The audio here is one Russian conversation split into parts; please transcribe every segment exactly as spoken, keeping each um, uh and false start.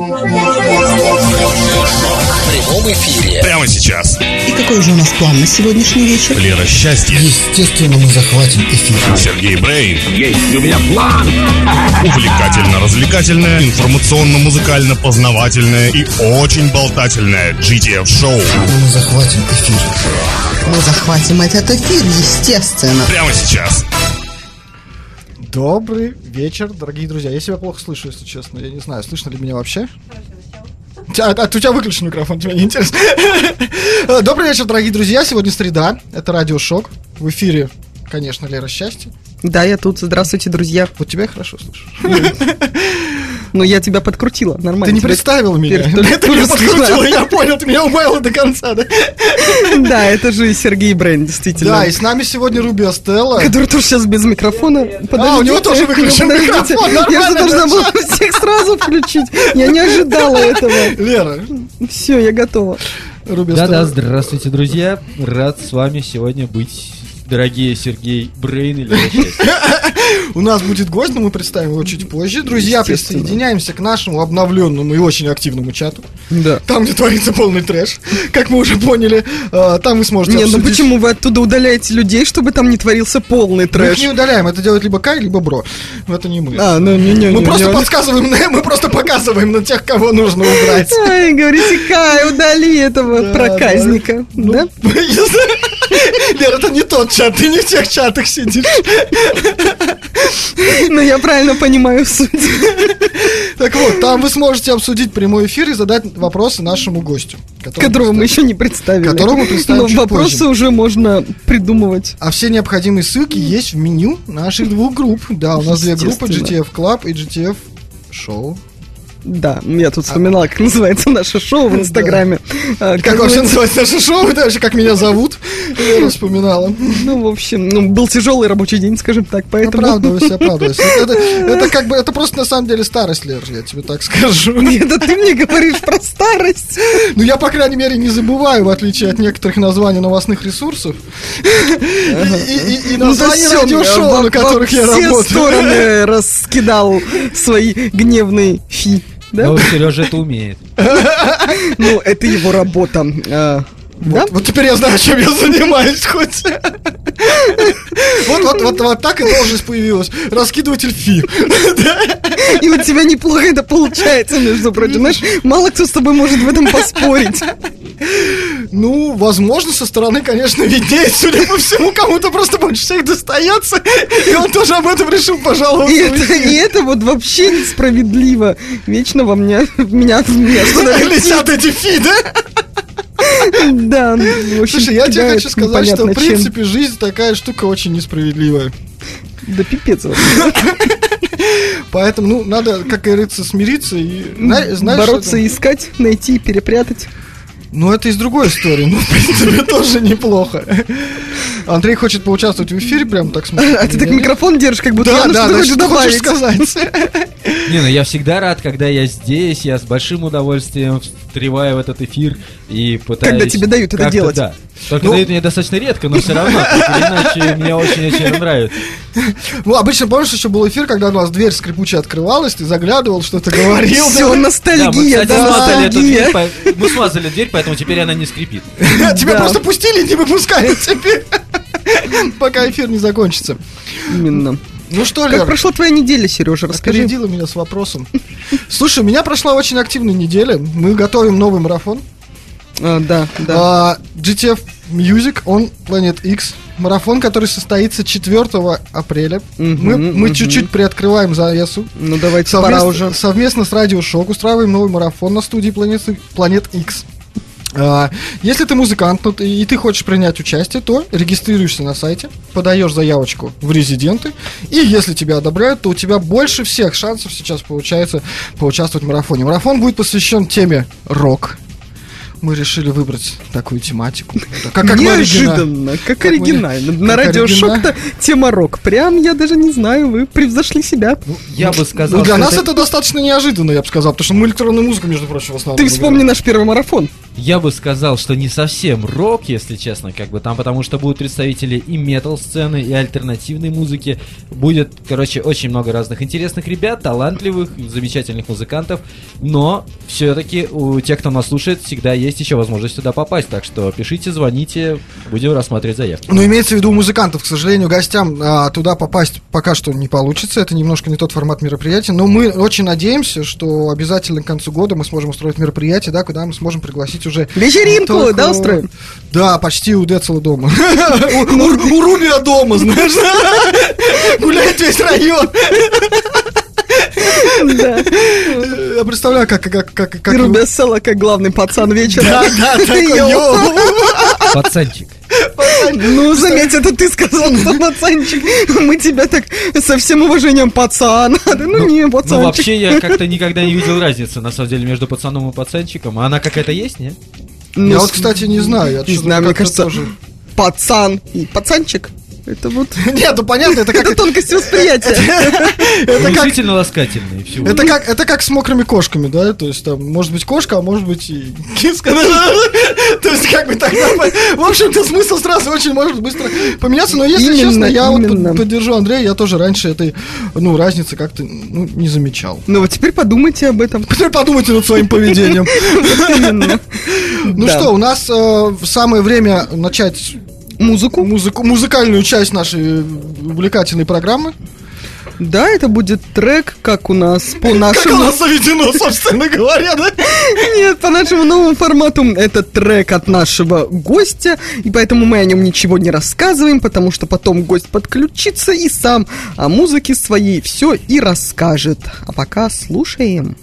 В прямом эфире. Прямо сейчас. И какой же у нас план на сегодняшний вечер? Лера Счастье. Естественно, мы захватим эфир. Сергей Брейн. Есть у меня план. Увлекательно-развлекательное, информационно-музыкально-познавательное и очень болтательное джи ти эф-шоу. Мы захватим эфир. Мы захватим этот эфир, естественно. Прямо сейчас. Добрый вечер, дорогие друзья. Я себя плохо слышу, если честно. Я не знаю, слышно ли меня вообще? А, а у тебя выключен микрофон, тебе не интересно? Добрый вечер, дорогие друзья. Сегодня среда. Это Радио Шок. В эфире, конечно, Лера Счастье. Да, я тут. Здравствуйте, друзья. Вот тебя я хорошо слышу. Ну, я тебя подкрутила, нормально. Ты не представил меня. Ты меня подкрутила, я понял, ты меня умаяла до конца, да? Да, это же Сергей Брейн, действительно. Да, и с нами сегодня Руби Астелла. Который тоже сейчас без микрофона. А, у него тоже выключен микрофон, я же должна была всех сразу включить. Я не ожидала этого. Лера. Все, я готова. Да-да, здравствуйте, друзья. Рад с вами сегодня быть. Дорогие Сергей Брейн или У нас будет гость, но мы представим его чуть позже. Друзья, присоединяемся к нашему обновленному и очень активному чату. Да. Там, где творится полный трэш, как мы уже поняли. Там вы сможете Нет, обсудить... ну почему вы оттуда удаляете людей, чтобы там не творился полный трэш? Мы их не удаляем, это делает либо Кай, либо Бро. Но это не мы. А, ну не-не-не. Мы просто подсказываем, мы просто показываем на тех, кого нужно убрать. Ай, говорите, Кай, удали этого проказника. Да? Лера, это не тот чат, ты не в тех чатах сидишь. Ну, я правильно понимаю суть. Так вот, там вы сможете обсудить прямой эфир и задать вопросы нашему гостю. Которого мы еще не представили. Которого мы представим чуть Но вопросы позже. уже можно придумывать. А все необходимые ссылки есть в меню наших двух групп. Да, у нас две группы, джи ти эф Club и джи ти эф Show. Да, я тут вспоминала, как называется наше шоу в Инстаграме. А, как вообще называется наше шоу? Это вообще как меня зовут? Я вспоминала. Ну, в общем, ну, был тяжелый рабочий день, скажем так, поэтому... Оправдывайся, оправдывайся. Это, это как бы, это просто на самом деле старость, Лер, я тебе так скажу. Это ты мне говоришь про старость. Ну, я, по крайней мере, не забываю, в отличие от некоторых названий новостных ресурсов. И названий радиошоу, на которых я работаю. Все стороны раскидал свои гневные фи. Да? Но Сережа это умеет. Ну, это его работа. А, вот, да? Вот теперь я знаю, чем я занимаюсь хоть. Вот, вот, вот, вот так и должность появилась. Раскидыватель фи. И у тебя неплохо это получается, между прочим. Знаешь, мало кто с тобой может в этом поспорить. Ну, возможно, со стороны, конечно, виднеет. Судя по всему, кому-то просто больше всех достается. И он тоже об этом решил пожаловаться. И это, и это вот вообще несправедливо. Вечно во мне, меня, меня летят эти фи, да? Да, в общем, слушай, я тебе хочу сказать, что в принципе жизнь такая штука очень несправедливая. Да пипец. Поэтому, ну, надо, как говорится, смириться и знаешь, бороться, это... искать, найти, перепрятать. Ну, это из другой истории, ну, в принципе, тоже неплохо. Андрей хочет поучаствовать в эфире, прям так смотрит. А ты так микрофон держишь, как будто да, я ну да, что да, хочешь добавить. сказать. Не, ну я всегда рад, когда я здесь, я с большим удовольствием встреваю в этот эфир и пытаюсь... Когда тебе дают это делать. Да. Только ну, дают мне достаточно редко, но все равно, иначе мне очень-очень нравится. Ну, обычно, помнишь, еще был эфир, когда у нас дверь скрипучая открывалась, ты заглядывал, что-то говорил. Все, ностальгия, да, мы, кстати, ностальгия. Смазали дверь, мы смазали дверь, поэтому теперь она не скрипит. Тебя просто пустили и не выпускают теперь, пока эфир не закончится. Именно. Ну что, Лер? Как прошла твоя неделя, Сережа, расскажи. Опередила меня с вопросом. Слушай, у меня прошла очень активная неделя. Мы готовим новый марафон. А, да, да. А, джи ти эф Music on Planet X. Марафон, который состоится четвёртого апреля. Угу, мы мы угу. чуть-чуть приоткрываем завесу. Ну давайте, совместно, пора уже. Совместно с Радио Шок устраиваем новый марафон на студии Planet, Planet X. А, если ты музыкант, ну, и ты хочешь принять участие, то регистрируешься на сайте, подаешь заявочку в резиденты, и если тебя одобряют, то у тебя больше всех шансов сейчас получается поучаствовать в марафоне. Марафон будет посвящен теме рок. Мы решили выбрать такую тематику. Как, как неожиданно, как, как оригинально. Мы... На радио Шок-то тема рок. Прям, я даже не знаю, вы превзошли себя. Ну, я бы сказал, ну, для нас это... это достаточно неожиданно, я бы сказал, потому что мы электронную музыку, между прочим, в основном. Ты вспомни играем. Наш первый марафон. я бы сказал, что не совсем рок, если честно, как бы там, потому что будут представители и метал-сцены, и альтернативной музыки. Будет, короче, очень много разных интересных ребят, талантливых, замечательных музыкантов, но все-таки у тех, кто нас слушает, всегда есть еще возможность туда попасть, так что пишите, звоните, будем рассматривать заявки. Ну, имеется в виду у музыкантов, к сожалению, гостям а, туда попасть пока что не получится, это немножко не тот формат мероприятия, но мы очень надеемся, что обязательно к концу года мы сможем устроить мероприятие, да, куда мы сможем пригласить уже... Вечеринку, только- да, устроим? Да, почти у Децела дома. У Рубия дома, знаешь. Гуляет весь район. Да. Я представляю, как... как, как, как И Рубия Селла как главный пацан вечера. Да, да, такой, Йоу. йоу. Пацанчик. Ну, заметь, это ты сказал, что пацанчик. Мы тебя так со всем уважением пацан. А ты, Ну, не, Ну, пацанчик. вообще, я как-то никогда не видел разницы, на самом деле, между пацаном и пацанчиком. А она какая-то есть, не? Ну, Я вот, кстати, не знаю. я Не что-то знаю, мне как-то кажется, тоже- пацан и пацанчик. Это вот... Нет, ну понятно, это как... Это тонкость восприятия. Это как... Внушительно ласкательный. Всего. Это как, это как с мокрыми кошками, да? То есть там может быть кошка, а может быть и киска. То есть как бы так... В общем-то смысл сразу очень может быстро поменяться. Но если Именно, честно, я вот именно. под- поддержу Андрея. Я тоже раньше этой, ну, разницы как-то ну, не замечал. Ну вот теперь подумайте об этом. Теперь подумайте над своим поведением. Именно. Ну Да. что, у нас э, самое время начать Музыку. музыку, музыкальную часть нашей увлекательной программы. Да, это будет трек, как у нас по Как у нашему... нас заведено, собственно говоря, да? Нет, по нашему новому формату это трек от нашего гостя, и поэтому мы о нем ничего не рассказываем, потому что потом гость подключится и сам о музыке своей все и расскажет. А пока слушаем.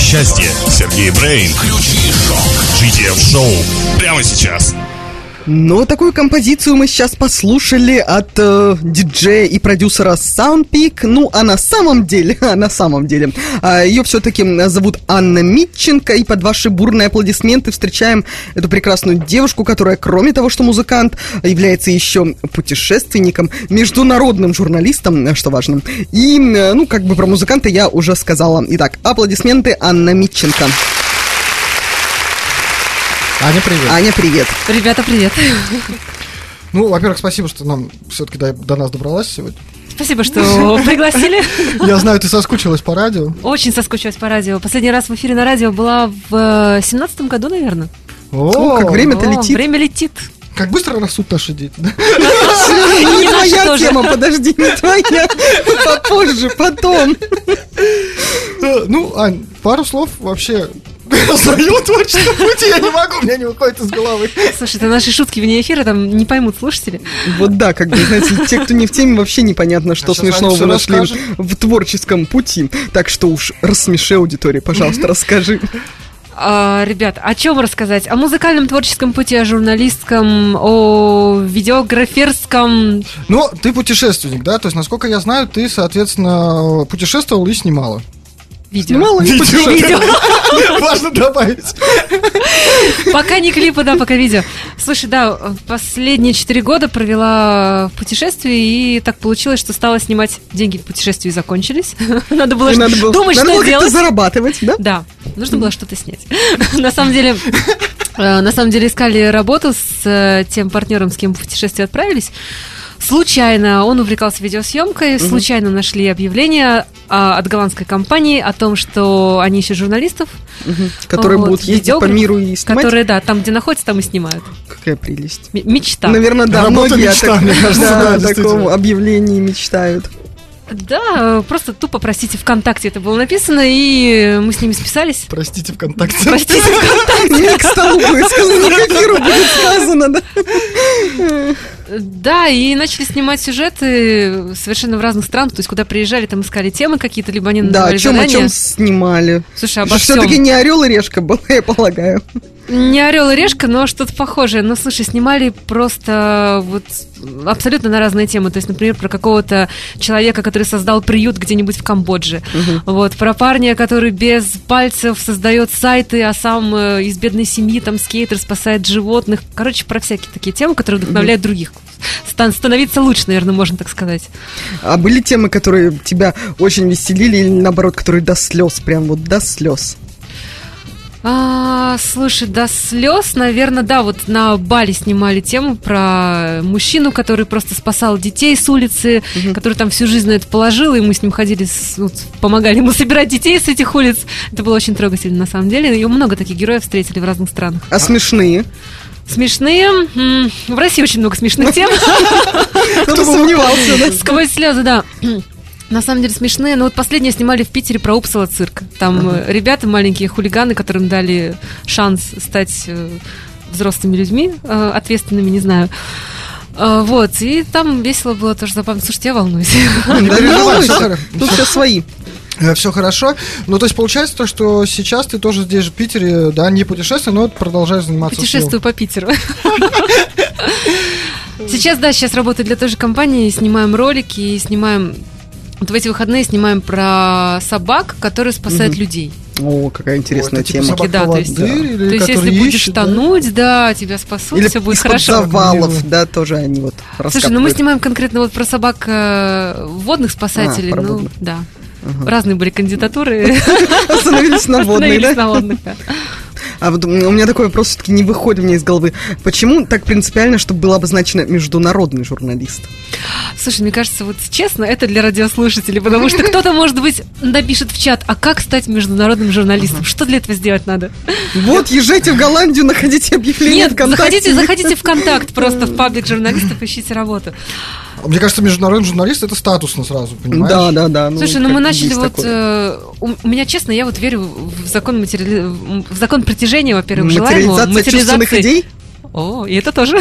счастье. Сергей Брейн. джи ти эф шоу. Прямо сейчас. Ну, такую композицию мы сейчас послушали от э, диджея и продюсера Soundpeak. Ну, а на самом деле, а на самом деле, э, ее все-таки зовут Анна Митченко. И под ваши бурные аплодисменты встречаем эту прекрасную девушку, которая, кроме того, что музыкант, является еще путешественником, международным журналистом, что важно. И, э, ну, как бы про музыканта я уже сказала. Итак, аплодисменты Анна Митченко. Аня, привет. Аня, привет. Ребята, привет. Ну, во-первых, спасибо, что нам все-таки до, до нас добралась сегодня. Спасибо, что пригласили. Я знаю, ты соскучилась по радио. Очень соскучилась по радио. Последний раз в эфире на радио была в семнадцатом году, наверное. О, как время-то О, летит. Время летит. Как быстро растут наши дети. да? Не наши твоя тоже. тема, подожди, не твоя. Попозже, потом. Э, Ну, Ань, пару слов вообще о своем творческом пути я не могу, у меня не выходит из головы. Слушай, это наши шутки вне эфира, там не поймут слушатели. Вот да, как бы, знаете, те, кто не в теме, вообще непонятно, что А сейчас смешного Аня всё вы нашли расскажет. в творческом пути. Так что уж рассмеши аудиторию, пожалуйста, расскажи. А, ребят, о чем рассказать? О музыкальном творческом пути, о журналистском, о видеограферском. Но ты путешественник, да? То есть, насколько я знаю, ты, соответственно, путешествовал и снимала. Видео. Снимала и Видео. Важно добавить. Пока не клипы, да, пока видео. Слушай, да, последние четыре года провела в путешествии, и так получилось, что стала снимать. Деньги в путешествии закончились. Надо было И надо было, думать, надо что было как-то делать. зарабатывать, да? Да, нужно было что-то снять. На самом деле, э, на самом деле искали работу с э, тем партнером, с кем в путешествие отправились. Случайно он увлекался видеосъемкой, случайно нашли объявление а, от голландской компании о том, что они ищут журналистов, Мгм. Которые Вот, будут ездить по видеограф, миру и снимать. которые, да, там, где находятся, там и снимают. Какая прелесть. М- мечта. Наверное, да, Работа многие о мечта, так- мне кажется, да, да, о действительно. таком объявлении мечтают. Да, э, просто тупо, простите, ВКонтакте это было написано, и мы с ними списались. Простите, ВКонтакте. Простите, ВКонтакте. Не к столу будет сказано, не к эфиру будет сказано, да? Да, и начали снимать сюжеты совершенно в разных странах, то есть куда приезжали, там искали темы какие-то, либо они Да, называли о чем, о задания. чем снимали. Слушай, обо Все-таки всем. не орел и решка была, я полагаю. Не орел и решка, но что-то похожее. Но, слушай, снимали просто вот абсолютно на разные темы. То есть, например, про какого-то человека, который создал приют где-нибудь в Камбодже. Вот, про парня, который без пальцев создает сайты, а сам э, из бедной семьи, там, скейтер, спасает животных. Короче, про всякие такие темы, которые вдохновляют других. Стан- становиться лучше, наверное, можно так сказать. А были темы, которые тебя очень веселили, или наоборот, которые до слез, прям вот до слез? А, слушай, до слез, наверное, да, вот на Бали снимали тему про мужчину, который просто спасал детей с улицы, который там всю жизнь на это положил, и мы с ним ходили, с- ну, помогали ему собирать детей с этих улиц. Это было очень трогательно, на самом деле, и много таких героев встретили в разных странах. А смешные? Смешные, м, в России очень много смешных тем. Кто бы сомневался, да? Сквозь слезы, да. На самом деле смешные. Но вот последнее снимали в Питере про Упсала цирк. Там э, ребята, маленькие хулиганы, которым дали шанс стать э, взрослыми людьми, э, ответственными, не знаю. Э, вот, и там весело было, тоже забавно. Слушайте, я волнуюсь. Не переживай, переживай, всё всё- хорошо. тут все свои. Все хорошо. Ну, то есть, получается то, что сейчас ты тоже здесь же в Питере, да, не путешествуешь, но продолжаешь заниматься Путешествую по Питеру. Сейчас, да, сейчас работаю для той же компании, снимаем ролики и снимаем... Вот в эти выходные снимаем про собак, которые спасают людей. О, какая интересная это типа тема. собак- Да, то есть, поводырь или то есть если которые будешь ищут, да? тонуть, да, тебя спасут, Или все будет из-под хорошо. завалов, да, тоже они вот Слушай, ну мы раскапывают. снимаем конкретно вот про собак э, водных спасателей, А, про ну, водных. да. Разные были кандидатуры. Остановились на водной, Остановились да? на водных, да. А вот у меня такой вопрос все-таки не выходит мне из головы. Почему так принципиально, чтобы было обозначено международный журналист? Слушай, мне кажется, вот честно, это для радиослушателей, потому что кто-то, может быть, напишет в чат, а как стать международным журналистом? Что для этого сделать надо? Вот, езжайте в Голландию, находите объявление Нет, ВКонтакте. заходите, заходите в контакт просто в паблик журналистов, ищите работу. Мне кажется, международный журналист это статусно сразу, понимаешь? Да, да, да. Слушай, ну как мы начали есть вот... такое. э, у, у меня, честно, я вот верю в закон материали... в закон притяжения, во-первых, желаемого. Материализация чувственных идей? О, и это тоже.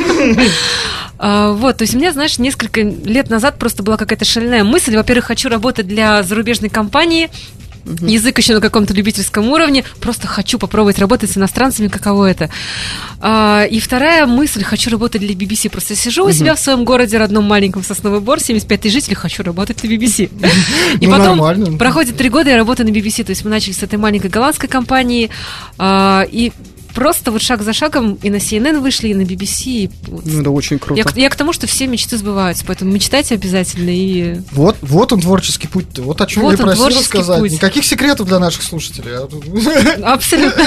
А, Вот, то есть у меня, знаешь, несколько лет назад просто была какая-то шальная мысль. Во-первых, хочу работать для зарубежной компании, язык еще на каком-то любительском уровне, просто хочу попробовать работать с иностранцами, каково это. А, и вторая мысль, хочу работать для би би си. Просто сижу у себя в своем городе, родном маленьком Сосновый Бор, семьдесят пять тысяч жителей, хочу работать для би би си. И Ну, потом нормально. проходит три года, я работаю на би би си, то есть мы начали с этой маленькой голландской компании, а, и просто вот шаг за шагом и на си эн эн вышли, и на би би си. И вот. Ну, это очень круто. Я, к- я к тому, что все мечты сбываются, поэтому мечтайте обязательно. И Вот, вот он творческий путь. Вот о чем Вот я он, просил творческий рассказать. путь. Никаких секретов для наших слушателей. А тут- абсолютно.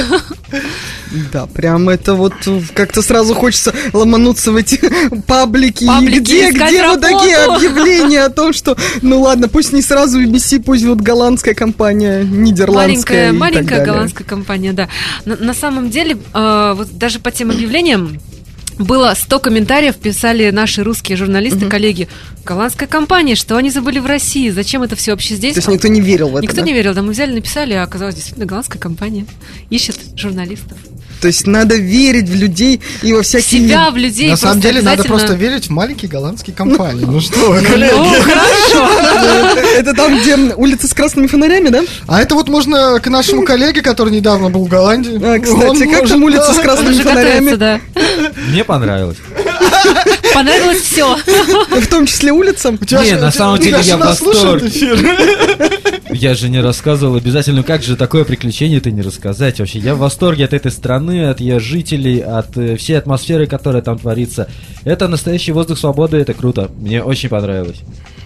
Да, прям это вот э, как-то сразу хочется ломануться в эти паблики. Паблики, И где, искать где вот такие работу. объявления о том, что, ну ладно, пусть не сразу би би си, пусть вот голландская компания, нидерландская Маленькая, и маленькая так далее. голландская компания, да. На, на самом деле, э, вот даже по тем объявлениям было сто комментариев, писали наши русские журналисты, коллеги. Голландская компания, что они забыли в России? Зачем это все вообще здесь? То есть никто не верил в это, Никто да? не верил, да, мы взяли, написали, а оказалось, действительно, голландская компания ищет журналистов. То есть надо верить в людей и во В всякие... себя, в людей. На самом просто деле надо обязательно- просто верить в маленькие голландские компании. Ну что вы, коллеги. Ну, хорошо. Это там, где улица с красными фонарями, да? А это вот можно к нашему коллеге, который недавно был в Голландии. А, кстати, Он как может, там улица да. с Он красными уже готовится, фонарями? да. Мне понравилось. Понравилось все. В том числе улица? У тебя Не, же- на у тебя- самом у тебя деле я жена в слушает восторге. эфир. Я же не рассказывал обязательно, как же такое приключение-то не рассказать вообще. Я в восторге от этой страны, от ее жителей, от э, всей атмосферы, которая там творится. Это настоящий воздух свободы, это круто. Мне очень понравилось.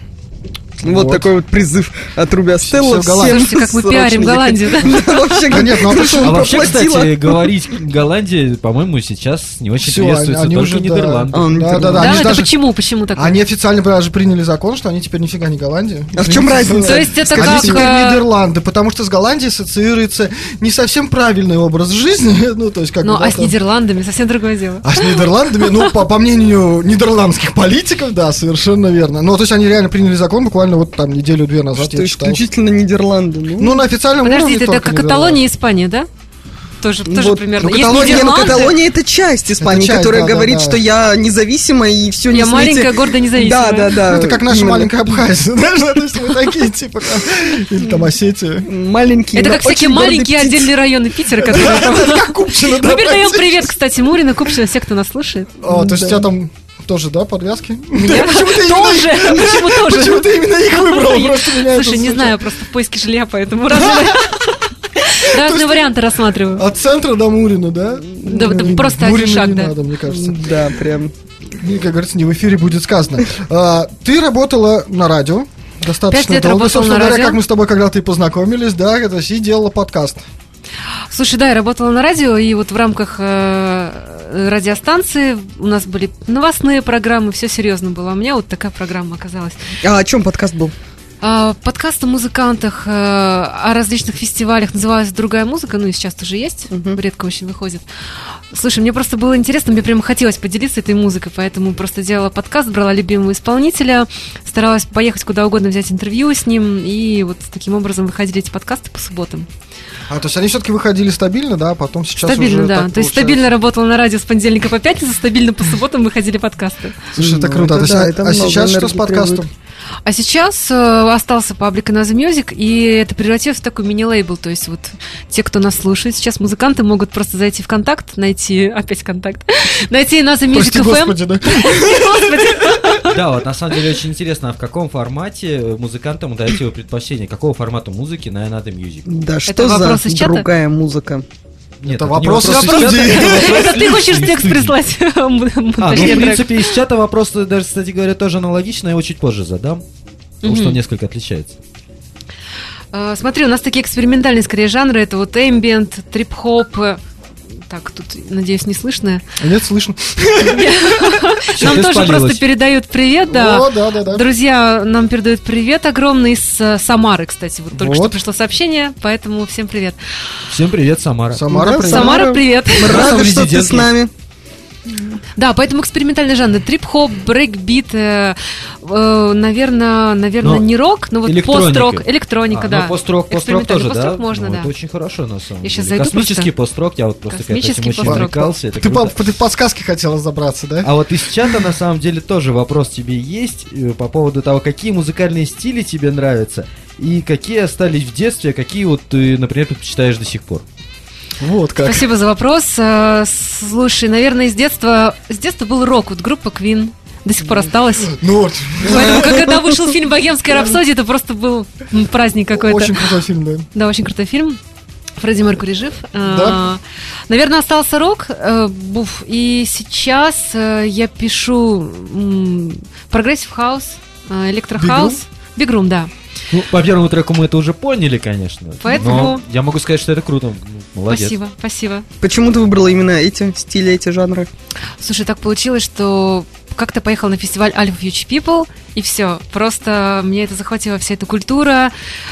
Вот, Вот. такой вот призыв от Руби Астелло. всё в Голландии. Слушайте, как мы срочно пиарим ехать. Голландию, да? Да, вообще, Да нет, ну а хорошо, почему? А он вообще, проплатила. кстати, говорить Голландия, по-моему, сейчас не очень Всё, приветствуется, они только уже, да. Нидерланды. А, ну, Да, да, да. Да, Они же это даже- почему? Почему такое? Они официально даже приняли закон, что они теперь нифига не Голландия. А в чем разница? То есть это Они как... теперь э, Нидерланды, потому что с Голландией ассоциируется не совсем правильный образ жизни. Ну, то есть как Ну, бы, да, а с там- Нидерландами совсем другое дело. А с Нидерландами, ну, по, по мнению нидерландских политиков, да, совершенно верно. Ну, то есть они реально приняли закон буквально вот там неделю-две назад, Что я читал. исключительно Нидерланды. Ну, Ну, на официальном Подождите, уровне это только как Нидерланды. Каталония и Испания, да? Тоже, тоже вот. примерно. Ну, Есть Каталония, ну, Нидерланды. Каталония это часть Испании, часть, которая да, да, говорит, да. что я независимая и все не Я смейте- маленькая, гордо независимая. Да, да, да. Ну, это как наша именно. маленькая Абхазия, знаешь, то есть мы такие, типа, там, или там Осетия. Маленькие, Это но как всякие очень гордые маленькие птицы. отдельные районы Питера, которые там... Как Купчино, да, Мы передаем практически. привет, кстати, Мурина, Купчино, все, кто нас слушает. О, то есть у тебя там тоже, да, подвязки? Меня Почему ты именно тоже. их- Почему тоже? Почему ты именно их выбрал? Просто меня это Слушай, не смущает. знаю, просто в поиске жилья, поэтому разные разные варианты рассматриваю. От центра до Мурина, да? Да, да, Ну, просто один Мурина шаг, не да. надо, мне кажется. Да, прям. И, как говорится, не в эфире будет сказано. А, Ты работала на радио достаточно Пять лет долго. работала Собственно на говоря, радио. как мы с тобой когда-то и познакомились, да, это и делала подкаст. Слушай, да, я работала на радио, и вот в рамках э, радиостанции у нас были новостные программы, все серьезно было. А у меня вот такая программа оказалась. А о чем подкаст был? А, подкаст о музыкантах, э, о различных фестивалях, называлась «Другая музыка», ну и сейчас тоже есть, редко очень выходит. Слушай, мне просто было интересно, мне прямо хотелось поделиться этой музыкой, поэтому просто делала подкаст, брала любимого исполнителя, старалась поехать куда угодно, взять интервью с ним, и вот таким образом выходили эти подкасты по субботам. А, то есть они все-таки выходили стабильно, да, а потом сейчас Стабильно, уже да. так То есть получается. стабильно работала на радио с понедельника по пятницу, стабильно по субботам выходили подкасты. Слушай, это Ну, круто. это А то да, есть, это а много сейчас что энергии с подкастом? требует. А сейчас э, остался паблик Another Music, и это превратилось в такой мини-лейбл. То есть вот те, кто нас слушает, сейчас музыканты могут просто зайти в контакт, найти, опять контакт, найти Another Music Прости, эф эм. господи, да. Господи. Да, вот на самом деле очень интересно, а в каком формате музыкантам даете вы предпочтение? Какого формата музыки на Another Music? Да, что вопрос за из чата? другая музыка? Нет, Это не вопрос из из студии. чата, это вопрос Это ты из хочешь студии. текст прислать? А, ну, Точнее, в трек. принципе, из чата вопрос, даже, кстати говоря, тоже аналогичный, я его чуть позже задам, потому что Мгм. он несколько отличается. Э, Смотри, у нас такие экспериментальные скорее жанры. Это вот эмбиент, трип-хоп. э, Так, тут, надеюсь, не слышно. Нет, слышно. Нам ты тоже спалилась. просто передают привет, да. О, да, да, да. Друзья нам передают привет огромный из э, Самары, кстати. Вот только Вот. что пришло сообщение, поэтому всем привет. Всем привет, Самара. Самара, Да, привет. Самара, Самара. привет. Мы Раз там рады, что ты резидентки. с нами. Да, поэтому экспериментальный жанр. Трип-хоп, брейк-бит, э, э, наверное, наверное, Но не рок, но вот электроника. пост-рок, электроника, А, да. ну, пост-рок, пост-рок Экспериментальный тоже, да? пост-рок можно, Ну, да. это очень хорошо, на самом Я щас деле. зайду Космический просто. пост-рок, я вот просто к этому Космический очень пост-рок. увлекался. Это Ты, круто. по, ты подсказки хотела забраться, да? А вот из чата на самом деле тоже вопрос тебе есть э, по поводу того, какие музыкальные стили тебе нравятся и какие остались в детстве, а какие вот ты, например, предпочитаешь до сих пор. Вот как. Спасибо за вопрос. Э, Слушай, наверное, из детства, с детства был рок, вот группа Queen. До сих пор осталась. Ну вот. Поэтому, когда вышел фильм «Богемская рапсодия», это просто был м, праздник какой-то. Очень крутой фильм, да. Да, очень крутой фильм. Фредди Меркьюри жив. Да. А, Наверное, остался рок. э, буф. И сейчас э, я пишу прогрессив хаус, электрохаус. Бигрум, да. Ну, по первому треку мы это уже поняли, конечно. Поэтому- Но я могу сказать, что это круто. Ну, молодец. Спасибо, спасибо. Почему ты выбрала именно эти стили, эти жанры? Слушай, так получилось, что как-то поехал на фестиваль Alpha Future People, и все. Просто мне это захватила вся эта культура,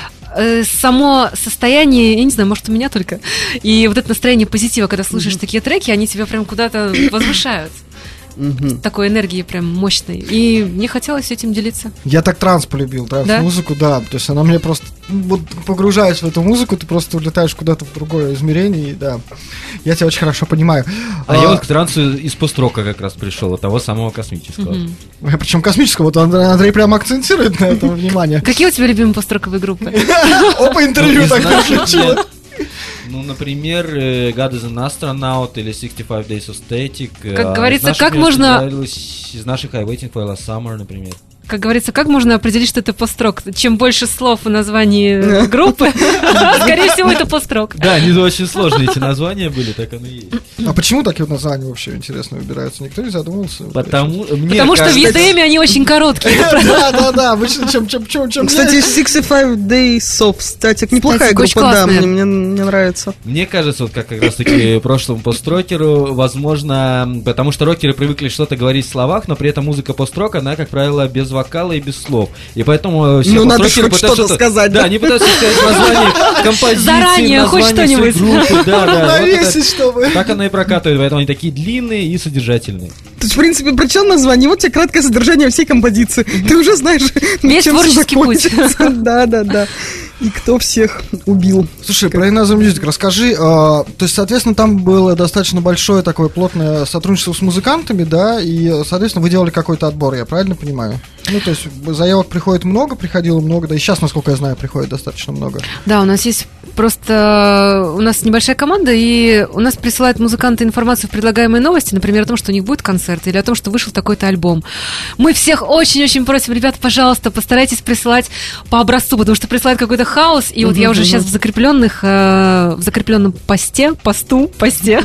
э, само состояние, я не знаю, может, у меня только. И вот это настроение позитива, когда слушаешь такие треки, они тебя прям куда-то возвышают. Мгм. Такой энергии прям мощной. И мне хотелось этим делиться. Я так транс полюбил, транс-музыку, да. То есть она мне просто... Вот погружаясь в эту музыку, ты просто улетаешь куда-то в другое измерение, и да. Я тебя очень хорошо понимаю. А, я вот к трансу из пост-рока как раз пришел, от того самого космического. Мгм. Причем космического. Вот Андрей, Андрей прям акцентирует на этом внимание. Какие у тебя любимые построковые группы? Опа, интервью Ну, так из наших переключила. нет. Ну, например, э, God is an Astronaut или sixty five Days of Static. Как А говорится, из наших как мне можно- очень нравилось из наших I Waiting for Last Summer, например. Как говорится, как можно определить, что это пост-рок? Чем больше слов в названии группы, скорее всего, это пост-рок. Да, они очень сложные эти названия были, так оно и есть. А почему такие вот названия вообще интересно выбираются? Никто не задумывался? Потому, мне Потому что в кажется- и ди эм они очень короткие. Да, да, да. Обычно чем, чем, чем, чем. Кстати, sixty five Days of Static неплохая Static очень группа, да, классная. мне, мне, мне нравится. Мне кажется, вот как как раз таки прошлому пост-рокеру, возможно, потому что рокеры привыкли что-то говорить в словах, но при этом музыка пост-рок, она, как правило, без вокала и без слов. И поэтому все Ну, надо пост-рокеры хоть пытаются что-то сказать, Да, да? они пытаются сказать название композиции, Заранее, хоть название своей что-нибудь. группы. Да, да. Вот это- Навесить, чтобы... Так оно и прокатывает, поэтому они такие длинные и содержательные. Ты, в принципе, прочел название, вот тебе краткое содержание всей композиции. Ты уже знаешь, Весь чем всё творческий путь. закончится. Да, да, да. И кто всех убил. Слушай, про Inazum Music расскажи. а, то есть, соответственно, там было достаточно большое такое плотное сотрудничество с музыкантами, да, и, соответственно, вы делали какой-то отбор, я правильно понимаю? Ну, то есть, заявок приходит много, приходило много, да, и сейчас, насколько я знаю, приходит достаточно много. Да, у нас есть просто... У нас небольшая команда, и у нас присылают музыканты информацию в предлагаемые новости, например, о том, что у них будет концерт, или о том, что вышел такой-то альбом. Мы всех очень-очень просим, ребят, пожалуйста, постарайтесь присылать по образцу, потому что присылают какой-то хаос, и вот я уже сейчас в закрепленных, э, в закрепленном посте, посту, посте,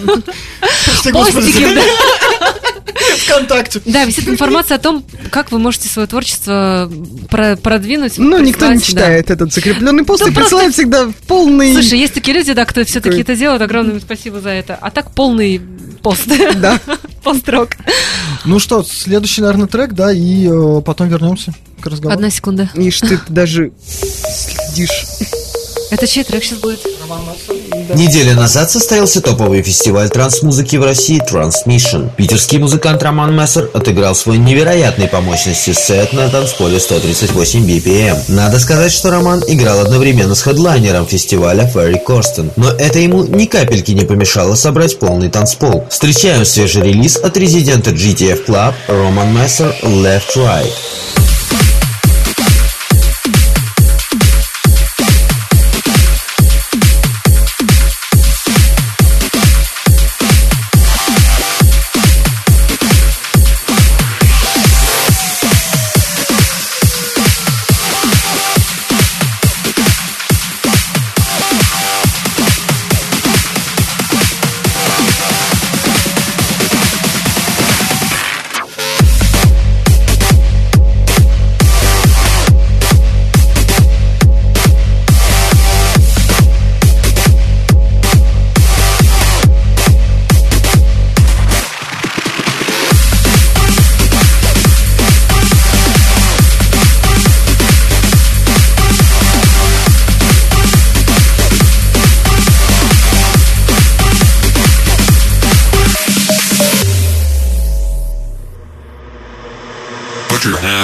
постике, да. ВКонтакте. Да, висит информация о том, как вы можете свое творчество про- продвинуть. Но никто не прислать, да. читает этот закрепленный пост Ну, и присылает всегда в полный... Слушай, есть такие люди, да, кто все-таки это делает. Огромное им спасибо за это. А так полный пост. Да. Пост-рок. Ну что, следующий, наверное, трек, да, и э, потом вернемся к разговору. Одна секунда. Ишь, ты даже следишь. Это чей трек сейчас будет? Неделю назад состоялся топовый фестиваль транс-музыки в России Transmission. Питерский музыкант Роман Мессер отыграл свой невероятный по мощности сет на танцполе сто тридцать восемь би пи эм. Надо сказать, что Роман играл одновременно с хедлайнером фестиваля Ферри Корстен, но это ему ни капельки не помешало собрать полный танцпол. Встречаем свежий релиз от резидента джи ти эф Club Роман Мессер Left Right.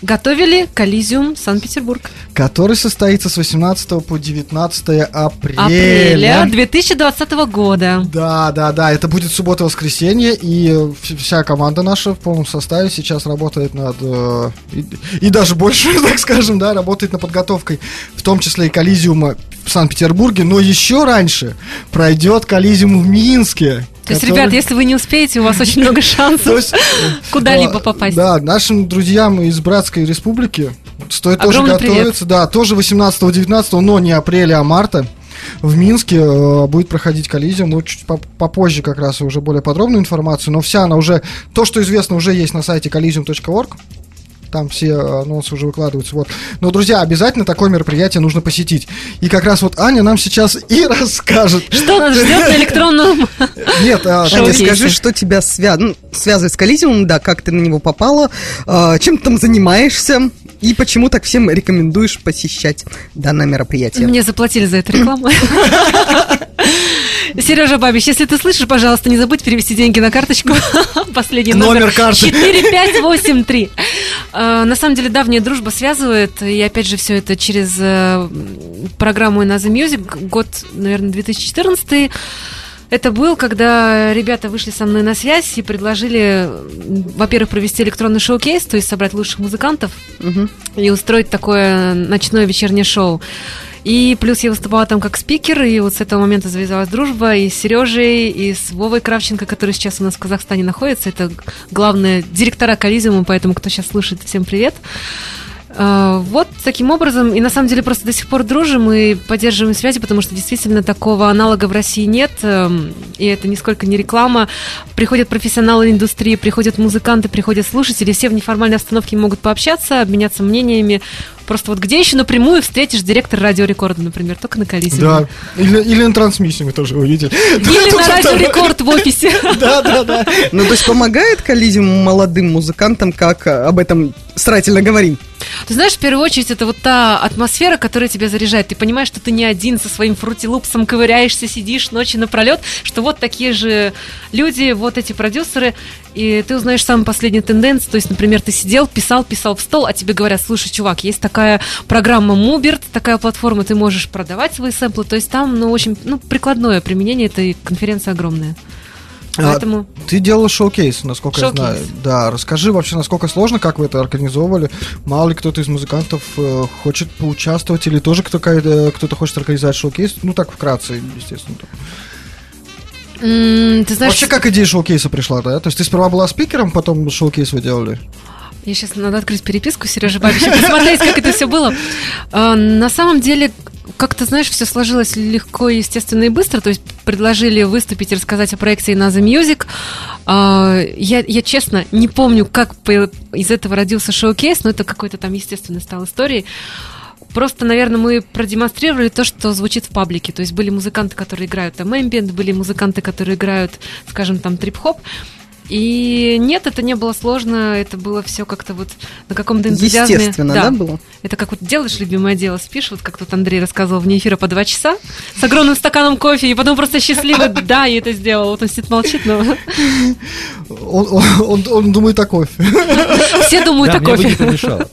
готовили Коллизиум Санкт-Петербург. Который состоится с восемнадцатого по девятнадцатое апреля. Апреля две тысячи двадцатого года. Да, да, да, это будет суббота-воскресенье, и вся команда наша в полном составе сейчас работает над, э, и, и даже больше, так скажем, да, работает над подготовкой, в том числе и Коллизиума в Санкт-Петербурге, но еще раньше пройдет Коллизиум в Минске. То есть, ребят, если вы не успеете, у вас очень много шансов куда-либо попасть. Да, нашим друзьям из Братской Республики стоит тоже Огромный готовиться. Да, тоже восемнадцатого-девятнадцатого, но не апреля, а марта. В Минске э, будет проходить Коллизиум. Мы чуть попозже как раз уже более подробную информацию, но вся она уже, то, что известно, уже есть на сайте коллизиум точка орг. Там все анонсы уже выкладываются. Вот. Но, друзья, обязательно такое мероприятие нужно посетить. И как раз вот Аня нам сейчас и расскажет. Что нас ждет на электронном Нет, а, Аня, скажи, что тебя свя... ну, связывает с Коллизиумом, да, как ты на него попала, э, чем ты там занимаешься и почему так всем рекомендуешь посещать данное мероприятие. Мне заплатили за эту рекламу. Сережа Бабич, если ты слышишь, пожалуйста, не забудь перевести деньги на карточку. Последний номер. Номер карты. четыре пять восемь три. На самом деле, давняя дружба связывает. И опять же, все это через программу In Other Music. Год, наверное, две тысячи четырнадцатый. Это был, когда ребята вышли со мной на связь и предложили, во-первых, провести электронный шоу-кейс, то есть собрать лучших музыкантов Угу. и устроить такое ночное вечернее шоу. И плюс я выступала там как спикер, и вот с этого момента завязалась дружба и с Сережей, и с Вовой Кравченко, который сейчас у нас в Казахстане находится. Это главные директора Коллизиума, поэтому кто сейчас слушает, всем привет. Вот таким образом, и на самом деле просто до сих пор дружим и поддерживаем связи, потому что действительно такого аналога в России нет, и это нисколько не реклама. Приходят профессионалы индустрии, приходят музыканты, приходят слушатели, все в неформальной обстановке могут пообщаться, обменяться мнениями. Просто вот где еще напрямую встретишь директора Радио Рекорда, например, только на Коллизиуме. Да, или, или на трансмиссии мы тоже увидели. Или на Радио Рекорд в офисе. Да, да, да. Ну, то есть помогает Коллизиум молодым музыкантам, как об этом старательно говорим? Ты знаешь, в первую очередь, это вот та атмосфера, которая тебя заряжает. Ты понимаешь, что ты не один со своим фрутилупсом ковыряешься, сидишь ночи напролет, что вот такие же люди, вот эти продюсеры, и ты узнаешь самые последние тенденции. То есть, например, ты сидел, писал, писал в стол, а тебе говорят: слушай, чувак, есть такая программа Муберт, такая платформа, ты можешь продавать свои сэмплы. То есть там, ну, очень, ну, прикладное применение этой конференции огромное. Поэтому... А, ты делала шоу-кейс, насколько Шоу-кейс. я знаю. Да, расскажи вообще, насколько сложно, как вы это организовывали. Мало ли кто-то из музыкантов э, хочет поучаствовать, или тоже кто-то, кто-то хочет организовать шоу-кейс. Ну, так вкратце, естественно. М, ты знаешь, Вообще, как идея шоу-кейса пришла, да? То есть ты сперва была спикером, потом шоу-кейс вы делали? я сейчас надо открыть переписку Сережи Бабича, посмотреть, как это все было. А, на самом деле, как-то, знаешь, все сложилось легко, естественно и быстро. То есть предложили выступить и рассказать о проекте In Other Music. А, я, я, честно, не помню, как по- из этого родился шоу-кейс, но это какой-то там, естественно, стал историей. Просто, наверное, мы продемонстрировали то, что звучит в паблике. То есть были музыканты, которые играют там эмбиент, были музыканты, которые играют, скажем, там трип-хоп. И нет, это не было сложно, это было все как-то вот на каком-то энтузиазме. Естественно, да, было? Это как вот делаешь любимое дело, спишь, вот как тут Андрей рассказывал вне эфира, по два часа с огромным стаканом кофе, и потом просто счастливый, да, я это сделал. Вот он сидит, молчит, но... Он, он, он, он думает о кофе. Все думают Да, о мне бы кофе. не помешало.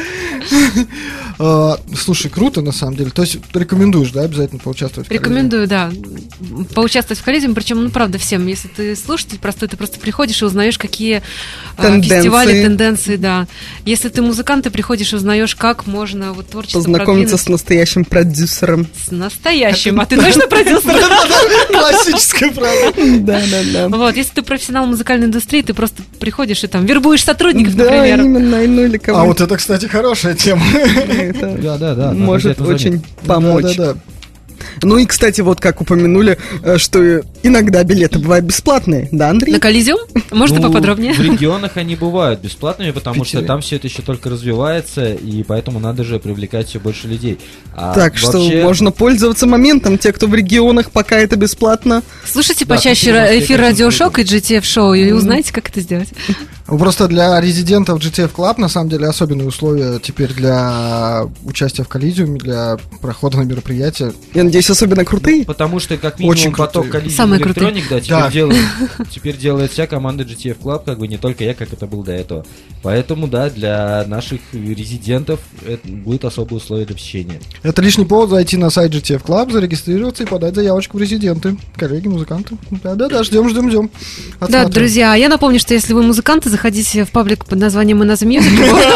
А, слушай, круто, на самом деле. То есть рекомендуешь, да, обязательно поучаствовать в Коллизиуме? Рекомендую, да, поучаствовать в Коллизиуме, причем, ну, правда, всем. Если ты слушатель простой, ты просто приходишь и узнаешь, какие а, Тенденции. фестивали, тенденции, да. Если ты музыкант, ты приходишь и узнаешь, как можно вот творчество Познакомиться с продвинуть. настоящим продюсером. С настоящим. А ты точно продюсер? Классическая фраза. Да, да, да. Вот, если ты профессионал музыкальной индустрии, ты просто приходишь и там вербуешь сотрудников, Да, например. именно, ну или кого. А вот это, кстати, хорошая тема. Это Да, да, да. надо может обязательно очень заметить. помочь. Да, да, да. Ну и, кстати, вот как упомянули, э, что иногда билеты бывают бесплатные, да, Андрей? На Коллизиум? Можно Ну, поподробнее? В регионах они бывают бесплатными, потому что Питере. там все это еще только развивается, и поэтому надо же привлекать все больше людей. А Так что вообще- можно пользоваться моментом. Те, кто в регионах, пока это бесплатно. Слушайте Да, почаще кстати, ра- Москве, эфир конечно, Радиошок и джи ти эф шоу, и узнаете, как это сделать. Просто для резидентов джи ти эф Club, на самом деле, особенные условия теперь для участия в коллизиуме, для прохода на мероприятия. Я надеюсь, особенно крутые. Потому что, как минимум, Очень поток крутые. коллизий Самые электроник, да, теперь, Да. Делает, теперь делает вся команда джи ти эф Club, как бы не только я, как это был до этого. Поэтому, да, для наших резидентов это будет особые условия для посещения. Это лишний повод зайти на сайт джи ти эф Club, зарегистрироваться и подать заявочку в резиденты. Коллеги, музыканты. Да-да-да, ждем, ждем, ждем. Да, Отсматриваем. друзья, я напомню, что если вы музыканты, заходите в паблик под названием Inazza Music.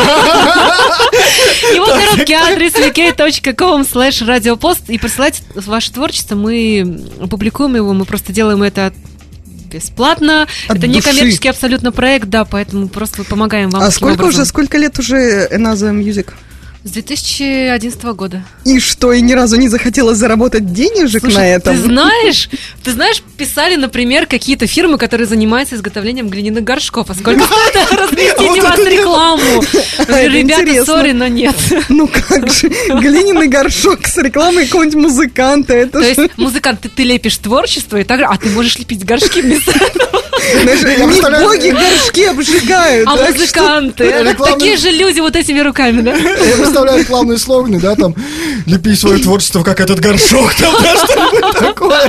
Его короткий адрес ви кей точка ком слэш радиопост и присылайте ваше творчество, мы опубликуем его, мы просто делаем это бесплатно. От Это не души. коммерческий абсолютно проект, да, поэтому просто помогаем вам. А таким сколько образом. уже, сколько лет уже Inazza Music? С две тысячи одиннадцатого года. И что, и ни разу не захотела заработать денежек Слушай, на этом? ты знаешь, ты знаешь, писали, например, какие-то фирмы, которые занимаются изготовлением глиняных горшков. А сколько стоит разместить у вас рекламу? Ребята, интересно. сори, но нет. Ну как же, глиняный горшок с рекламой какого-нибудь музыканта, это То же, есть, музыкант, ты, ты лепишь творчество, и так, а ты можешь лепить горшки вместо этого. знаешь, не представляю- боги горшки обжигают. А так что- музыканты, Рекламный- такие же люди вот этими руками, да? Я представляю рекламные слоганы, да, там, лепи свое творчество, как этот горшок, там, да, что-нибудь такое.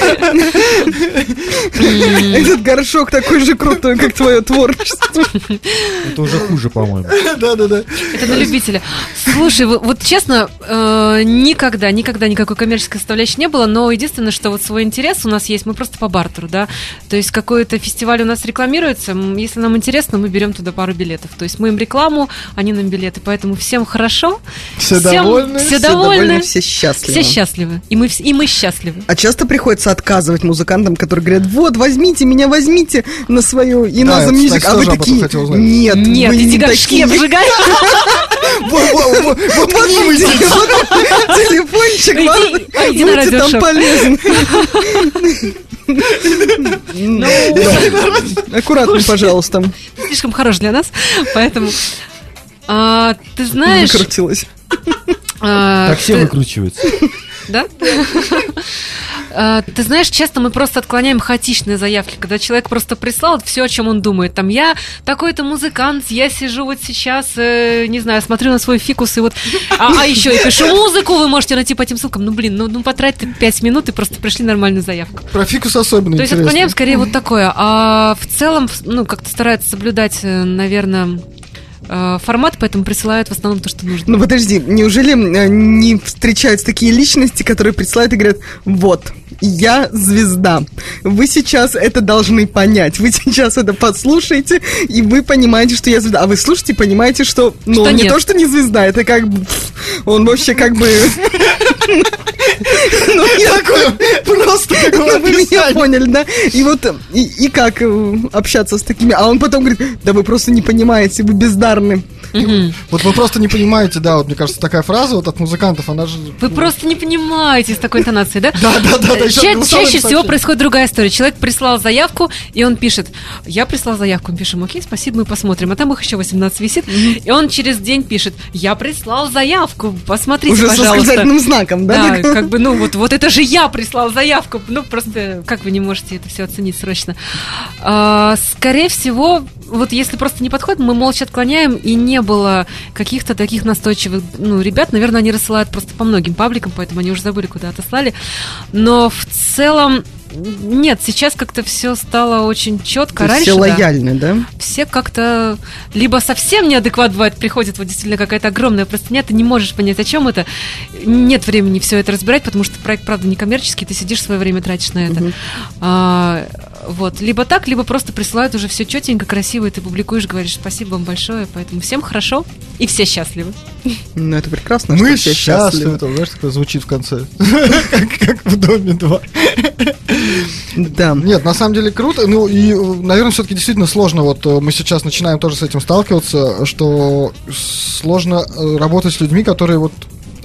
Этот горшок такой же крутой, как твое творчество. Это уже хуже, по-моему. Да-да-да. Это на любителя. Слушай, вот, вот честно, э, никогда, никогда никакой коммерческой составляющей не было, но единственное, что вот свой интерес у нас есть, мы просто по бартеру, да. То есть какой-то фестиваль у нас рекламируется, м, если нам интересно, мы берем туда пару билетов. То есть мы им рекламу, они нам билеты, поэтому всем хорошо. Все всем- довольны? Все Все довольны, довольны. все счастливы. Все счастливы. И мы, вс- и мы счастливы. А часто приходится отказывать музыкантам, которые говорят, вот, возьмите меня, возьмите на свою Inazza я, Music, кстати, а вы тоже об этом такие, хотел узнать. нет, Нет, вы эти не горшки такие». обжигают. Вот, вот, вот, вот к ним и Вот, вот, телефончик, Иди- ладно, а, иди на будьте там радиошоп. полезны. Ну, Аккуратно, пожалуйста. слишком хорош для нас, поэтому... А, ты знаешь... Выкрутилась. а, Так все ты- выкручиваются. Да? А, Ты знаешь, часто мы просто отклоняем хаотичные заявки, когда человек просто прислал все, о чем он думает. Там, я такой-то музыкант, я сижу вот сейчас, э, не знаю, смотрю на свой фикус и вот... А, а еще и пишу музыку, вы можете найти по этим ссылкам. Ну, блин, ну, ну потратьте пять минут и просто пришли нормальную заявку. Про фикус особенно То есть интересно. отклоняем скорее вот такое. А в целом, ну, как-то стараются соблюдать, э, наверное, э, формат, поэтому присылают в основном то, что нужно. Ну подожди, неужели э, не встречаются такие личности, которые присылают и говорят, вот, я звезда. Вы сейчас это должны понять. Вы сейчас это послушаете, и вы понимаете, что я звезда. А вы слушаете и понимаете, что, ну, Что он не нет. то, что не звезда, это как бы... пф, он вообще как бы... Ну, я Просто ну, какое вы меня описание. поняли, да? И вот, и, и как э, общаться с такими? А он потом говорит, да вы просто не понимаете, вы бездарны. Мгм. Вот вы просто не понимаете, да, вот мне кажется, такая фраза вот от музыкантов, она же... Вы просто не понимаете с такой интонацией, да? Да, да, да, да, Э, еще ча- голосовое Чаще всего сообщение. происходит другая история. Человек прислал заявку, и он пишет, я прислал заявку, мы пишем, окей, спасибо, мы посмотрим. А там их еще восемнадцать висит. И он через день пишет, я прислал заявку, посмотрите, Уже с пожалуйста. восклицательным знаком, да? Да, как бы, ну вот, вот это же я прислал заявку. Ну, просто как вы не можете это все оценить срочно. А, скорее всего, вот если просто не подходит, мы молча отклоняем, и не было каких-то таких настойчивых, ну, ребят, наверное, они рассылают просто по многим пабликам, поэтому они уже забыли, куда отослали. Но в целом, нет, сейчас как-то все стало очень четко. То есть Раньше, все да, лояльны, да? все как-то либо совсем неадекват бывает, приходит вот действительно какая-то огромная простыня, ты не можешь понять, о чем это. Нет времени все это разбирать, потому что проект, правда, не коммерческий, ты сидишь, свое время тратишь на это. Мгм. А, вот, либо так, либо просто присылают уже все четенько, красиво, и ты публикуешь, говоришь спасибо вам большое, поэтому всем хорошо и все счастливы. Ну, это прекрасно, Мы что все счастливы, это, знаешь, такое звучит в конце. Как как в Доме два. Да. Нет, на самом деле круто. Ну и, наверное, все-таки действительно сложно. Вот э, мы сейчас начинаем тоже с этим сталкиваться, что сложно э, работать с людьми, которые вот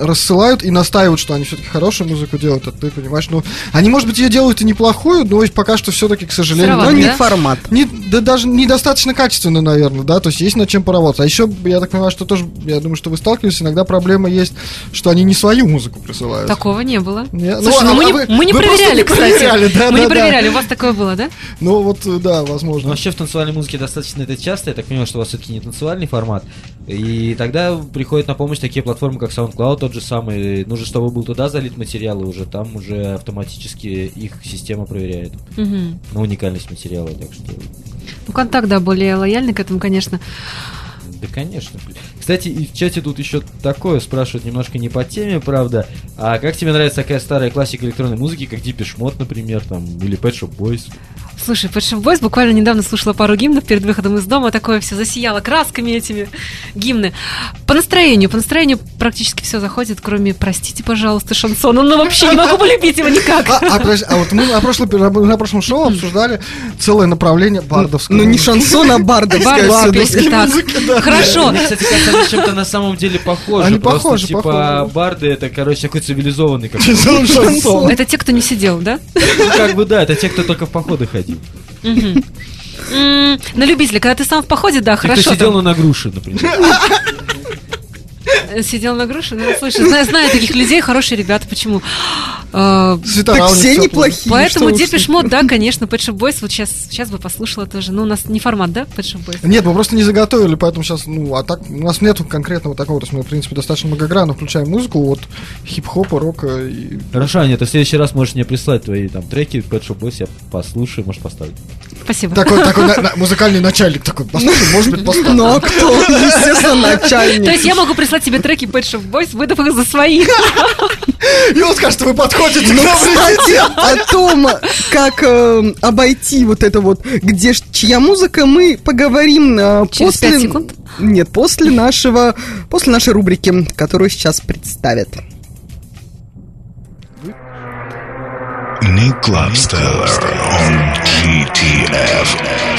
рассылают и настаивают, что они все-таки хорошую музыку делают, а ты понимаешь, ну, они, может быть, ее делают и неплохую, но пока что все-таки, к сожалению, Сыровато, но не да? формат. Не, да даже недостаточно качественно, наверное, да, то есть есть над чем поработать. А еще, я так понимаю, что тоже, я думаю, что вы сталкиваетесь, иногда проблема есть, что они не свою музыку присылают. Такого не было. Не- Слушай, ну, ну, а мы, не, вы- мы не вы просто проверяли, не кстати. проверяли, да, мы да, не да. проверяли, у вас такое было, да? Ну вот, да, Ну, возможно. вообще в танцевальной музыке достаточно это часто. Я так понимаю, что у вас все-таки не танцевальный формат. И тогда приходят на помощь такие платформы, как SoundCloud, тот же самый. Нужно, чтобы был туда залит материалы уже. Там уже автоматически их система проверяет Мгм. на уникальность материала. Так что, Ну, контакт, да, более лояльный к этому, конечно. да, конечно. Кстати, и в чате тут еще такое спрашивают, немножко не по теме, правда. А как тебе нравится такая старая классика электронной музыки, как Depeche Mode, например, там, или Pet Shop Boys? Слушай, Pet Shop Boys буквально недавно слушала пару гимнов перед выходом из дома, такое все засияло красками этими гимны. По настроению, по настроению практически все заходит, кроме, простите, пожалуйста, шансона. Ну, вообще не могу полюбить его никак. А, а, подожди, а вот мы на, прошлом, на прошлом шоу обсуждали целое направление бардовского. Ну не шансон, а бардовская Бардовская всё-таки. песня, так. Хорошо. Мне, кстати, кажется, они чем-то на самом деле похожи. Они Просто, похожи, типа, похожи. барды это, короче, такой цивилизованный как Шансон. Это те, кто не сидел, да? Ну, как бы, да, это те, кто только в походы ходил. Мгм. М, На любителя, когда ты сам в походе, да, Те, кто хорошо. сидел там, на груше, например. э, Сидел на груше, ну, слушай, знаю, знаю таких людей, хорошие ребята, почему? А, Свитера Так у них все тёплые. неплохие. Поэтому что уж Depeche Mode, да, конечно, Pet Shop Boys, вот сейчас, сейчас бы послушала тоже. Ну, у нас не формат, да, Pet Shop Boys? Нет, мы просто не заготовили, поэтому сейчас, ну, а так, у нас нету конкретного такого, то есть мы, в принципе, достаточно многогранно включаем музыку от хип-хопа, рока и... Хорошо, Аня, ты в следующий раз можешь мне прислать твои там треки, Pet Shop Boys, я послушаю, может, поставить. Спасибо. Такой, такой на- на- музыкальный начальник такой, послушай, может быть, поставь. Ну а кто? Естественно, начальник. То есть я могу прислать тебе треки Pet Shop Boys, выдав их за свои. И он скажет, что вы подходите к Ну, нам. кстати, о том, как э, обойти вот это вот, где ж- чья музыка, мы поговорим э, Через после... пять секунд? Нет, после нашего, после нашей рубрики, которую сейчас представят. Nick Clubsteller on джи ти эф.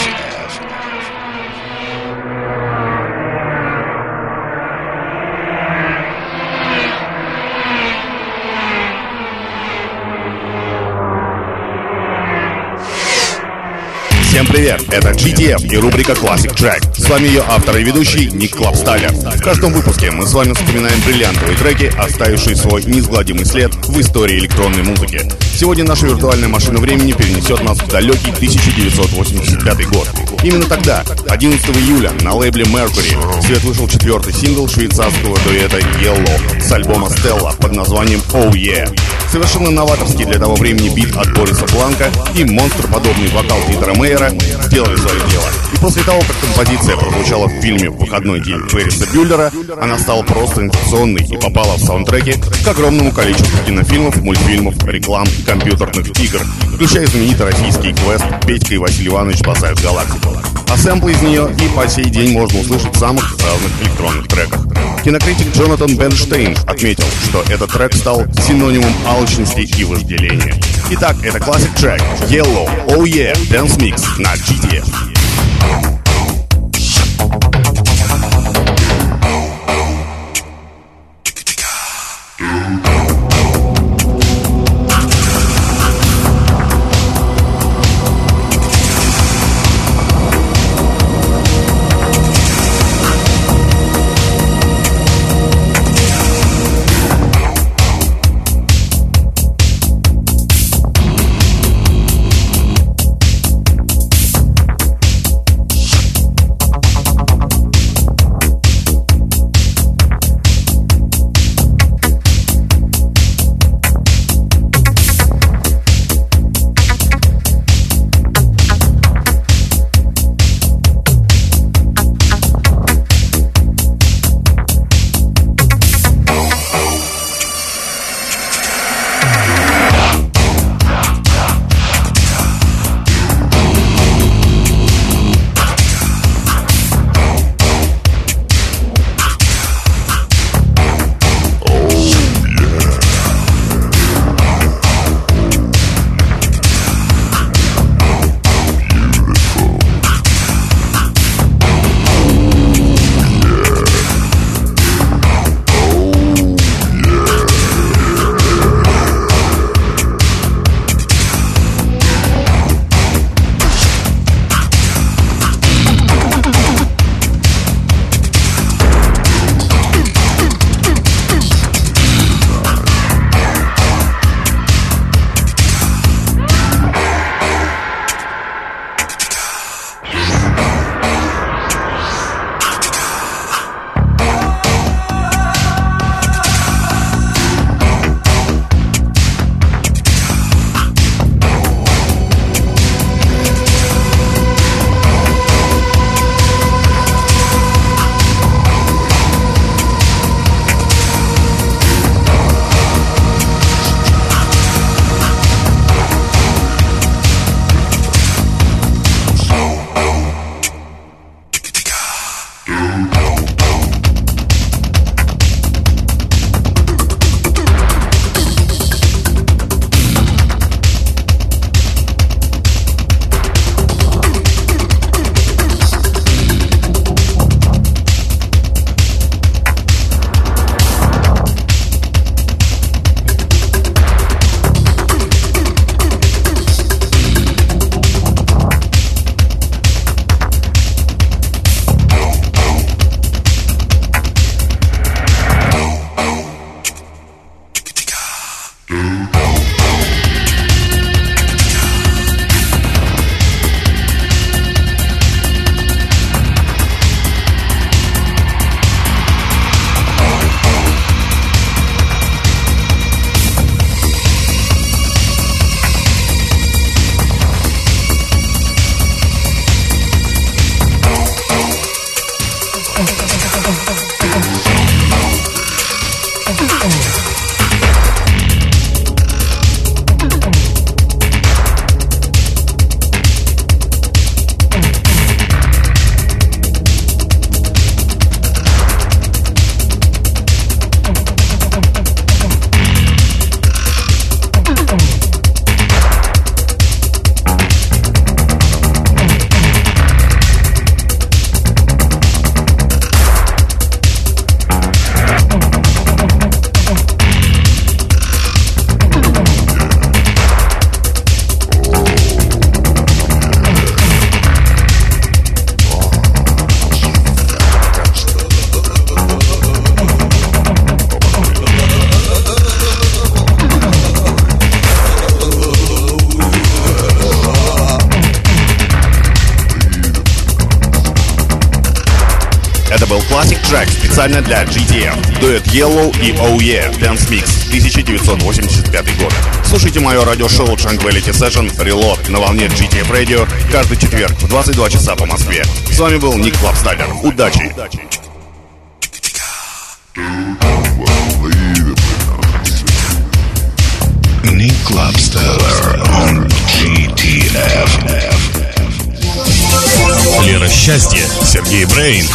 Всем привет, это джи ти эф и рубрика Classic Track. С вами ее автор и ведущий Ник Клабсталлер. В каждом выпуске мы с вами вспоминаем бриллиантовые треки, оставившие свой неизгладимый след в истории электронной музыки. Сегодня наша виртуальная машина времени перенесет нас в далекий тысяча девятьсот восемьдесят пятый год. Именно тогда, одиннадцатого июля, на лейбле Mercury, в свет вышел четвертый сингл швейцарского дуэта Yellow с альбома Stella под названием Oh Yeah. Совершенно новаторский для того времени бит от Бориса Бланка и монстроподобный вокал Питера Мейера сделали свое дело. И после того, как композиция прозвучала в фильме «Выходной день» Ферриса Бьюллера, она стала просто инфекционной и попала в саундтреки к огромному количеству кинофильмов, мультфильмов, реклам и компьютерных игр, включая знаменитый российский квест «Петька и Василий Иванович спасают галактику». А сэмплы из нее и по сей день можно услышать в самых разных электронных треках. Кинокритик Джонатан Бенштейн отметил, что этот трек стал синонимом алчности и вожделения. Итак, это Classic Track Yellow, Oh Yeah, Dance Mix на джи ти эф. Classic Track специально для джи ти эф. Дуэт Yellow и Oh Yeah Dance Mix, тысяча девятьсот восемьдесят пятый год. Слушайте мое радиошоу Tranquility Session Reload на волне джи ти эф Radio каждый четверг в двадцать два часа по Москве. С вами был Ник Клабстайлер. Удачи! Ник Клабстайлер on джи ти эф. Лера Счастье, Сергей Брейн.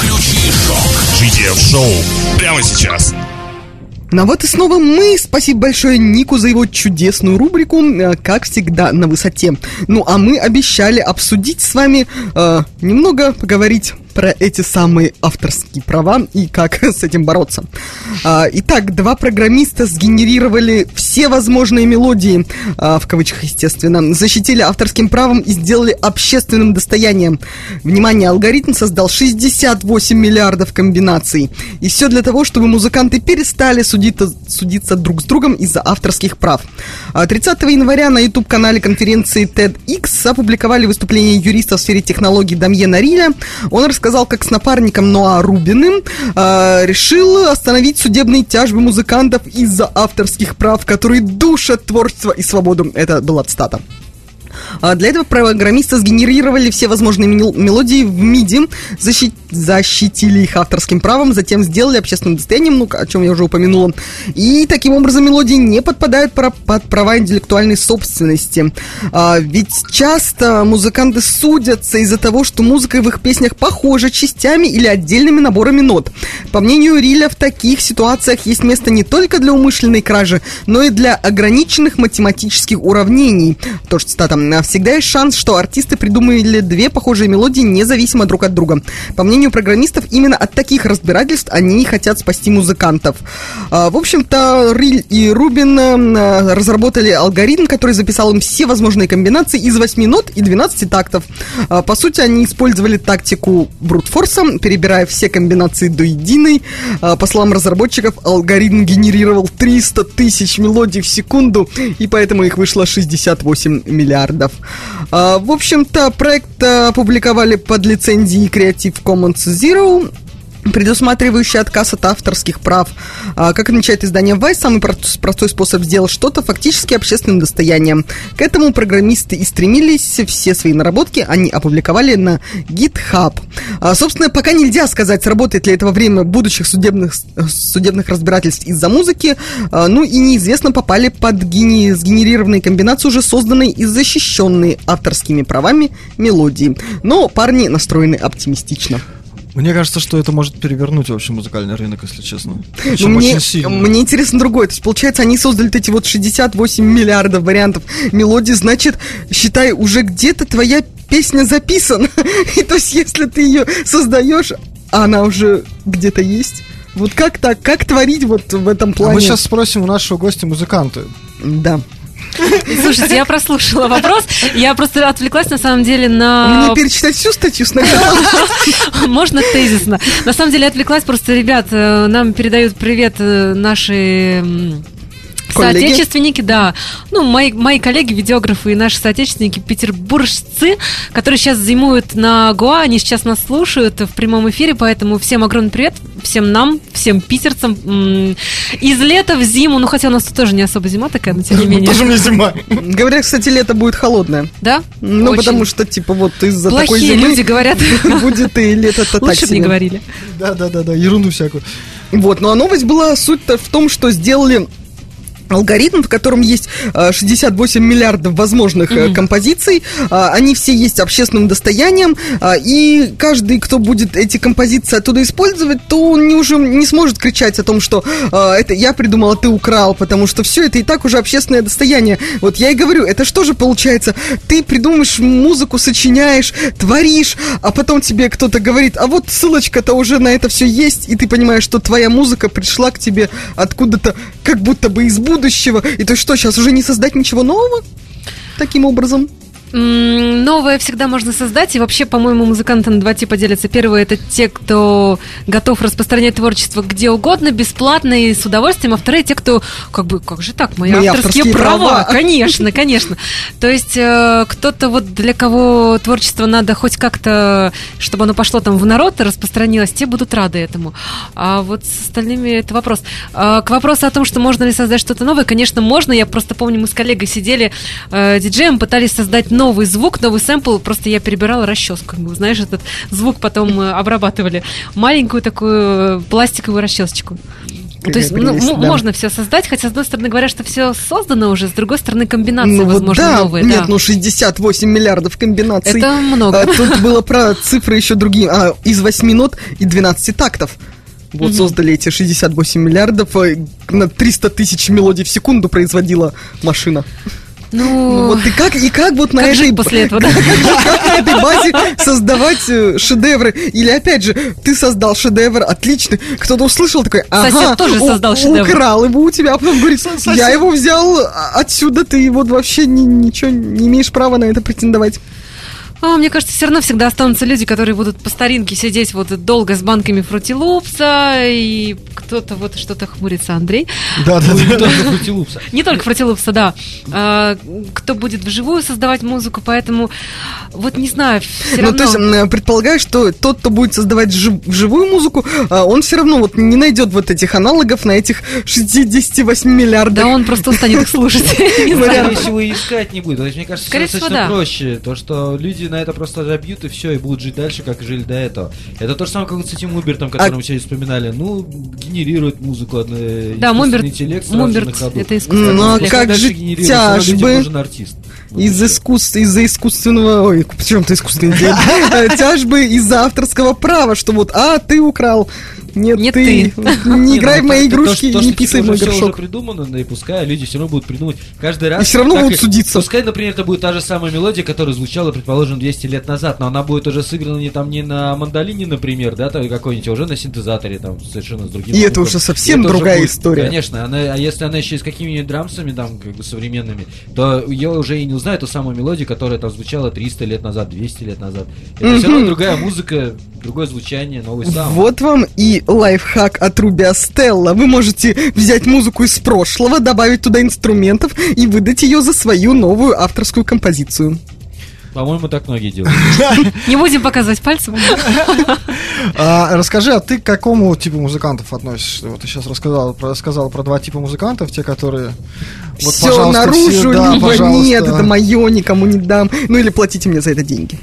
джи ти эф Шоу прямо сейчас. Ну вот и снова мы. Спасибо большое Нику за его чудесную рубрику, как всегда, на высоте. Ну а мы обещали обсудить с вами, э, немного поговорить про эти самые авторские права и как с этим бороться. А, итак, два программиста сгенерировали все возможные мелодии, а, в кавычках, естественно, защитили авторским правом и сделали общественным достоянием. Внимание, алгоритм создал шестьдесят восемь миллиардов комбинаций. И все для того, чтобы музыканты перестали судиться, судиться друг с другом из-за авторских прав. А, тридцатого января на YouTube-канале конференции TEDx опубликовали выступление юриста в сфере технологий Дамьена Риля. Он рассказал, как с напарником Ноа Рубиным э, решил остановить судебные тяжбы музыкантов из-за авторских прав, которые душат творчество и свободу. Это была цитата. Для этого программисты сгенерировали все возможные мелодии в миди, защи- защитили их авторским правом, затем сделали общественным достоянием, ну, о чем я уже упомянула. И таким образом мелодии не подпадают под права интеллектуальной собственности. А, ведь часто музыканты судятся из-за того, что музыка в их песнях похожа частями или отдельными наборами нот. По мнению Риля, в таких ситуациях есть место не только для умышленной кражи, но и для ограниченных математических уравнений. Тоже цитата. Всегда есть шанс, что артисты придумали две похожие мелодии независимо друг от друга. По мнению программистов, именно от таких разбирательств они хотят спасти музыкантов. В общем-то, Риль и Рубин разработали алгоритм, который записал им все возможные комбинации из восьми нот и двенадцати тактов. По сути, они использовали тактику брутфорса, перебирая все комбинации до единой. По словам разработчиков, алгоритм генерировал триста тысяч мелодий в секунду, и поэтому их вышло шестьдесят восемь миллиардов. А, в общем-то, проект а, опубликовали под лицензией Creative Commons Zero, предусматривающий отказ от авторских прав. А, как отмечает издание Vice, самый простой способ сделать что-то фактически общественным достоянием. К этому программисты и стремились. Все свои наработки они опубликовали на GitHub. А, собственно, пока нельзя сказать, сработает ли это во время будущих судебных, судебных разбирательств из-за музыки. А, ну и неизвестно, попали под гени, сгенерированные комбинации, уже созданные и защищенные авторскими правами мелодии. Но парни настроены оптимистично. Мне кажется, что это может перевернуть вообще музыкальный рынок, если честно. Ну, мне, мне интересно другое. То есть, получается, они создали эти вот шестьдесят восемь миллиардов вариантов мелодий. Значит, считай, уже где-то твоя песня записана. И то есть, если ты ее создаешь, она уже где-то есть. Вот как так? Как творить вот в этом плане? А мы сейчас спросим у нашего гостя музыканта. Да. Слушайте, я прослушала вопрос. Я просто отвлеклась, на самом деле, на... Мне перечитать всю статью сначала? Можно тезисно. На самом деле, отвлеклась просто, ребят, нам передают привет наши... Коллеги. Соотечественники, да. Ну, мои, мои коллеги, видеографы и наши соотечественники, петербуржцы, которые сейчас зимуют на Гоа, они сейчас нас слушают в прямом эфире, поэтому всем огромный привет, всем нам, всем питерцам. Из лета в зиму, ну, хотя у нас тут тоже не особо зима такая, но тем не менее. Тоже мне зима. Говорят, кстати, лето будет холодное. Да? Ну, потому что, типа, вот из-за такой зимы... Плохие люди говорят. Будет и лето-то так себе. Лучше бы не говорили. Да-да-да, ерунду всякую. Вот, ну а новость была, суть-то в том, что сделали алгоритм, в котором есть э, шестьдесят восемь миллиардов возможных э, mm-hmm. композиций, э, они все есть общественным достоянием, э, и каждый, кто будет эти композиции оттуда использовать, то он не, уже не сможет кричать о том, что э, это я придумал, а ты украл, потому что все это и так уже общественное достояние. Вот я и говорю, это что же получается? Ты придумаешь музыку, сочиняешь, творишь, а потом тебе кто-то говорит, а вот ссылочка-то уже на это все есть, и ты понимаешь, что твоя музыка пришла к тебе откуда-то, как будто бы из будущего. будущего. И то что, сейчас уже не создать ничего нового? Таким образом? Новое всегда можно создать, и вообще, по-моему, музыканты на два типа делятся. Первые — это те, кто готов распространять творчество где угодно, бесплатно и с удовольствием, а вторые — те, кто, как бы, как же так, мои, мои авторские, авторские права. права. Конечно, конечно. То есть э, кто-то вот для кого творчество надо хоть как-то, чтобы оно пошло там в народ и распространилось, те будут рады этому. А вот с остальными это вопрос. А, к вопросу о том, что можно ли создать что-то новое, конечно, можно. Я просто помню, мы с коллегой сидели э, диджеем, пытались создать новый звук, новый сэмпл, просто я перебирала расческу. Знаешь, этот звук потом обрабатывали. Маленькую такую пластиковую расчесочку. То есть ну, да. можно все создать, хотя, с одной стороны, говорят, что все создано уже, с другой стороны, комбинации, ну, возможно, да, новые. Нет, да. ну шестьдесят восемь миллиардов комбинаций. Это много. А, тут было про цифры еще другие. А, из восьми нот и двенадцати тактов. Вот угу. создали эти шестьдесят восемь миллиардов, на триста тысяч мелодий в секунду производила машина. Ну, ну вот и как, и как вот на как этой, после этого, да? как, как на этой базе создавать шедевры? Или опять же, ты создал шедевр, отличный, кто-то услышал такой, ага, сосед тоже создал у, шедевр. Украл его у тебя, а потом говорит, сосед. Я его взял отсюда, ты вот вообще ни, ничего не имеешь права на это претендовать. А, мне кажется, все равно всегда останутся люди, которые будут по старинке сидеть вот долго с банками фрутилупса, и кто-то вот что-то хмурится, Андрей. Да, да, не только фрутилупса. Не только фрутилупса, да. А, кто будет вживую создавать музыку, поэтому вот не знаю, все равно... Ну, то есть, предполагаю, что тот, кто будет создавать жив, вживую музыку, он все равно вот не найдет вот этих аналогов на этих шестьдесят восемь миллиардов. Да, он просто устанет их слушать. Скорее всего, и искать не будет. Мне кажется, все достаточно проще. То, что люди на это просто забьют и все, и будут жить дальше, как жили до этого. Это то же самое, как вот с этим Мубертом, который а... мы сегодня вспоминали. Ну, генерирует музыку, да, Муберт, интеллект Муберт, это искусство. Ну, а как же тяжбы из искусств, из-за искусственного... Ой, почему-то искусственный интеллект. Тяжбы из-за авторского права, что вот, а, ты украл. Нет, Нет ты. ты. Не играй в мои игрушки и не писай в мой горшок. Все уже придумано, да и пускай люди все равно будут придумывать каждый раз. И все равно будут судиться. Пускай, например, это будет та же самая мелодия, которая звучала, предположим, двести лет назад, но она будет уже сыграна не там не на мандолине, например, да, там какой-нибудь, а уже на синтезаторе, там, совершенно с другим И звуком. Это уже совсем другая история. Конечно, она, а если она еще и с какими-нибудь драмсами, там, как бы современными, то ее уже и не узнают ту самую мелодию, которая там звучала триста лет назад, двести лет назад. Это все равно другая музыка, другое звучание, новый саунд. Вот вам и лайфхак от Ruby Stella. Вы можете взять музыку из прошлого, добавить туда инструментов и выдать ее за свою новую авторскую композицию. По-моему, так многие делают. Не будем показывать пальцем. Расскажи, а ты к какому типу музыкантов относишься? Вот ты сейчас рассказал, рассказал про два типа музыкантов, те, которые... Все наружу, либо нет, это мое, никому не дам. Ну или платите мне за это деньги.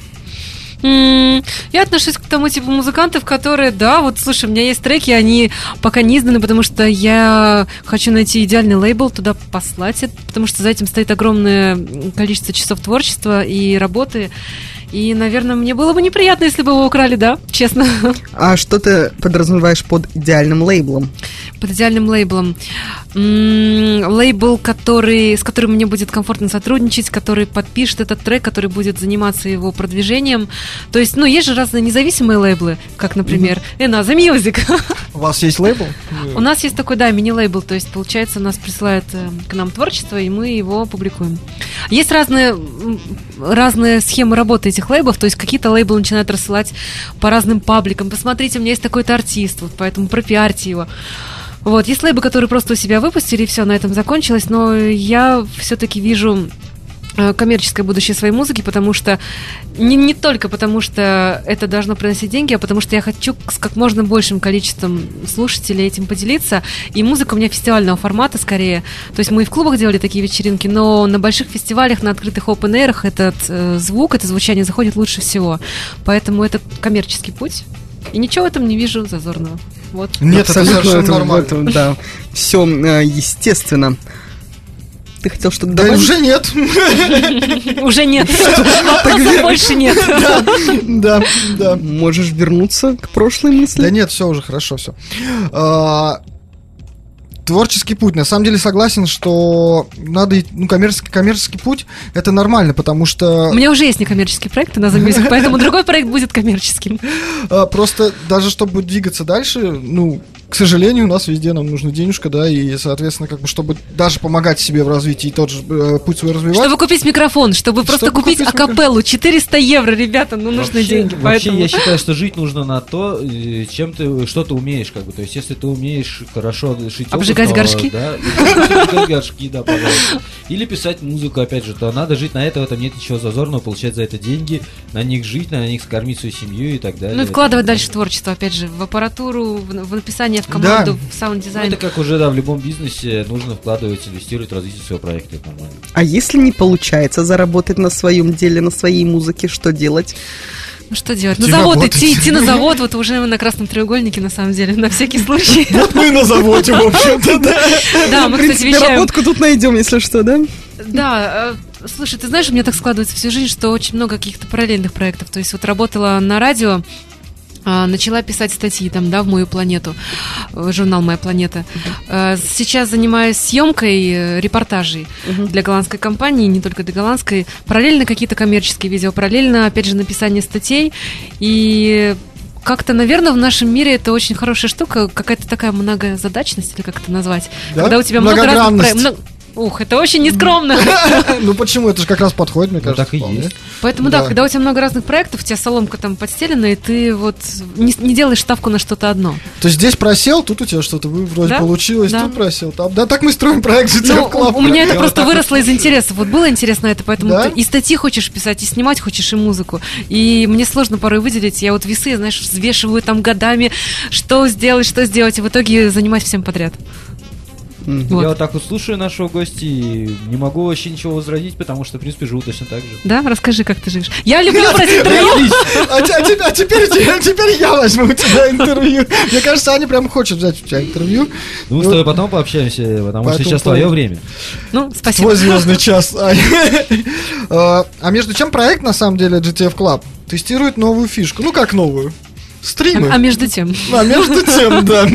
Я отношусь к тому типу музыкантов, которые, да, вот, слушай, у меня есть треки, они пока не изданы, потому что я хочу найти идеальный лейбл, туда послать это, потому что за этим стоит огромное количество часов творчества и работы. И, наверное, мне было бы неприятно, если бы его украли, да, честно. А что ты подразумеваешь под идеальным лейблом? Под идеальным лейблом. М-м, лейбл, который, с которым мне будет комфортно сотрудничать, который подпишет этот трек, который будет заниматься его продвижением. То есть, ну, есть же разные независимые лейблы, как, например, Эна The Music. У вас есть лейбл? У нас есть такой, да, мини-лейбл. То есть, получается, нас присылают к нам творчество, и мы его публикуем. Есть разные, разные схемы работы этих лейблов, то есть какие-то лейблы начинают рассылать по разным пабликам. Посмотрите, у меня есть такой-то артист, вот поэтому пропиарьте его. Вот, есть лейблы, которые просто у себя выпустили, и все, на этом закончилось, но я все-таки вижу коммерческое будущее своей музыки, потому что не, не только потому, что это должно приносить деньги, а потому что я хочу с как можно большим количеством слушателей этим поделиться. И музыка у меня фестивального формата скорее. То есть мы и в клубах делали такие вечеринки, но на больших фестивалях, на открытых open-air'ах этот э, звук, это звучание заходит лучше всего. Поэтому это коммерческий путь. И ничего в этом не вижу зазорного. Вот. Нет, это Абсолютно совершенно это- нормально. это, да, все естественно. Ты хотел что-то Да добавить? уже нет. Уже нет. Вопросов больше нет. Да, да. Можешь вернуться к прошлой мысли? Да нет, все уже хорошо, все. Творческий путь. На самом деле согласен, что надо, ид- ну, коммерческий, коммерческий путь это нормально, потому что У меня уже есть некоммерческий проект на Замьюзик, поэтому другой проект будет коммерческим. а, просто даже чтобы двигаться дальше, ну, к сожалению, у нас везде нам нужна денежка, да, и, соответственно, как бы, чтобы даже помогать себе в развитии и тот же э, путь свой развивать. Чтобы купить микрофон, чтобы просто Чтобы купить купить акапеллу, четыреста евро, ребята, ну нужны Вообще- деньги. Вообще, Поэтому я считаю, что жить нужно на то, э, чем ты, что ты умеешь, как бы. То есть, если ты умеешь хорошо шить обувь, Обжигать то, горшки? Да, обжигать горшки, да, пожалуйста. Или писать музыку, опять же, то надо жить на это, в этом нет ничего зазорного, получать за это деньги, на них жить, на них скормить свою семью и так далее. Ну и вкладывать дальше в творчество, опять же, в аппаратуру, в, в написание, в команду, в Ну, саунд-дизайн. это как уже, да, в любом бизнесе нужно вкладывать, инвестировать в развитие своего проекта, это нормально. А если не получается заработать на своем деле, на своей музыке, что делать? Ну что делать? Идти На завод работать. идти, идти на завод, вот уже на красном треугольнике, на самом деле, на всякий случай. Вот мы на заводе, в общем-то, да. Да, мы, В кстати, принципе, вещаем. работку тут найдем, если что, да? Да, э, слушай, ты знаешь, у меня так складывается всю жизнь, что очень много каких-то параллельных проектов. То есть вот работала на радио, а, начала писать статьи там, да, в «Мою планету», э, журнал «Моя планета». Э, Сейчас занимаюсь съемкой э, репортажей для голландской компании, не только для голландской. Параллельно какие-то коммерческие видео, параллельно, опять же, написание статей. И как-то, наверное, в нашем мире это очень хорошая штука, какая-то такая многозадачность, или как это назвать. Да? Когда у тебя много разных Многогранность. проектов. Ух, это очень нескромно. Ну почему? Это же как раз подходит, мне Ну, кажется. так и вполне. есть. Поэтому да. Да. когда у тебя много разных проектов, у тебя соломка там подстелена, и ты вот не, не делаешь ставку на что-то одно. То есть здесь просел, тут у тебя что-то вы- вроде Да, получилось, да. тут просел. Там. Да, так мы строим проект Ну, «Житьев Клаб». у, у меня это Я просто вот так выросло из интереса. Вот было интересно это, поэтому Да? ты и статьи хочешь писать, и снимать хочешь, и музыку. И мне сложно порой выделить. Я вот весы, знаешь, взвешиваю там годами, что сделать, что сделать, и в итоге занимаюсь всем подряд. Вот. Я вот так вот слушаю нашего гостя и не могу вообще ничего возразить, потому что, в принципе, живу точно так же. Да? Расскажи, как ты живешь. Я люблю брать интервью. А, те- а те- а теперь, те- теперь я возьму у тебя интервью. Мне кажется, Аня прям хочет взять у тебя интервью. Ну, мы с тобой потом пообщаемся, потому По что этому сейчас твое поводу. время. Ну, спасибо. Твой звездный час, Аня. А а между чем проект, на самом деле, джи ти эф Club тестирует новую фишку. Ну, как новую? Стримы. А, а между тем. А между тем, да.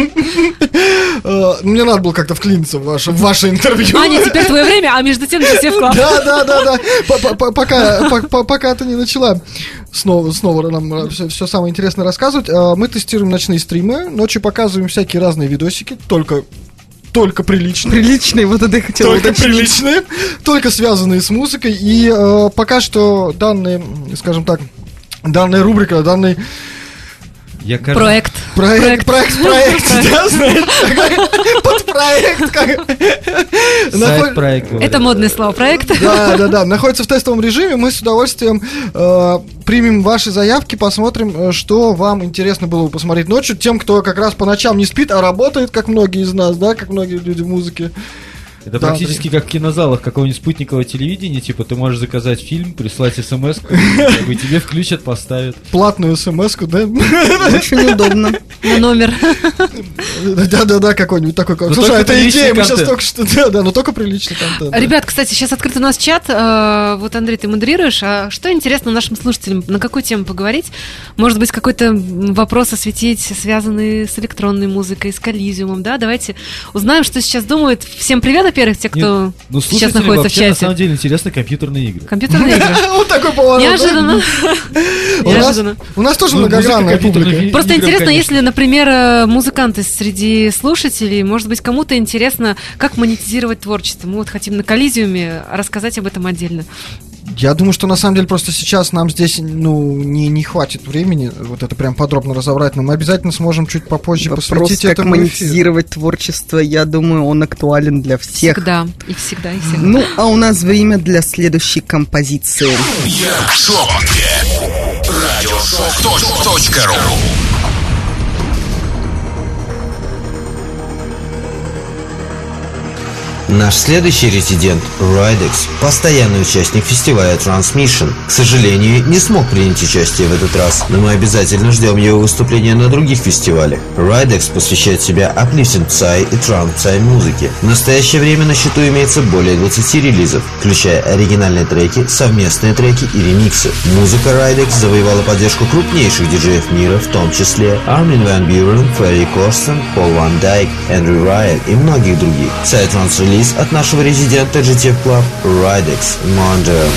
Э, Мне надо было как-то вклиниться в ваше, в ваше интервью. Аня, теперь твое время, а между тем все вклад. Да, да, да, да. П- п- Пока, по- по- пока ты не начала снова, снова нам все, все самое интересное рассказывать, э, мы тестируем ночные стримы, ночью показываем всякие разные видосики, только только приличные. Приличный, вот это я хотела Только уточнить. приличные, только связанные с музыкой. И э, пока что данные, скажем так, данная рубрика, данный Я, кажется, Проект. проект, проект, проект, да, знаешь, такой подпроект, как... сайт-проект. говорят. Это модное слово, проект. Да, да, да, находится в тестовом режиме. Мы с удовольствием э, примем ваши заявки, посмотрим, э, что вам интересно было бы посмотреть ночью. Тем, кто как раз по ночам не спит, а работает, как многие из нас, да, как многие люди в музыке. Это Да, практически как в кинозалах какого-нибудь спутникового телевидения, типа ты можешь заказать фильм, прислать смс, как бы тебе включат, поставят. Платную смс-ку, да? Очень удобно. На номер. Да-да-да, какой-нибудь такой. Но Слушай, только это приличный идея, мы сейчас контент. только что... Да, да, но только приличный контент. да. Ребят, кстати, сейчас открыт у нас чат. э, Вот, Андрей, ты модерируешь. А что интересно нашим слушателям? На какую тему поговорить? Может быть, какой-то м, вопрос осветить, связанный с электронной музыкой, с коллизиумом, да? Давайте узнаем, что сейчас думают. Всем привет, во-первых, те, кто Нет, ну, сейчас слушателям находится в вообще, на самом чате. деле, интересны компьютерные игры. Компьютерные игры. Вот такой поворот. да? Неожиданно. У нас- Неожиданно. У нас тоже Ну, музыка, многогранная компьютерные публика. игры, Просто играм, интересно, конечно. если, например, э, музыканты среди слушателей, может быть, кому-то интересно, как монетизировать творчество. Мы вот хотим на коллизиуме рассказать об этом отдельно. Я думаю, что на самом деле просто сейчас нам здесь, ну, не, не хватит времени вот это прям подробно разобрать, но мы обязательно сможем чуть попозже Вопрос, посвятить как этому эфиру. монетизировать творчество, я думаю, он актуален для всех. Всегда. И всегда, и всегда. Ну, а у нас время для следующей композиции. В шоке. Радиошок.ру. Наш следующий резидент – Ridex, постоянный участник фестиваля Transmission. К сожалению, не смог принять участие в этот раз, но мы обязательно ждем его выступления на других фестивалях. Ridex посвящает себя uplifting psy и trance psy музыке. В настоящее время на счету имеется более двадцати релизов, включая оригинальные треки, совместные треки и ремиксы. Музыка Ridex завоевала поддержку крупнейших диджеев мира, в том числе Armin van Buuren, Ferry Corsten, Paul Van Dyke, Andrew Ryan и многих других. Psytrance-релиз от нашего резидента джи ти эф Club Ridex Modern.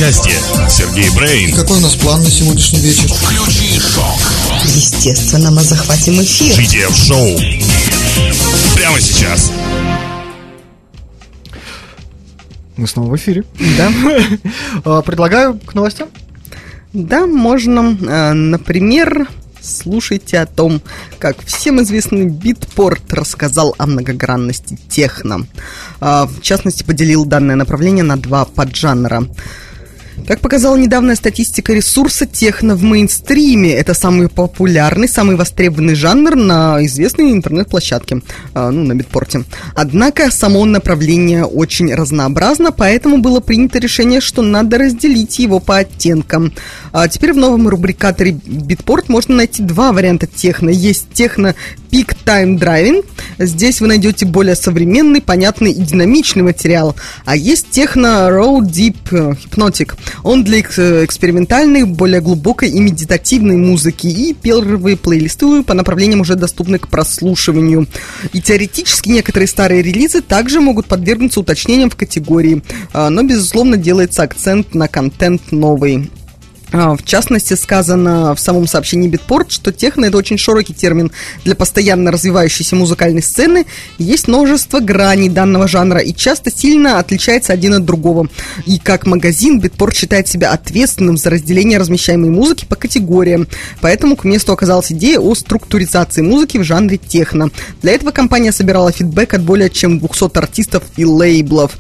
счастье. Сергей Брейн. Какой у нас план на сегодняшний вечер? Включи шок. Естественно, мы захватим эфир. джи ди эф Show. Прямо сейчас. Мы снова в эфире. Да. Предлагаю к новостям. Да, можно. э, Например, слушайте о том, как всем известный Битпорт рассказал о многогранности техно. Э, В частности, поделил данное направление на два поджанра. Как показала недавняя статистика ресурса, техно в мейнстриме – это самый популярный, самый востребованный жанр на известной интернет-площадке, э, ну, на Битпорте. Однако само направление очень разнообразно, поэтому было принято решение, что надо разделить его по оттенкам. А теперь в новом рубрикаторе Битпорт можно найти два варианта техно. Есть техно Peak Time Driving. Здесь вы найдете более современный, понятный и динамичный материал. А есть техно Raw Deep Hypnotic. Он для экспериментальной, более глубокой и медитативной музыки. И первые плейлисты по направлениям уже доступны к прослушиванию. И теоретически некоторые старые релизы также могут подвергнуться уточнениям в категории. Но, безусловно, делается акцент на контент новый. В частности, сказано в самом сообщении Битпорт, что техно – это очень широкий термин для постоянно развивающейся музыкальной сцены. Есть множество граней данного жанра и часто сильно отличается один от другого. И как магазин Битпорт считает себя ответственным за разделение размещаемой музыки по категориям. Поэтому к месту оказалась идея о структуризации музыки в жанре техно. Для этого компания собирала фидбэк от более чем двухсот артистов и лейблов.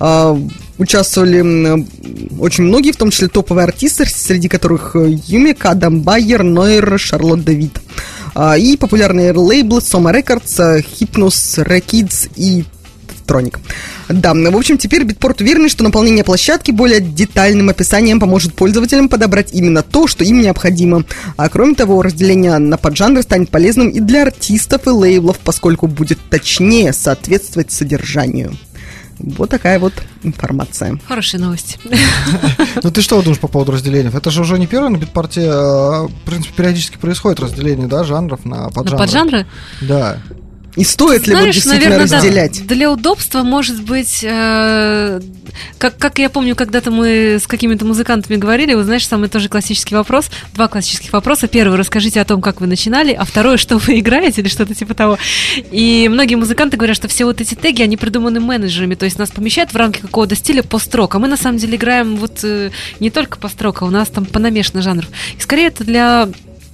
Участвовали очень многие, в том числе топовые артисты, среди которых Юмик, Адам Байер, Нойер, Шарлотт Давид. И популярные лейблы Soma Records, Hypnos, Rekids и Tronic. Да, в общем, теперь Битпорт уверен, что наполнение площадки более детальным описанием поможет пользователям подобрать именно то, что им необходимо. А кроме того, разделение на поджанры станет полезным и для артистов и лейблов, поскольку будет точнее соответствовать содержанию. Вот такая вот информация. Хорошая новость. Ну ты что думаешь по поводу разделения? Это же уже не первое на Битпорте. В принципе, периодически происходит разделение, да, жанров на поджанры. На поджанры? Да. И стоит ли Знаешь, вот действительно наверное, разделять? Да, для удобства, может быть, э, как, как я помню, когда-то мы с какими-то музыкантами говорили, вы знаешь, самый тоже классический вопрос, два классических вопроса. Первый, расскажите о том, как вы начинали, а второй, что вы играете или что-то типа того. И многие музыканты говорят, что все вот эти теги, они придуманы менеджерами, то есть нас помещают в рамки какого-то стиля пост-рок, а мы на самом деле играем вот э, не только пост-рок, а у нас там понамешано жанров. И скорее это для...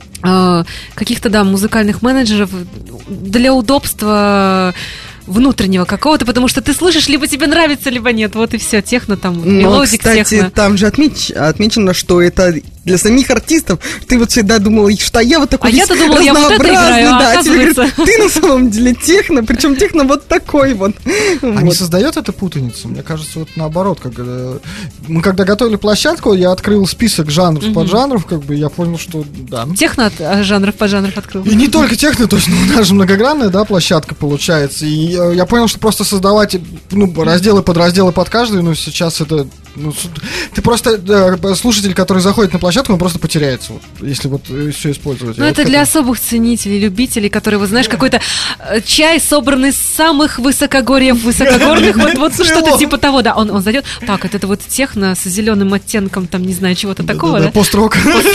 каких-то, да, музыкальных менеджеров для удобства внутреннего какого-то, потому что ты слышишь, либо тебе нравится, либо нет. Вот и все, техно там, мелодик, техно. Кстати, там же отмеч... отмечено, что это для самих артистов. Ты вот всегда думала, что я вот такой а я-то думала, я вот это играю, а да, оказывается... тебе говорят, ты на самом деле техно, причем техно вот такой вот. А вот. не создает это путаницу? Мне кажется, вот наоборот, как, мы когда готовили площадку, я открыл список жанров, mm-hmm. поджанров, как бы я понял, что да. Техно от а, жанров, поджанров открыл. И не только техно, то есть, ну, даже многогранная, да, площадка получается. И я понял, что просто создавать, ну, разделы, подразделы под каждый, ну, сейчас это... Ну, ты просто, да, слушатель, который заходит на площадку, он просто потеряется, вот, если вот все использовать. Ну, это вот для это... особых ценителей, любителей, которые, вот знаешь, какой-то чай, собранный с самых высокогорьев высокогорных, вот, вот что-то типа того, да, он, он зайдет, так, это, это вот техно с зеленым оттенком, там, не знаю, чего-то такого, да? Пост-рок.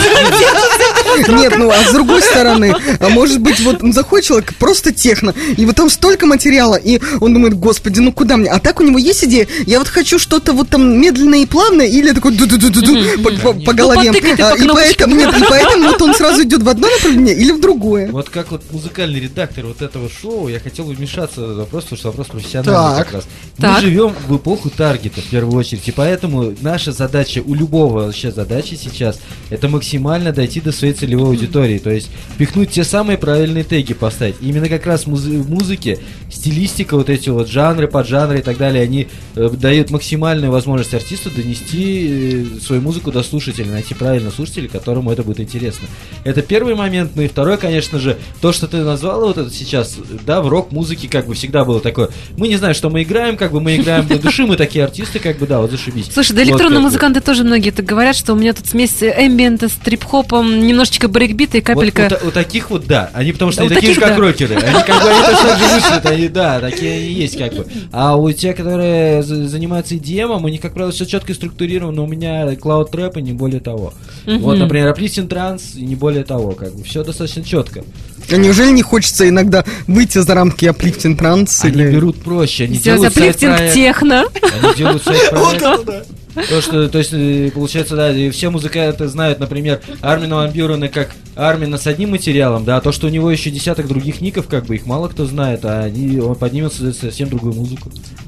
Нет, ну, а с другой стороны, может быть, вот заходит человек, просто техно, и вот там столько материала, и он думает, господи, ну куда мне? А так у него есть идея, я вот хочу что-то вот там медленно и плавно, или такой ду-ду-ду-ду-ду mm-hmm. по, по, по голове. Ну, а, и, поэтому, нет, и поэтому вот он сразу идет в одно направление или в другое. Вот как вот музыкальный редактор вот этого шоу, я хотел вмешаться в вопрос, потому что вопрос профессиональный так. как раз. Так. Мы живем в эпоху таргета, в первую очередь, и поэтому наша задача, у любого вообще задачи сейчас, это максимально дойти до своей целевой аудитории, то есть пихнуть те самые правильные теги поставить. И именно как раз муз- в музыке стилистика, вот эти вот жанры, поджанры и так далее, они э, дают максимальную возможность артисту донести свою музыку до слушателя, найти правильного слушателя, которому это будет интересно. Это первый момент. Ну и второй, конечно же, то, что ты назвала вот это сейчас, да, в рок-музыке как бы всегда было такое. Мы не знаем, что мы играем, как бы мы играем для души, мы такие артисты, как бы, да, вот зашибись. Слушай, да электронные вот, музыканты бы. тоже многие так говорят, что у меня тут смесь эмбиента с трип-хопом, немножечко немножечко брейкбита и капелька... Вот у, у таких вот, да. Они потому что Да, они у такие же, таких, как да. рокеры. Они как бы они точно так же мыслят. Они, да, такие они есть как бы. А у тех, которые за- занимаются и ди эм, у них, как правило, все четко и структурировано. У меня клауд трэп и не более того. Мгм. Вот, например, Uplifting Trance и не более того. Как бы все достаточно четко. А неужели не хочется иногда выйти за рамки Uplifting Trance? Они или... берут проще. Они Сделать делают аплифтинг сайт-проект. техно. Они делают сайт-проект. То, что, то есть, э, получается, да, и все музыканты знают, например, Армина ван Бюрена как Армина с одним материалом, да, а то, что у него еще десяток других ников, как бы их мало кто знает, а они, он поднимет совсем другую музыку.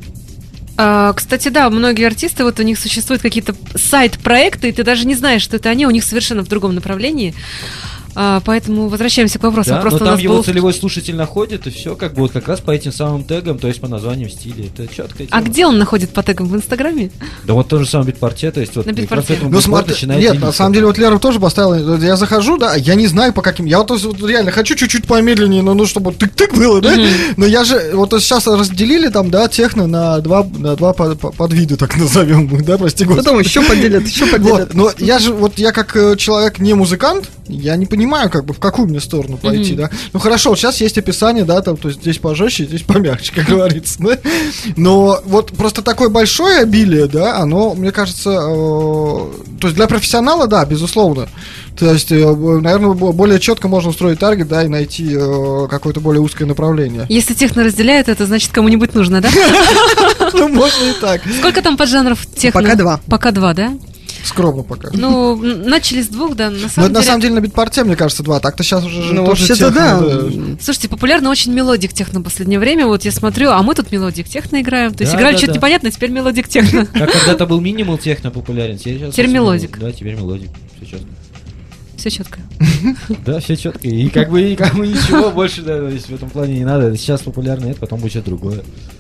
А, кстати, да, многие артисты, вот у них существуют какие-то сайт-проекты, и ты даже не знаешь, что это они, у них совершенно в другом направлении. А, поэтому возвращаемся к вопросу. Да, Просто но у там нас его был... целевой слушатель находит, и все как бы вот как раз по этим самым тегам, то есть по названиям стилей. Это четкая А тема. где он находит по тегам? В Инстаграме? Да вот то же самое битпорте, то есть вот На как Битпорте. раз поэтому Ну, Битпорт смотри, начинает нет, делиться. на самом деле, вот Лера тоже поставила, я захожу, да, я не знаю по каким, я вот, вот реально хочу чуть-чуть помедленнее, но ну, чтобы тык-тык было, да, но я же, вот сейчас разделили там, да, техно на два, на два под, под- подвида, так назовем, да, прости господи. Потом еще поделят, еще поделят. Вот, но я же, вот я как э, человек не музыкант, я не понимаю, как бы, в какую мне сторону пойти, да. Ну хорошо, вот сейчас есть описание, да, там, то есть здесь пожестче, здесь помягче, как говорится, да. Но вот просто такое большое обилие, да, оно, мне кажется, э, то есть для профессионала, да, безусловно. То есть, э, наверное, бо- более четко можно устроить таргет, да, и найти э, какое-то более узкое направление. Если техно разделяет, это значит кому-нибудь нужно, да? Ну, можно и так. Сколько там поджанров техно? Пока два. Пока два, да? Скромно пока. Ну, м, начали с двух, да, на Но самом это на деле... самом деле на битпорте, мне кажется, два. Так-то сейчас уже же Ну, тоже вообще-то техно, да. Слушайте, популярно очень мелодик техно в последнее время. Вот я смотрю, а мы тут мелодик техно играем. То есть Да, играли да, что-то да. непонятное, теперь мелодик техно. Как когда-то был минимал техно популярен, сейчас Теперь мелодик. Да, теперь мелодик. Все четко. Все четко. Да, все четко. И как бы, и как бы ничего больше, да, то есть в этом плане не надо. Сейчас популярно это, потом будет что-то другое.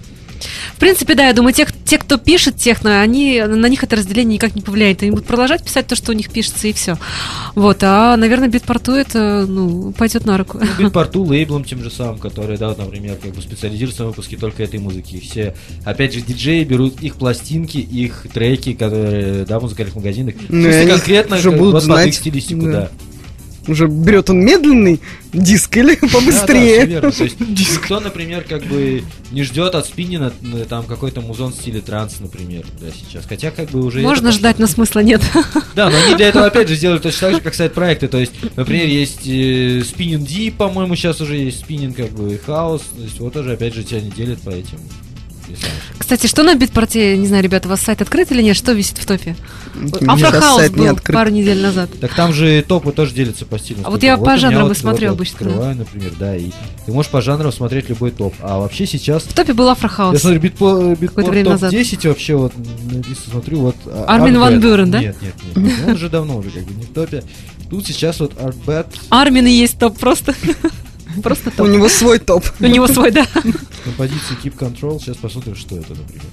В принципе, да, я думаю, те, те, кто пишет техно, они, на них это разделение никак не повлияет. Они будут продолжать писать то, что у них пишется, и все. Вот, а, наверное, битпорту это, ну, пойдет на руку. Ну, битпорту, лейблом тем же самым, которые, да, вот, например, как бы специализируются на выпуске только этой музыки. Все, опять же, диджеи берут их пластинки, их треки, которые, да, в музыкальных магазинах. Ну, Чисто и они конкретно, уже как, будут вот под знать, их стилистику, да. да. Уже берет он медленный диск или Да, да, побыстрее? всё верно. То есть никто, например, как бы не ждет от спиннина э, там какой-то музон в стиле транс, например, да, сейчас. Хотя как бы уже... Можно это ждать, но смысла нет. Да, но они для этого опять же сделали точно так же, как сайт-проекты. То есть, например, есть э, спиннинг Ди, по-моему, сейчас уже есть спиннинг как бы хаус. То есть вот тоже опять же тебя не делят по этим. Кстати, что на битпорте, не знаю, ребята, у вас сайт открыт или нет? Что висит в топе? меня Афрохаус сайт не был открыт. пару недель назад. Так там же топы тоже делятся по стилю. А вот я у по меня жанрам вот- и смотрю вот обычно, Открываю, например, да, и ты можешь по жанрам смотреть любой топ. А вообще сейчас... В топе был Я Афрохаус. смотрю, битпо, битпорт время топ назад. десять вообще вот написано, смотрю, вот... а, Армин ван Art Bad. Бюрен, да? Нет, нет, нет. Он уже давно уже как бы не в топе. Тут сейчас вот Art Bad, Армин и есть топ просто. Просто У топ. него свой топ. У него свой, да. композиция Keep Control. Сейчас посмотрим, что это, например.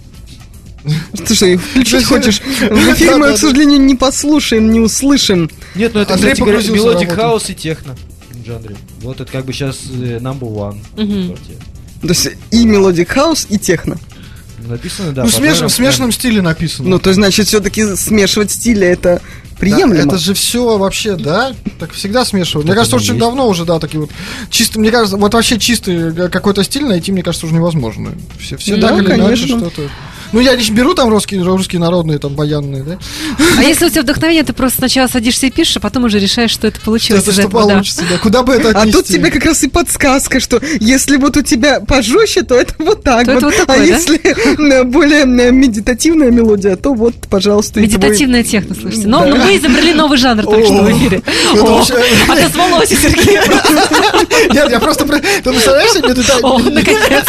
Ты что, их включить хочешь? В эфире мы, к сожалению, не послушаем, не услышим. Нет, ну это, Андрей кстати говоря, погрузился в мелодик работу. хаус и техно в жанре. Вот это как бы сейчас э, number one. Мгм. в партии. То есть и мелодик хаус, и техно. Написано, да. Ну, по смеш- жанрам в смешанном прям. стиле написано. Ну, то есть, значит, все-таки смешивать стили это Да, приемлемо. это же все вообще, да? Так всегда смешивают. Мне Так кажется, оно очень есть. давно уже, да, такие вот чисто, мне кажется, вот вообще чистый э, какой-то стиль найти, мне кажется, уже невозможно. Все, все Да, так или иначе конечно. что-то. Ну, я лишь беру там русские, русские народные, там, баянные, да? А если у тебя вдохновение, ты просто сначала садишься и пишешь, а потом уже решаешь, что это получилось. Это из что этого, да. получится, да? Куда бы это А отнести? тут тебе как раз и подсказка, что если вот у тебя пожестче, то это вот так То вот. это вот а такое, да? если э, более э, медитативная мелодия, то вот, пожалуйста, и твой- Медитативная техно, слушайте. Но, Да. но мы изобрели новый жанр только что в эфире. Это О, вообще- отозвалось, Сергей. Нет, я просто... про- Ты представляешь себе, ты О, так... наконец.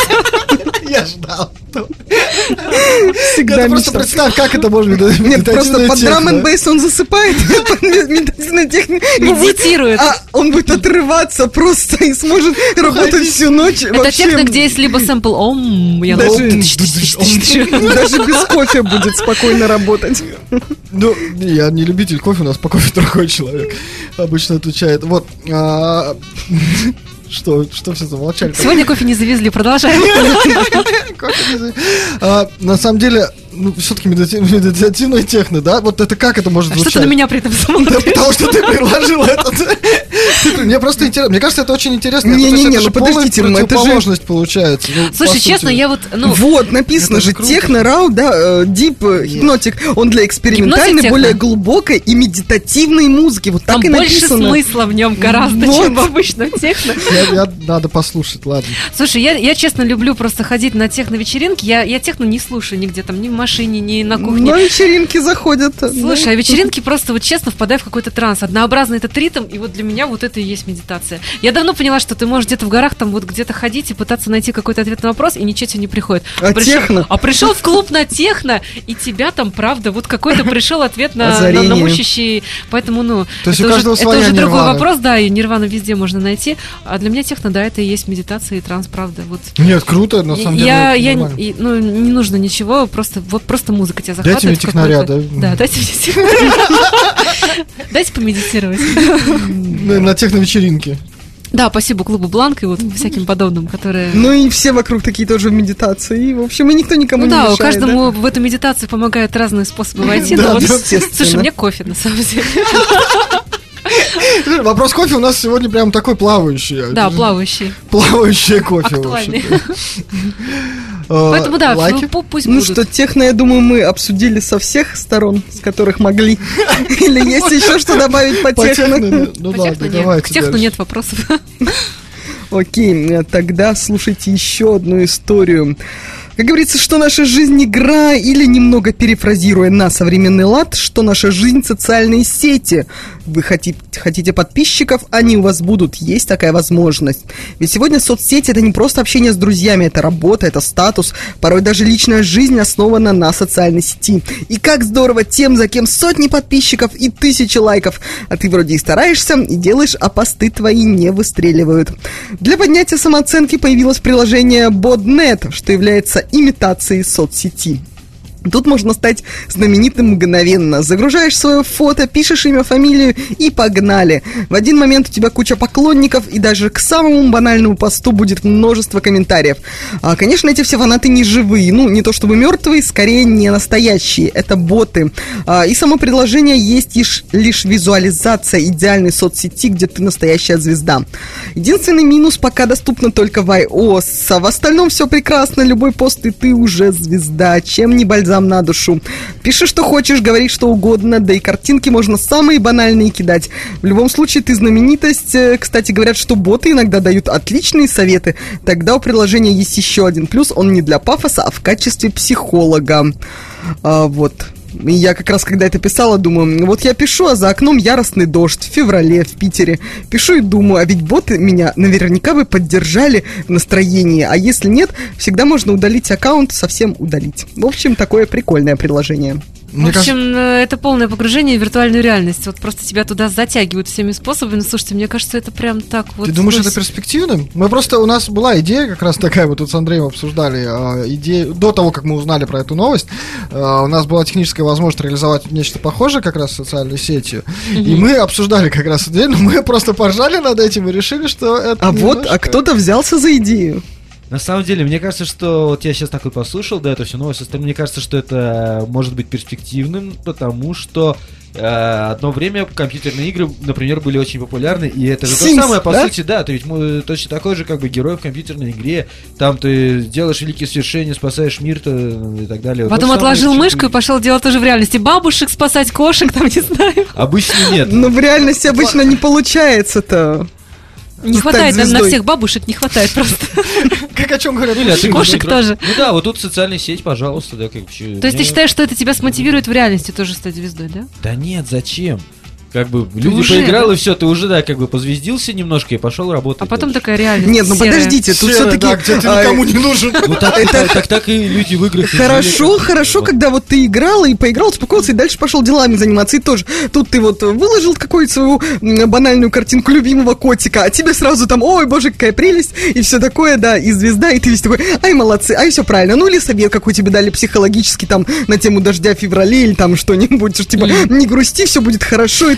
Я ждал. всегда Это просто мечтал. представь, как это можно... Нет, просто под драм драм н бейс он засыпает, под медитативной техникой. Медитирует. А он будет отрываться просто и сможет работать всю ночь. Это Вообще, техно, где есть либо сэмпл ом, я Даже- Даже даже без кофе будет спокойно работать. Ну, я не любитель кофе, у нас по кофе другой человек обычно отвечает. Вот. а, Что, что все замолчали? Сегодня кофе не завезли, продолжаем. А, на самом деле, ну, все-таки медитативная техно, да? Вот это как это может А звучать? что ты на меня при этом смотришь? Да, потому что ты предложил это. Мне просто интересно. Мне кажется, это очень интересно. Не-не-не, ну подождите, это же... противоположность получается. Слушай, честно, я вот... Вот, написано же, техно-рау, да, дип, хипнотик, он для экспериментальной, более глубокой и медитативной музыки. Вот так и написано. Там больше смысла в нем гораздо, чем в обычном техно. Я надо послушать, ладно. Слушай, я, я честно люблю просто ходить на техно-вечеринки. Я, я техно не слушаю нигде, там, ни в машине, ни на кухне. На вечеринки заходят. Слушай, да? А вечеринки просто вот честно впадаю в какой-то транс. Однообразный этот ритм, и вот для меня вот это и есть медитация. Я давно поняла, что ты можешь где-то в горах там вот где-то ходить и пытаться найти какой-то ответ на вопрос, и ничего тебе не приходит. А, а пришел, техно? А пришел в клуб на техно, и тебя там, правда, вот какой-то пришел ответ на, на, на мучащий. Поэтому, ну, то есть это у уже, это своя уже нирвана. Другой вопрос, да, и нирвану везде можно найти. А для меня техно, да, это и есть медитация и транс, правда. Вот. Нет, круто, на самом деле. Я, я, и, ну, не нужно ничего, просто, вот просто музыка тебя захватывает. Дайте мне технаря, да? Да, дайте мне технаря. Дайте помедитировать. На техно-вечеринке. Да, спасибо клубу Бланк и вот всяким подобным, которые... Ну и все вокруг такие тоже в медитации. И, в общем, и никто никому ну, не да, мешает. Да, каждому да? в эту медитацию помогают разные способы войти. Да, вот, естественно. Слушай, мне кофе, на самом деле. Вопрос кофе у нас сегодня прям такой плавающий. Да, плавающий. Плавающее кофе. Актуальный. Поэтому да, пусть Ну будут. что, техно, я думаю, мы обсудили со всех сторон, с которых могли. Или есть еще что добавить по техно? Ну ладно, давайте. К техну нет вопросов. Окей, тогда слушайте еще одну историю. Как говорится, что наша жизнь игра, или, немного перефразируя на современный лад, что наша жизнь социальные сети. Вы хотите, хотите подписчиков, они у вас будут, есть такая возможность. Ведь сегодня соцсети — это не просто общение с друзьями, это работа, это статус, порой даже личная жизнь основана на социальной сети. И как здорово тем, за кем сотни подписчиков и тысячи лайков, а ты вроде и стараешься, и делаешь, а посты твои не выстреливают. Для поднятия самооценки появилось приложение Боднет, что является имитацией соцсети. Тут можно стать знаменитым мгновенно. Загружаешь свое фото, пишешь имя, фамилию и погнали. В один момент у тебя куча поклонников, и даже к самому банальному посту будет множество комментариев. А, конечно, эти все фанаты не живые. Ну, не то чтобы мертвые, скорее не настоящие. Это боты. А, и само предложение есть лишь, лишь визуализация идеальной соцсети, где ты настоящая звезда. Единственный минус — пока доступно только в iOS. А в остальном все прекрасно. Любой пост, и ты уже звезда. Чем не бальзам на душу. Пиши, что хочешь, говори что угодно, да и картинки можно самые банальные кидать. В любом случае, ты знаменитость. Кстати, говорят, что боты иногда дают отличные советы. Тогда у приложения есть еще один плюс. Он не для пафоса, а в качестве психолога. А, вот. И я как раз, когда это писала, думаю, вот я пишу, а за окном яростный дождь в феврале в Питере. Пишу и думаю, а ведь боты меня наверняка бы поддержали в настроении. А если нет, всегда можно удалить аккаунт, совсем удалить. В общем, такое прикольное приложение. В общем, это полное погружение в виртуальную реальность. Вот просто тебя туда затягивают всеми способами. Слушайте, мне кажется, это прям так вот... Ты думаешь, это перспективно? Мы просто, у нас была идея как раз такая, вот тут с Андреем обсуждали, э, идею, до того, как мы узнали про эту новость, э, у нас была техническая возможность реализовать нечто похожее как раз с социальной сетью. Mm-hmm. И мы обсуждали как раз идею, мы просто поржали над этим и решили, что это... А немножко... вот, а кто-то взялся за идею. На самом деле, мне кажется, что вот я сейчас такой послушал, да, эту всю новость, мне кажется, что это может быть перспективным, потому что э, одно время компьютерные игры, например, были очень популярны, и это же Sims, то самое, по да? сути, да, ты ведь мы, точно такой же, как бы, герой в компьютерной игре, там ты делаешь великие свершения, спасаешь мир и так далее. Потом вот отложил самое, мышку и пошел делать тоже в реальности. Бабушек спасать, кошек, там, не знаю. Обычно нет. Но в реальности обычно не получается-то. Не хватает нам на всех бабушек, не хватает просто. Как о чем говорят? Ну, кошек тоже. Ну да, вот тут социальная сеть, пожалуйста, да, как вообще. То есть ты считаешь, что это тебя смотивирует в реальности тоже стать звездой, да? Да нет, зачем? Как бы ты люди уже, поиграл, да? И все, ты уже, да, как бы позвездился немножко и пошел работать. А потом дальше. Такая реальность. Нет, ну серая. Подождите, тут все-таки. Да, где ты никому не нужен. Ну так, это... так, так и люди в играх. Хорошо, хорошо, вот. Когда вот ты играл и поиграл, успокоился, и дальше пошел делами заниматься. И тоже тут ты вот выложил какую-то свою банальную картинку любимого котика, а тебе сразу там, ой, боже, какая прелесть, и все такое, да, и звезда, и ты весь такой, ай, молодцы, ай, все правильно. Ну или совет какой тебе дали психологический там на тему дождя в феврале или там что-нибудь, что типа не грусти, все будет хорошо и так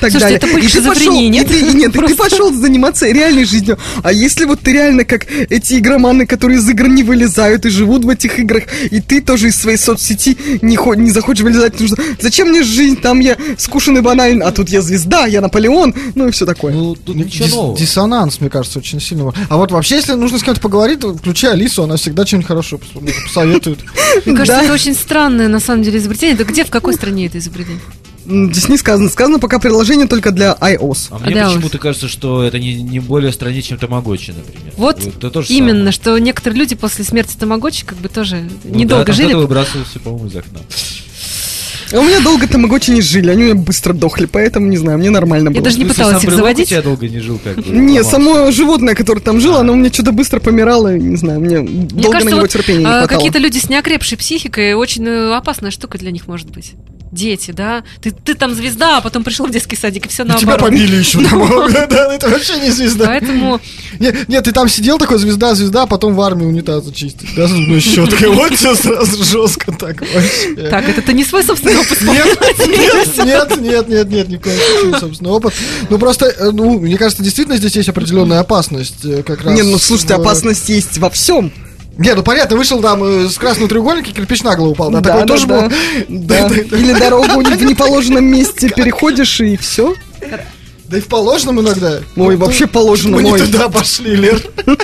так Слушайте, далее. это были И ты пошел, шизофрения, и нет? ты, и нет, и ты Просто. пошел заниматься реальной жизнью. А если вот ты реально как эти игроманы, которые из игр не вылезают и живут в этих играх, и ты тоже из своей соцсети не, хо- не захочешь вылезать, потому что зачем мне жизнь, там я скушенный банан, а тут я звезда, я Наполеон, ну и все такое. Ну, тут ничего Дис- нового. диссонанс, мне кажется, очень сильно. А вот вообще, если нужно с кем-то поговорить, то включай Алису, она всегда что-нибудь хорошее пос- посоветует. Мне кажется, Да. это очень странное, на самом деле, изобретение. Да где, в какой стране это изобретение? М, Здесь не сказано. Сказано пока приложение только для iOS. А мне Да уж. почему-то кажется, что это не, не более страннее, чем Тамагочи, например. Вот это то же именно, самое. что некоторые люди после смерти Тамагочи как бы тоже Ну недолго да, там жили. кто-то выбрасывался, по-моему, из окна. А у меня долго тамагочи не жили, они у меня быстро дохли, поэтому, не знаю, мне нормально было. даже не В смысле, пыталась сам их брелок заводить. у тебя долго не жил, как бы. Не, ломался? само животное, которое там жило, оно у меня что-то быстро помирало, и, не знаю, мне Мне долго кажется, на него вот, терпения не а, хватало. какие-то люди с неокрепшей психикой очень э, опасная штука для них может быть. Дети, да? Ты, ты там звезда, а потом пришел в детский садик, и все И тебя наоборот. побили еще. Да, это вообще не звезда. Поэтому Нет, нет, ты там сидел такой звезда-звезда, а потом в армии унитазы чистить. Да, зубной щеткой. Вот все сразу жестко так вообще. так, это ты не свой собственный опыт Нет, нет, нет, нет, нет, ни в коем случае, собственно, опыт. Ну, просто, э, ну, мне кажется, действительно здесь есть определенная опасность э, как раз. Не, ну слушайте, в- опасность есть во всем. Не, ну понятно, вышел там э, с красного треугольника, кирпич на голову упал. Да, такое тоже да, было. да. Да, да, Или дорогу в неположенном месте переходишь, и все. Да и в положенном иногда. Ой, Ну, вообще ну, положено, Мы не ой. туда пошли, Лер.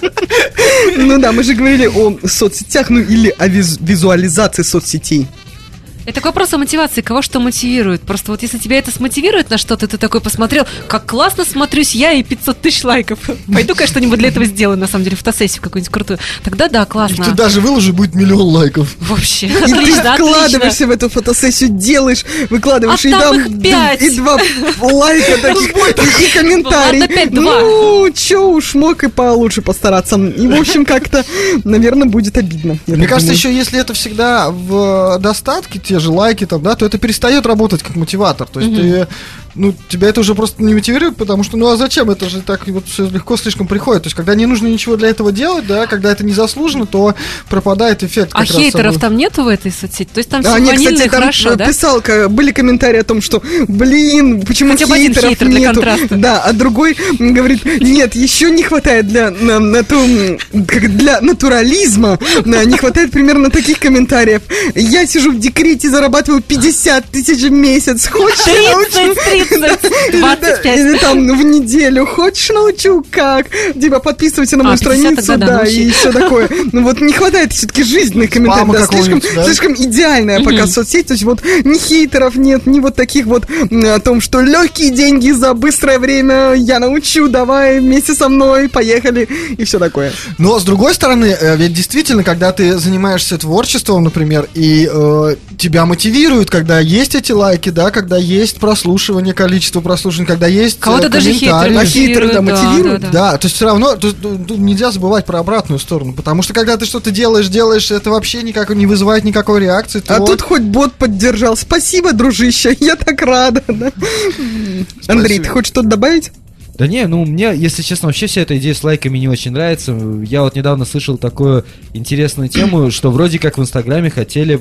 Ну да, мы же говорили о соцсетях, ну или о виз- визуализации соцсетей. это такой вопрос о мотивации, кого что мотивирует. Просто вот если тебя это смотивирует на что-то, ты такой посмотрел, как классно смотрюсь я и пятьсот тысяч лайков. Пойду-ка я что-нибудь для этого сделаю, на самом деле, фотосессию какую-нибудь крутую. Тогда да, И классно. ты даже выложи, будет миллион лайков. Вообще, И ты отлично, вкладываешься отлично. в эту фотосессию, делаешь, выкладываешь, А и там там их д- пять. и два лайка таких, и, и комментарий. Ладно, опять два. Ну, чё уж, мог и получше постараться. И, в общем, как-то, наверное, будет обидно. я Мне так кажется, думаю. еще если это всегда в достатке, те же лайки там, да, то это перестает работать как мотиватор. То есть ты, ну, тебя это уже просто не мотивирует, потому что, ну, а зачем? Это же так вот все легко слишком приходит. То есть, когда не нужно ничего для этого делать, да, когда это не заслужено, то пропадает эффект. А как раз хейтеров собой. там нету в этой соцсети? То есть там все А, нет, ванильно и кстати, там хорошо, да? писал, ка- были комментарии о том, что, блин, почему Хотя бы один хейтеров хейтер для нету? контраста. Да, а другой м, говорит, нет, еще не хватает для, на, на ту, м, как для натурализма, да, не хватает примерно таких комментариев. Я сижу в декрете, зарабатываю пятьдесят тысяч в месяц, хочешь я научу? тридцать, тридцать, Или, да, двадцать пять. или там в неделю, хочешь научу как? Типа подписывайся на мою А, пятьдесят страницу, тогда да, да, научи. и все такое. Ну вот не хватает все-таки жизненных комментариев, Спама да, слишком, какого-нибудь, да? слишком идеальная пока соцсеть, то есть вот ни хейтеров нет, ни вот таких вот м, о том, что легкие деньги за быстрое время, я научу, давай вместе со мной, поехали, и все такое. Но с другой стороны, э, ведь действительно, когда ты занимаешься творчеством, например, и э, тебя мотивируют, когда есть эти лайки, да, когда есть прослушивание, количество прослушиваний, когда есть э, Кого-то даже комментарии. хейтеры А хейтеры, да, мотивируют, мотивируют? да, да. Да, то есть все равно тут, тут- тут нельзя забывать про обратную сторону, потому что когда ты что-то делаешь, делаешь, это вообще никак не вызывает никакой реакции. А то- тут хоть бот поддержал. Спасибо, дружище, я так рада. да. Андрей, ты хочешь что-то добавить? Да не, ну мне, если честно, вообще вся эта идея с лайками не очень нравится. Я вот недавно слышал такую интересную тему, что вроде как в Инстаграме хотели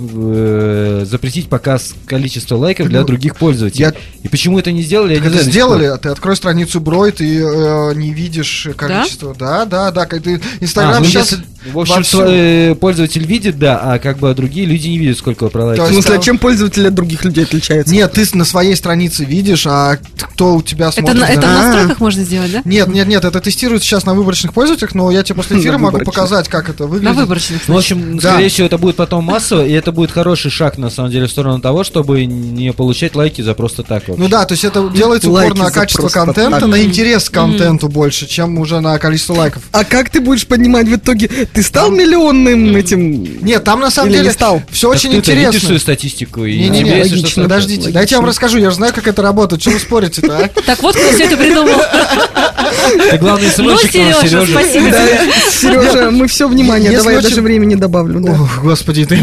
э, запретить показ количества лайков для Ну, других пользователей. я- И почему это не сделали, я Так не это знаю до сих сделали, пор. ты открой страницу Брой, ты э, не видишь количество. Да, да, да. как ты- Инстаграм А, ну, сейчас. если, в общем, вовсю. свой пользователь видит, да, а как бы другие люди не видят, сколько вы То В пролайкали. есть смысле, там- чем пользователи от других людей отличаются? Нет, ты с- на своей странице видишь, а кто у тебя Это, смотрит. на- это в да. настройках можно сделать, да? Нет, нет, нет, это тестируется сейчас на выборочных пользователях, но я тебе после эфира На могу выборочных. показать, как это На выглядит. выборочных. Ну, в общем, Да. скорее всего, это будет потом массово, и это будет хороший шаг, на самом деле, в сторону того, чтобы не получать лайки за просто так. вообще. Ну да, то есть это делается упор Лайки на за качество просто контента, так. на интерес к контенту больше, чем уже на количество лайков. А как ты будешь поднимать в итоге? Ты стал миллионным этим? Нет, там на самом Или деле не стал? все Так очень ты это видишь интересно. свою статистику, и Не-не-не, тебе, если логично, что-то- Подождите, Логично. дайте я вам расскажу, я же знаю, как это работает, что вы спорите-то, а? Так вот, кто все это придумал. Ты главный Ну, срочник у нас, Сережа, Сережа. спасибо тебе. Да, Сережа, мы все внимание, Если давай я очень- даже времени добавлю. да. Ох, господи, ты.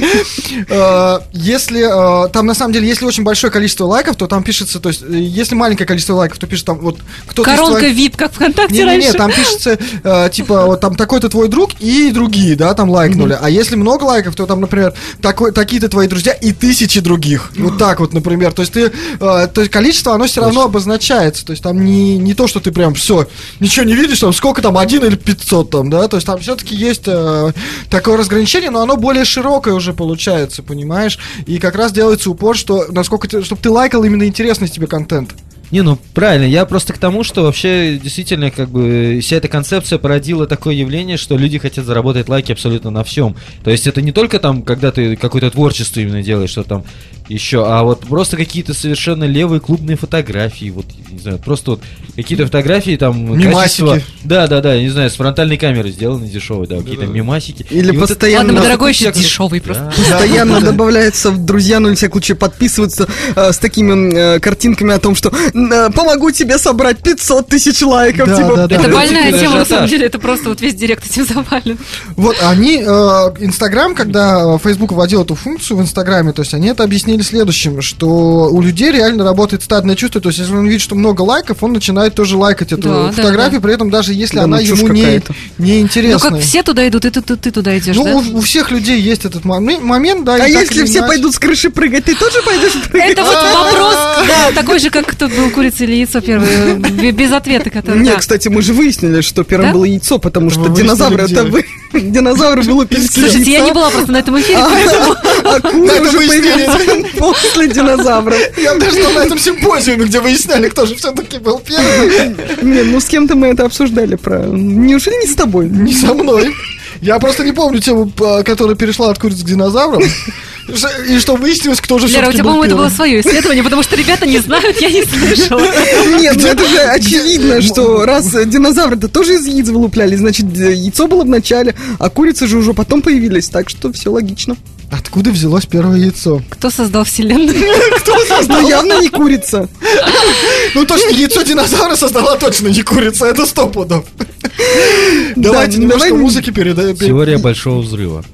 Э, Если э, там на самом деле, если очень большое количество лайков, то там пишется, то есть, э, если маленькое количество лайков, то пишет там вот кто-то из Коронка твоих- ви ай пи, как ВКонтакте Не-не-не, раньше. там пишется, э, типа, вот там такой-то твой друг и другие, да, там лайкнули. А если много лайков, то там, например, такой, такие-то твои друзья и тысячи других. Вот так вот, например. То есть ты, э, то есть количество, оно все равно обозначается. То есть там не, не то, что ты прям все, ничего не видишь, там сколько там, один или пятьсот там, да. То есть там все-таки есть э, такое разграничение, но оно более широкое уже получается, понимаешь? И как раз делается упор, что насколько ты, чтобы ты лайкал именно интересный тебе контент. Не, ну правильно, я просто к тому, что вообще действительно как бы вся эта концепция породила такое явление, что люди хотят заработать лайки абсолютно на всем. То есть это не только там, когда ты какое-то творчество именно делаешь, что там еще, а вот просто какие-то совершенно левые клубные фотографии, вот, не знаю, просто вот какие-то фотографии там... Мемасики. качество- Да, да, да, не знаю, с фронтальной камеры сделаны дешевые, да, какие-то мемасики. Или И вот это- постоянно- Ладно, мы Да, дорогой еще всякое- дешевый просто. Постоянно добавляется в друзья, ну, или всякий случай подписываются э, с такими э, картинками о том, что э, помогу тебе собрать пятьсот тысяч лайков. Да, типа, да, да. Это Да, больная теперь тема, на ажиотаж. самом деле, это просто вот весь директ этим завален. Вот они, э, Инстаграм, когда Facebook вводил эту функцию в Инстаграме, то есть они это объяснили следующим, что у людей реально работает стадное чувство, то есть если он видит, что много лайков, он начинает тоже лайкать эту Да, да, фотографию, да. при этом даже если Да, ну, она чушь ему не, какая-то. не Ну, интересна. как все туда идут, и ты, ты, ты туда идешь, Ну, да? у, у всех людей есть этот мом- момент, да. А и так если или все иначе- пойдут с крыши прыгать, ты тоже пойдешь прыгать? Это вот вопрос, да, такой же, как кто был курица или яйцо первое, б- без ответа, который... Нет, да. кстати, мы же выяснили, что первым Да? было яйцо, потому Это что вы выяснили, динозавры где? это вы. Динозавры вылупились из Слушайте, я яйца, не была просто на этом эфире, поэтому... а куры Это уже выяснили. появились после динозавров. Я даже был на этом симпозиуме, где выясняли, кто же все-таки был первым. Нет, ну с кем-то мы это обсуждали про... Неужели не с тобой? Не со мной. Я просто не помню тему, п- которая перешла от куриц к динозаврам. И что выяснилось, кто же Лера, у все-таки тебя, был по-моему, это было первым. свое исследование, потому что ребята не знают, я не слышала. Нет, ну это же очевидно, что раз динозавры-то тоже из яиц вылупляли, значит, яйцо было в начале, а курицы же уже потом появились, так что все логично. Откуда взялось первое яйцо? Кто создал вселенную? Ну явно не курица. Ну точно, яйцо динозавра создала точно не курица, это сто пудов. Давайте немножко давай- музыки передаем. Теория большого взрыва.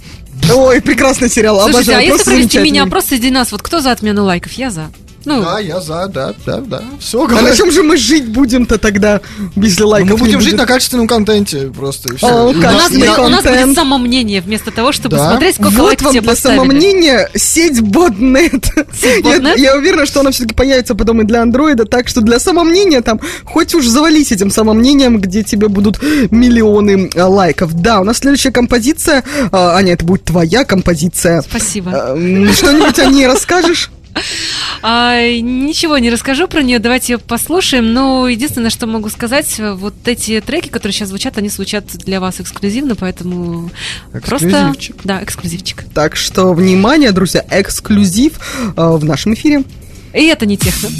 Ой, прекрасный сериал, Слушайте, а обожаю, если просто провести замечательный. мини-опрос среди нас, вот кто за отмену лайков? Я за. Ну, Да, я за, да, да, да. Все, А на чем же мы жить будем-то тогда, если лайков Мы будем не жить на будет? качественном контенте просто. и всё. О, И у нас, качественный будет, у нас будет контент. самомнение вместо того, чтобы Да. смотреть, сколько Вот лайков вам тебе для поставили. самомнения сеть ботнет. Сеть Я, ботнет? я уверена, что она все-таки появится потом и для андроида, так что для самомнения там, хоть уж завались этим самомнением, где тебе будут миллионы а, лайков. Да, у нас следующая композиция. А, Аня, это будет твоя композиция. Спасибо. А, м, Что-нибудь о ней расскажешь? А, ничего не расскажу про нее, давайте ее послушаем. Но единственное, что могу сказать, вот эти треки, которые сейчас звучат, они звучат для вас эксклюзивно, поэтому просто... Эксклюзивчик. Да, эксклюзивчик. Так что, внимание, друзья, эксклюзив а, в нашем эфире. И это не техно.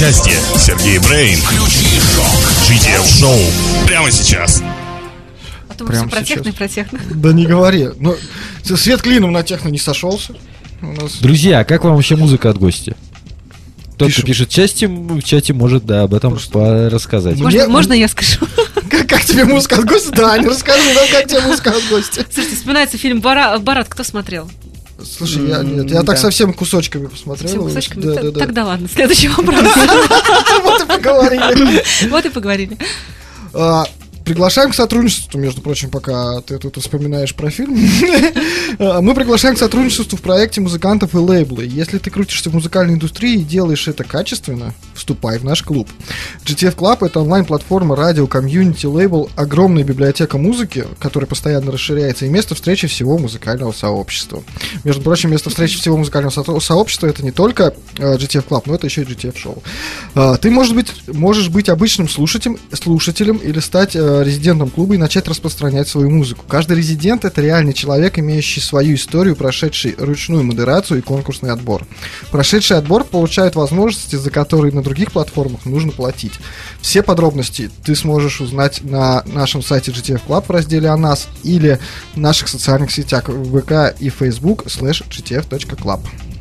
счастье. Сергей Брейн. джи ти эф шоу. Прямо сейчас. А то мы Прямо все про сейчас. техно и про техно. Да не говори. Ну, свет клином на техно не сошелся. У нас... Друзья, а как вам вообще музыка от гостя? Тот, Пишем. кто пишет в чате, в чате может, да, об этом Просто- по- рассказать. Мне- Можно, можно я скажу? Как, как тебе музыка от гостя? Да, не расскажи нам, как тебе музыка от гостя. Слушайте, вспоминается фильм «Бара- «Барат». Кто смотрел? Слушай, я, нет, я М, так да. совсем кусочками посмотрел. Всем кусочками? Да, Т- да, да. Тогда ладно, следующий вопрос. Вот и поговорили. Вот и поговорили. А, Приглашаем к сотрудничеству, между прочим, пока ты тут вспоминаешь про фильм. А, Мы приглашаем к сотрудничеству в проекте музыкантов и лейблы. Если ты крутишься в музыкальной индустрии и делаешь это качественно, вступай в наш клуб. джи ти эф Club — это онлайн-платформа, радио, комьюнити, лейбл, огромная библиотека музыки, которая постоянно расширяется, и место встречи всего музыкального сообщества. Между прочим, место встречи всего музыкального со- сообщества — это не только э, джи ти эф Club, но это еще и джи ти эф Show. А, Ты, может быть, можешь быть обычным слушателем, слушателем или стать э, резидентом клуба и начать распространять свою музыку. Каждый резидент — это реальный человек, имеющий свою историю, прошедший ручную модерацию и конкурсный отбор. Прошедший отбор получает возможности, за которые на других платформах нужно платить. Все подробности ты сможешь узнать на нашем сайте джи ти эф Club в разделе «О нас» или в наших социальных сетях вэ ка и Facebook слэш джи ти эф точка клаб.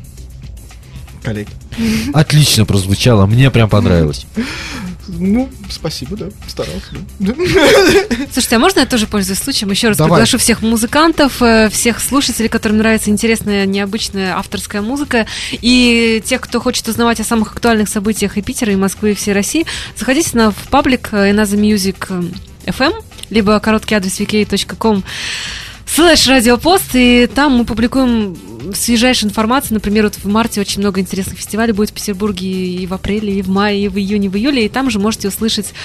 Коллеги. Отлично прозвучало, мне прям понравилось. Ну, спасибо, да, старался. Да. Слушайте, а можно я тоже, пользуясь случаем, еще раз Давай. приглашу всех музыкантов, э, всех слушателей, которым нравится интересная, необычная авторская музыка, и тех, кто хочет узнавать о самых актуальных событиях и Питера, и Москвы, и всей России, заходите на, в паблик Enaza Music эф эм, либо короткий адрес ви кей точка ком слэш радиопост, и там мы публикуем свежайшую информацию. Например, вот в марте очень много интересных фестивалей будет в Петербурге и в апреле, и в мае, и в июне, и в июле, и там же можете услышать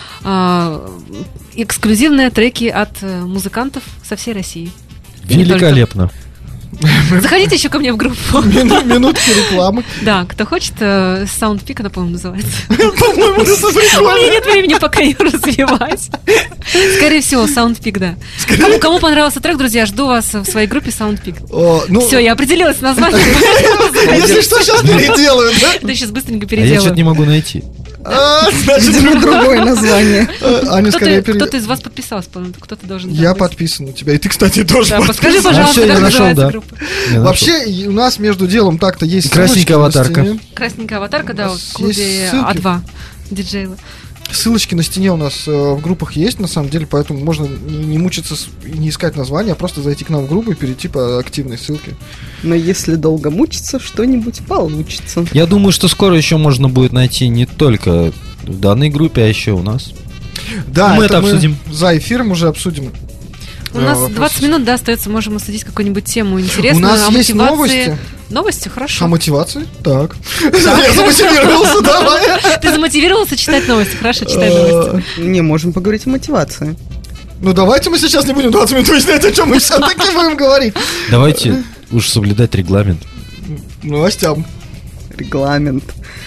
а, эксклюзивные треки от э, музыкантов со всей России. И не только. Великолепно. Заходите еще ко мне в группу. Мину- Минутки рекламы. Да, кто хочет, э, Soundpeak, она, по-моему, называется. По-моему, это У прикольно. меня нет времени пока ее развивать. Скорее всего, Soundpeak, да. Кому, кому понравился трек, друзья, жду вас в своей группе Soundpeak. О, ну, Все, я определилась с названием. если что, сейчас переделают, да? Да сейчас быстренько А я что-то переделаю. не могу найти. А, значит, Видимо, другое название. э, Аня Кто-то, скорее пере... кто-то из вас подписался, по-моему, кто-то должен. Я там быть. подписан на тебя, и ты, кстати, тоже Да, подписан. подскажи, пожалуйста, всё, я как нашел, называется да. группа. Я нашел. Вообще, и у нас между делом так-то есть Красненькая ссылочки на аватарка. стене. Красненькая аватарка, да, У вот нас в клубе есть ссылки? А два. Диджейла. Ссылочки на стене у нас э, в группах есть, на самом деле, поэтому можно не, не мучиться с- и не искать название, а просто зайти к нам в группу и перейти по активной ссылке. Но если долго мучиться, что-нибудь получится. Я думаю, что скоро еще можно будет найти не только в данной группе, а еще у нас. Да, Мы это обсудим. За эфиром уже обсудим. У Э, нас вопрос. двадцать минут, да, остается, можем обсудить какую-нибудь тему интересную. У нас о есть мотивации. новости. Новости, А хорошо. мотивации? Так. Я замотивировался, давай. Ты замотивировался читать новости? Хорошо, читай новости. Не, можем поговорить о мотивации. Ну давайте мы сейчас не будем двадцать минут выяснять, о чем мы все-таки будем говорить. Давайте уж соблюдать регламент. Новостям. Регламент.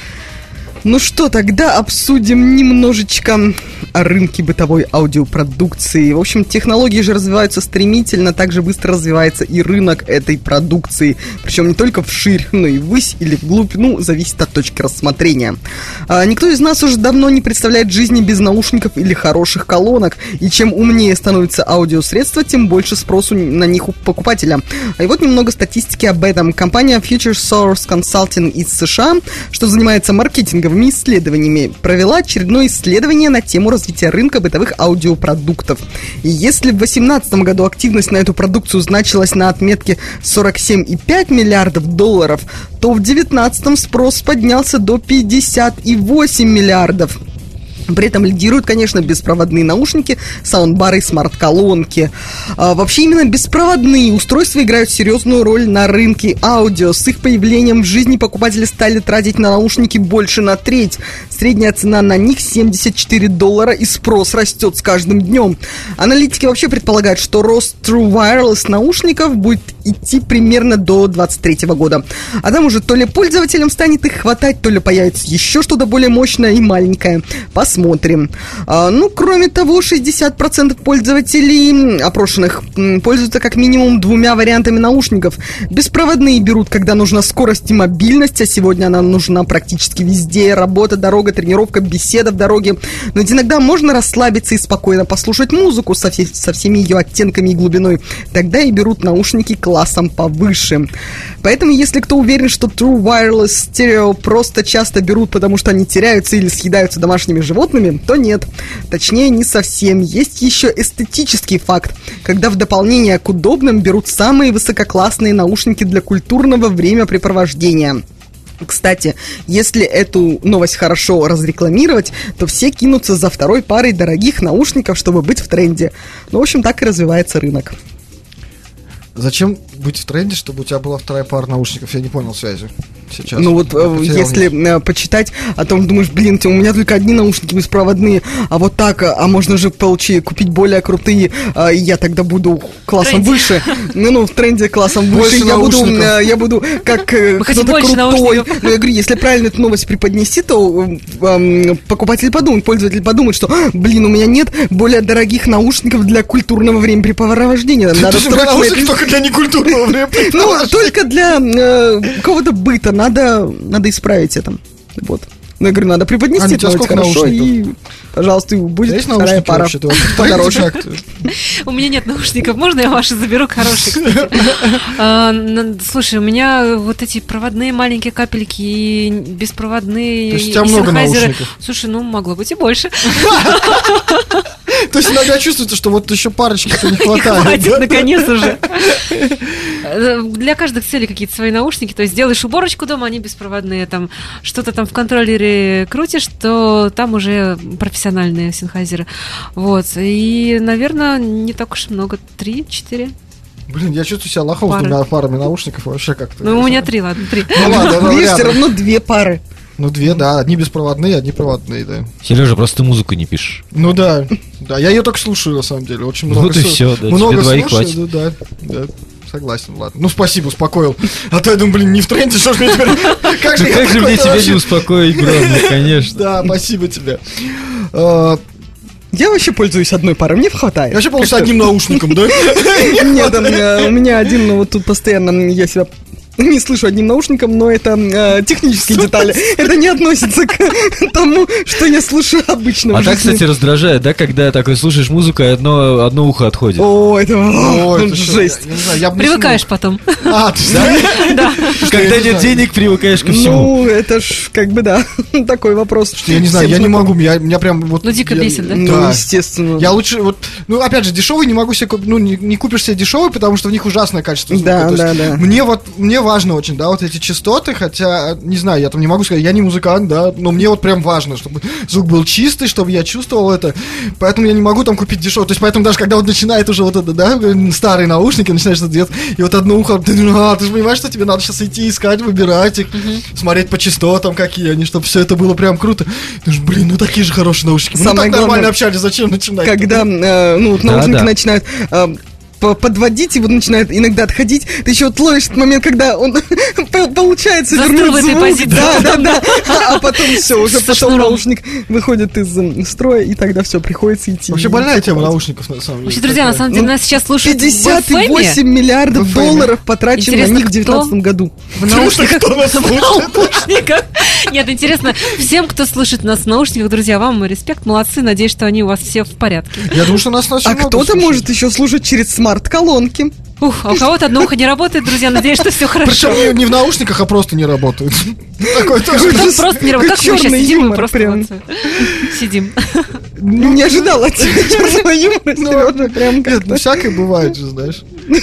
Ну что, тогда обсудим немножечко о рынке бытовой аудиопродукции. В общем, технологии же развиваются стремительно, так же быстро развивается и рынок этой продукции. Причем не только вширь, но и ввысь или вглубь, ну, зависит от точки рассмотрения. А, никто из нас уже давно не представляет жизни без наушников или хороших колонок. И чем умнее становится аудиосредство, тем больше спросу на них у покупателя. А и вот немного статистики об этом. Компания Future Source Consulting из США, что занимается маркетинговыми исследованиями, провела очередное исследование на тему развития рынка бытовых аудиопродуктов. И если в две тысячи восемнадцатом году активность на эту продукцию значилась на отметке сорок семь и пять миллиардов долларов, то в две тысячи девятнадцатом спрос поднялся до пятьдесят восемь миллиардов. При этом лидируют, конечно, беспроводные наушники, саундбары и смарт-колонки. А, вообще именно беспроводные устройства играют серьезную роль на рынке аудио. С их появлением в жизни покупатели стали тратить на наушники больше на треть. Средняя цена на них семьдесят четыре доллара, и спрос растет с каждым днем. Аналитики вообще предполагают, что рост True Wireless наушников будет идти примерно до двадцать третьего года. А там уже то ли пользователям станет их хватать, то ли появится еще что-то более мощное и маленькое. Посмотрим. А, ну, кроме того, шестьдесят процентов пользователей опрошенных пользуются как минимум двумя вариантами наушников. Беспроводные берут, когда нужна скорость и мобильность, а сегодня она нужна практически везде. Работа, дорога, тренировка, беседа в дороге. Но ведь иногда можно расслабиться и спокойно послушать музыку со, все, со всеми ее оттенками и глубиной. Тогда и берут наушники классом повыше. Поэтому, если кто уверен, что True Wireless Stereo просто часто берут, потому что они теряются или съедаются домашними животными, то нет. Точнее, не совсем. Есть еще эстетический факт, когда в дополнение к удобным берут самые высококлассные наушники для культурного времяпрепровождения. Кстати, если эту новость хорошо разрекламировать, то все кинутся за второй парой дорогих наушников, чтобы быть в тренде. Ну, в общем, так и развивается рынок. Зачем быть в тренде, чтобы у тебя была вторая пара наушников? Я не понял связи сейчас. Ну вот, если э, почитать о том, думаешь, блин, у меня только одни наушники беспроводные, а вот так, а можно же получить, купить более крутые, а, и я тогда буду классом тренде. Выше. Ну, ну, в тренде классом выше. Я буду, э, я буду как э, кто-то крутой. Наушников. Но я говорю, если правильно эту новость преподнести, то э, покупатель подумает, пользователь подумает, что, блин, у меня нет более дорогих наушников для культурного времяпрепровождения. Надо только для некультурного времяпрепровождения. Ну, только для э, какого-то быта. Надо, надо исправить это. Вот. Ну, я говорю, надо преподнести это хорошо, и, пожалуйста, будет есть вторая пара подороже. У меня нет наушников, можно я ваши заберу? Хорошие, кстати. Слушай, у меня вот эти проводные маленькие капельки и беспроводные. То есть у тебя много наушников? Слушай, ну, могло быть и больше. То есть иногда чувствуется, что вот еще парочки-то не хватает. Хватит, наконец уже. Для каждых целей какие-то свои наушники. То есть делаешь уборочку дома, они беспроводные. Там что-то там в контроллере крутишь, то там уже профессиональные синхайзеры. Вот. И, наверное, не так уж и много. Три-четыре. Блин, я чувствую себя лохом с двумя парами наушников вообще как-то. Ну, у меня три, ладно, три. Ну ладно, видишь, все равно две пары. Ну, две, да, одни беспроводные, одни проводные, да. Сережа, просто ты музыку не пишешь. Ну да, да, я ее только слушаю, на самом деле, очень много. Вот и все, да, много тебе двоих слушаю, хватит. Да, да, согласен, ладно. Ну, спасибо, успокоил. А то я думаю, блин, не в тренде, что ж мне теперь... Как же, как же мне тебя не успокоить, Громко, конечно. Да, спасибо тебе. Я вообще пользуюсь одной парой, мне хватает. Я вообще пользуюсь одним наушником, да? Нет, у меня один, но вот тут постоянно я себя... Не слышу одним наушником, но это э, технические детали. Это не относится к тому, что я слушаю обычно. А так, кстати, раздражает, да, когда такой слушаешь музыку, и одно, одно ухо отходит. О, это жесть. Привыкаешь потом. А, да? Когда нет денег, привыкаешь ко всему. Ну, это ж, как бы, да, такой вопрос. Я не знаю, я не могу, меня прям вот... Ну, дико бесит, да? Ну, естественно. Я лучше, вот, ну, опять же, дешевый не могу себе купить, ну, не купишь себе дешевый, потому что в них ужасное качество звука. Да, да, да. Мне вот, мне важно очень, да, вот эти частоты, хотя, не знаю, я там не могу сказать, я не музыкант, да, но мне вот прям важно, чтобы звук был чистый, чтобы я чувствовал это, поэтому я не могу там купить дешевый, то есть поэтому даже когда вот начинает уже вот это, да, старые наушники, начинаешь что-то делать, и вот одно ухо, ты, а, ты же понимаешь, что тебе надо сейчас идти искать, выбирать их, uh-huh. смотреть по частотам, какие они, чтобы все это было прям круто. Ты же, блин, ну такие же хорошие наушники, мы так нормально общались, зачем начинать? Когда, э, ну, вот наушники да, да. начинают... Э, подводить, и вот начинает иногда отходить. Ты еще вот ловишь этот момент, когда он получается вернуть звук. Да, да, да. А потом все, уже потом наушник выходит из строя, и тогда все, приходится идти. Вообще больная тема наушников, на самом деле. Вообще, друзья, на самом деле, нас сейчас слушают пятьдесят восемь миллиардов долларов потрачено на них в девятнадцатом году. В наушниках. В наушниках. Нет, интересно, всем, кто слушает нас в наушниках, друзья, вам респект, молодцы, надеюсь, что они у вас все в порядке. Я думаю, что нас очень много. А кто-то может еще слушать через смарт-колонки. Ух, а у кого-то одно ухо не работает, друзья, надеюсь, что все хорошо. Причем не в наушниках, а просто не работают. Такое тоже. Просто не работает. Как мы сейчас сидим, мы просто сидим. Не ожидала от тебя черного юмора, Сережа, прям как-то. Ну, всякое бывает же, знаешь.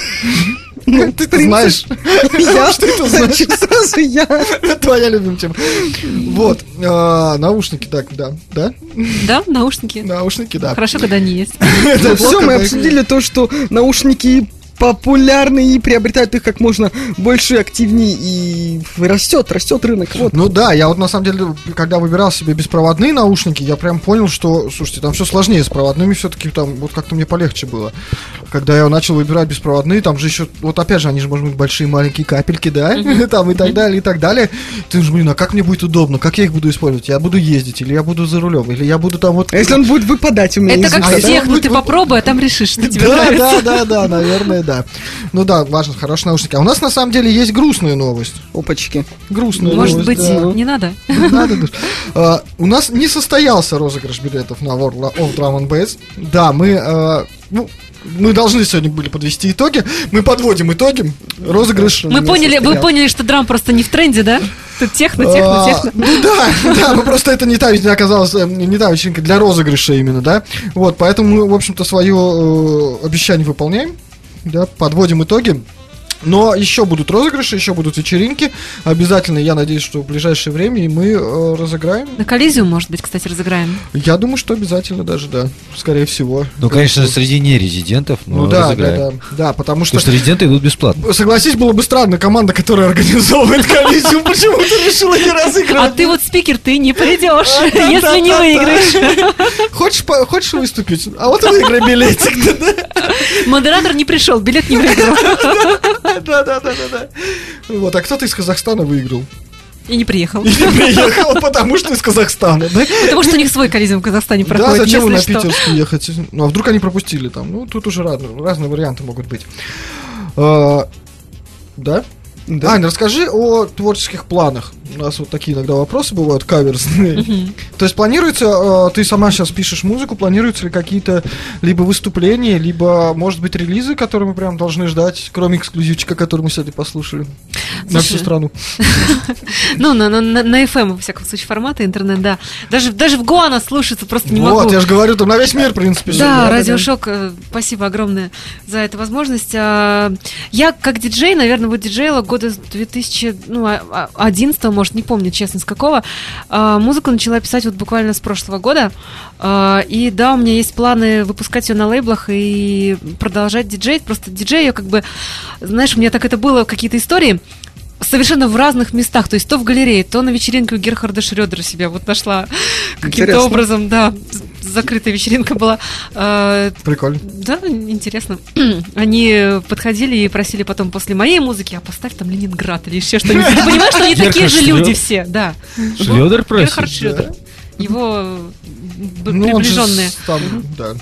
Ну, ты знаешь. Я? Что ты знаешь? Сразу я. Твоя любимая тема. Вот. Наушники, так, да. Да? Да, наушники. Наушники, да. Хорошо, когда они есть. Все, мы обсудили то, что наушники популярны и приобретают их как можно больше, активнее, и растет, растет рынок. Вот. Ну да, я вот на самом деле, когда выбирал себе беспроводные наушники, я прям понял, что, слушайте, там все сложнее с проводными, все-таки там вот как-то мне полегче было. Когда я начал выбирать беспроводные, там же еще, вот опять же, они же, может быть, большие маленькие капельки, да, там и так далее, и так далее. Ты думаешь, блин, а как мне будет удобно, как я их буду использовать? Я буду ездить, или я буду за рулем, или я буду там вот... А если он будет выпадать у меня? Это из как уха, в да? техно, ты попробуй, а там решишь, что тебе Да, нравится. да, да, да, наверное, да. Ну да, важно, хорошие наушники. А у нас на самом деле есть грустная новость. Опачки. Грустная Может новость, быть, да. не надо? Не надо даже. А, у нас не состоялся розыгрыш билетов на World of Drum and Bass. Да, мы, а, ну, мы должны сегодня были подвести итоги. Мы подводим итоги. Розыгрыш. Мы поняли, вы поняли, что драм просто не в тренде, да? Тут техно, техно, А, техно. Ну да, да, ну просто это не та, не оказалась э, не та вечеринка для розыгрыша именно, да. Вот, поэтому мы, в общем-то, свое э, обещание выполняем, да, подводим итоги. Но еще будут розыгрыши, еще будут вечеринки. Обязательно, я надеюсь, что в ближайшее время и мы э, разыграем. На Коллизиум, может быть, кстати, разыграем. Я думаю, что обязательно даже, да. Скорее всего. Ну, конечно, среди нерезидентов мы Ну да, разыграем. да, да, да, потому что... Потому что резиденты идут бесплатно. Согласись, было бы странно, команда, которая организовывает коллизию, почему-то решила не разыгрывать. А ты вот спикер, ты не придешь, А, да, если да, не да, выиграешь. Хочешь, по- хочешь выступить? А вот выиграй билетик. Модератор не пришел, билет не выиграл. Да, да, да, да, да. Вот, а кто-то из Казахстана выиграл. И не приехал. И не приехал, потому что из Казахстана, да? Потому что у них свой Коллизиум в Казахстане Да, проходит, зачем вы на если что. Питерский ехать? Ну, а вдруг они пропустили там? Ну, тут уже разные, разные варианты могут быть. А, да? Да. Ань, расскажи о творческих планах. У нас вот такие иногда вопросы бывают каверсные. То есть планируется, э, ты сама сейчас пишешь музыку, планируются ли какие-то либо выступления, либо, может быть, релизы, которые мы прям должны ждать, кроме эксклюзивчика, который мы сегодня послушали на всю Слушай, страну? Ну, на, на, на, на эф эм, во всяком случае, формата интернет, да. Даже, даже в Гуана слушаться просто не могу. Вот, я же говорю, там на весь мир, в принципе. Да, Радиошок, э, спасибо огромное за эту возможность. А, Я как диджей, наверное, вот диджеила года с две тысячи одиннадцатого, может, не помню, честно, с какого. А, Музыку начала писать вот буквально с прошлого года. А, И да, у меня есть планы выпускать ее на лейблах и продолжать диджеить. Просто диджей, я как бы, знаешь, у меня так это было, какие-то истории совершенно в разных местах, то есть то в галерее, то на вечеринке у Герхарда Шрёдера себя вот нашла каким-то Интересно. образом, да, закрытая вечеринка была. А, Прикольно. Да, интересно. Они подходили и просили потом после моей музыки, а поставь там Ленинград или еще что-нибудь. Ты понимаешь, что они такие же люди все, да. Шрёдер просит? Герхард Шрёдер. Его б- Ну, он же приближенные. с- там, да.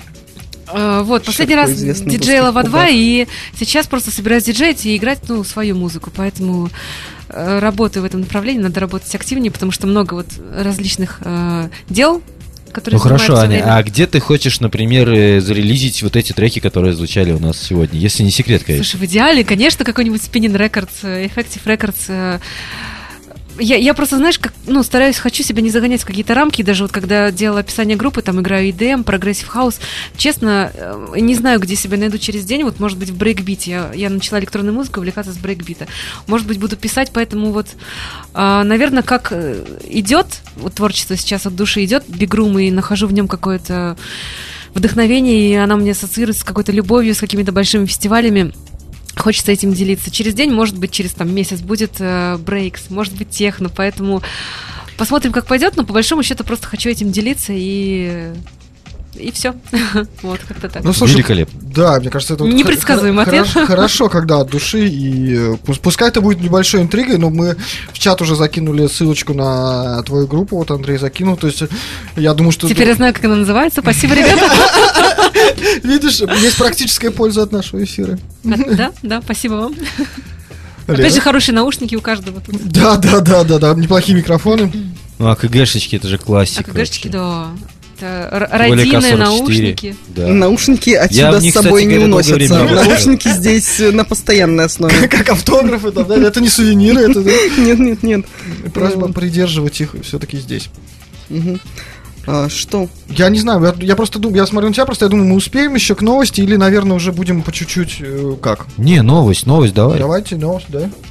А, Вот, последний Шеф раз по известным диджеила во русских два, клубах. и сейчас просто собираюсь диджеить и играть, ну, свою музыку, поэтому э, работаю в этом направлении, надо работать активнее, потому что много вот различных э, дел, которые Ну хорошо, занимают всё Аня, время. а где ты хочешь, например, э, зарелизить вот эти треки, которые звучали у нас сегодня? Если не секрет, конечно. Слушай, в идеале, конечно, какой-нибудь Spinning Records, э, Effective Records. э, Я, я просто, знаешь, как, ну, стараюсь, хочу себя не загонять в какие-то рамки. Даже вот когда делала описание группы, там играю и ди эм, Progressive House. Честно, э, не знаю, где себя найду через день. Вот, может быть, в брейкбите. Я, я начала электронной музыкой увлекаться с брейкбита. Может быть, буду писать, поэтому вот, э, наверное, как э, идет, вот творчество сейчас от души идет, бигрум, и нахожу в нем какое-то вдохновение, и оно мне ассоциируется с какой-то любовью, с какими-то большими фестивалями. Хочется этим делиться. Через день, может быть, через там месяц будет э, брейкс, может быть, техно, поэтому посмотрим, как пойдет, но по большому счету просто хочу этим делиться и и все. Вот, как-то так. Ну, слушай, Великолепно. Да, мне кажется, это вот Непредсказуемый хор- ответ. хоро- Хорошо, когда от души, и э, пу- пускай это будет небольшой интригой, но мы в чат уже закинули ссылочку на твою группу, вот Андрей закинул, то есть э, я думаю, что... Теперь я знаю, как она называется. Спасибо, ребята. Видишь, есть практическая польза от нашего эфира. Да, да, спасибо вам. Лера? Опять же, хорошие наушники у каждого тут. Да, да, да, да, да, неплохие микрофоны. Ну, а КГшечки, это же А классика. КГшечки, вообще. да. Это Тем более родийные К сорок четыре. наушники. Да. Наушники Я отсюда в них, с собой кстати не говоря, долгое уносятся. время работал. Наушники здесь э, на постоянной основе. Как автографы, там, да, это не сувениры, это да, Нет, нет, нет. просьба придерживать их все-таки здесь. Мгм. А, Что? Я не знаю, я, я просто думаю, я смотрю на тебя, просто я думаю, мы успеем еще к новости или, наверное, уже будем по чуть-чуть, э, как? Не, новость, новость, давай. Давайте новость, да?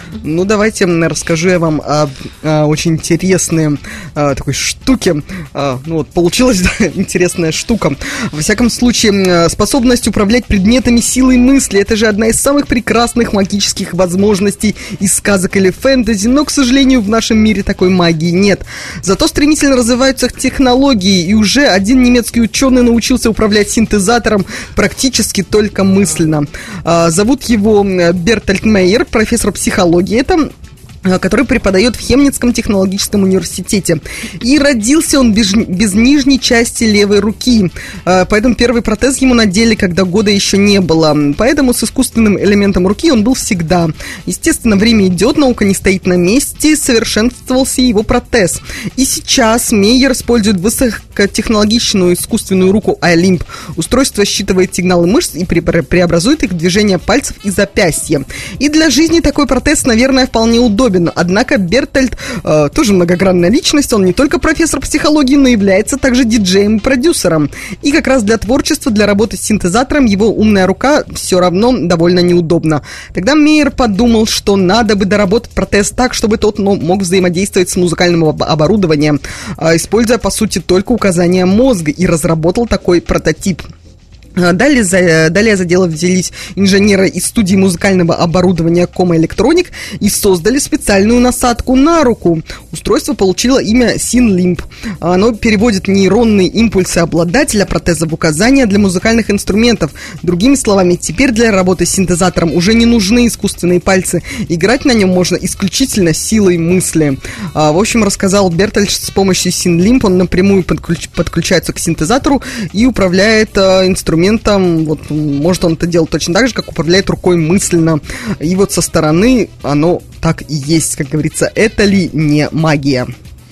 Ну, давайте расскажу я вам о, о очень интересной о, такой штуке. О, ну, вот, получилась да, интересная штука. Во всяком случае, способность управлять предметами силой мысли — это же одна из самых прекрасных магических возможностей из сказок или фэнтези, но, к сожалению, в нашем мире такой магии нет. Зато стремительно развиваются технологии, и уже один немецкий ученый научился управлять синтезатором практически только мысленно. А, зовут его Бертольд Мейер, профессор психологии, это, который преподает в Хемницком технологическом университете. И родился он без, без нижней части левой руки. Поэтому первый протез ему надели, когда года еще не было. Поэтому с искусственным элементом руки он был всегда. Естественно, время идет, наука не стоит на месте, совершенствовался его протез. И сейчас Мейер использует высокотехнологичную искусственную руку iLimb. Устройство считывает сигналы мышц и преобразует их в движение пальцев и запястья. И для жизни такой протез, наверное, вполне удобен. Однако Бертольд э, тоже многогранная личность. Он не только профессор психологии, но является также диджеем и продюсером. И как раз для творчества, для работы с синтезатором его умная рука все равно довольно неудобна. Тогда Мейер подумал, что надо бы доработать протез так, чтобы тот ну, мог взаимодействовать с музыкальным об- оборудованием, э, используя по сути только указания мозга, и разработал такой прототип. Далее за, далее за дело взялись инженеры из студии музыкального оборудования Coma Electronic и создали специальную насадку на руку. Устройство получило имя SynLimb. Оно переводит нейронные импульсы обладателя протеза в указания для музыкальных инструментов. Другими словами, теперь для работы с синтезатором уже не нужны искусственные пальцы. Играть на нем можно исключительно силой мысли. В общем, рассказал Бертольд, с помощью SynLimb он напрямую подключ, подключается к синтезатору и управляет инструментом. Вот, может он это делать точно так же, как управляет рукой мысленно. И вот со стороны оно так и есть, как говорится. Это ли не магия?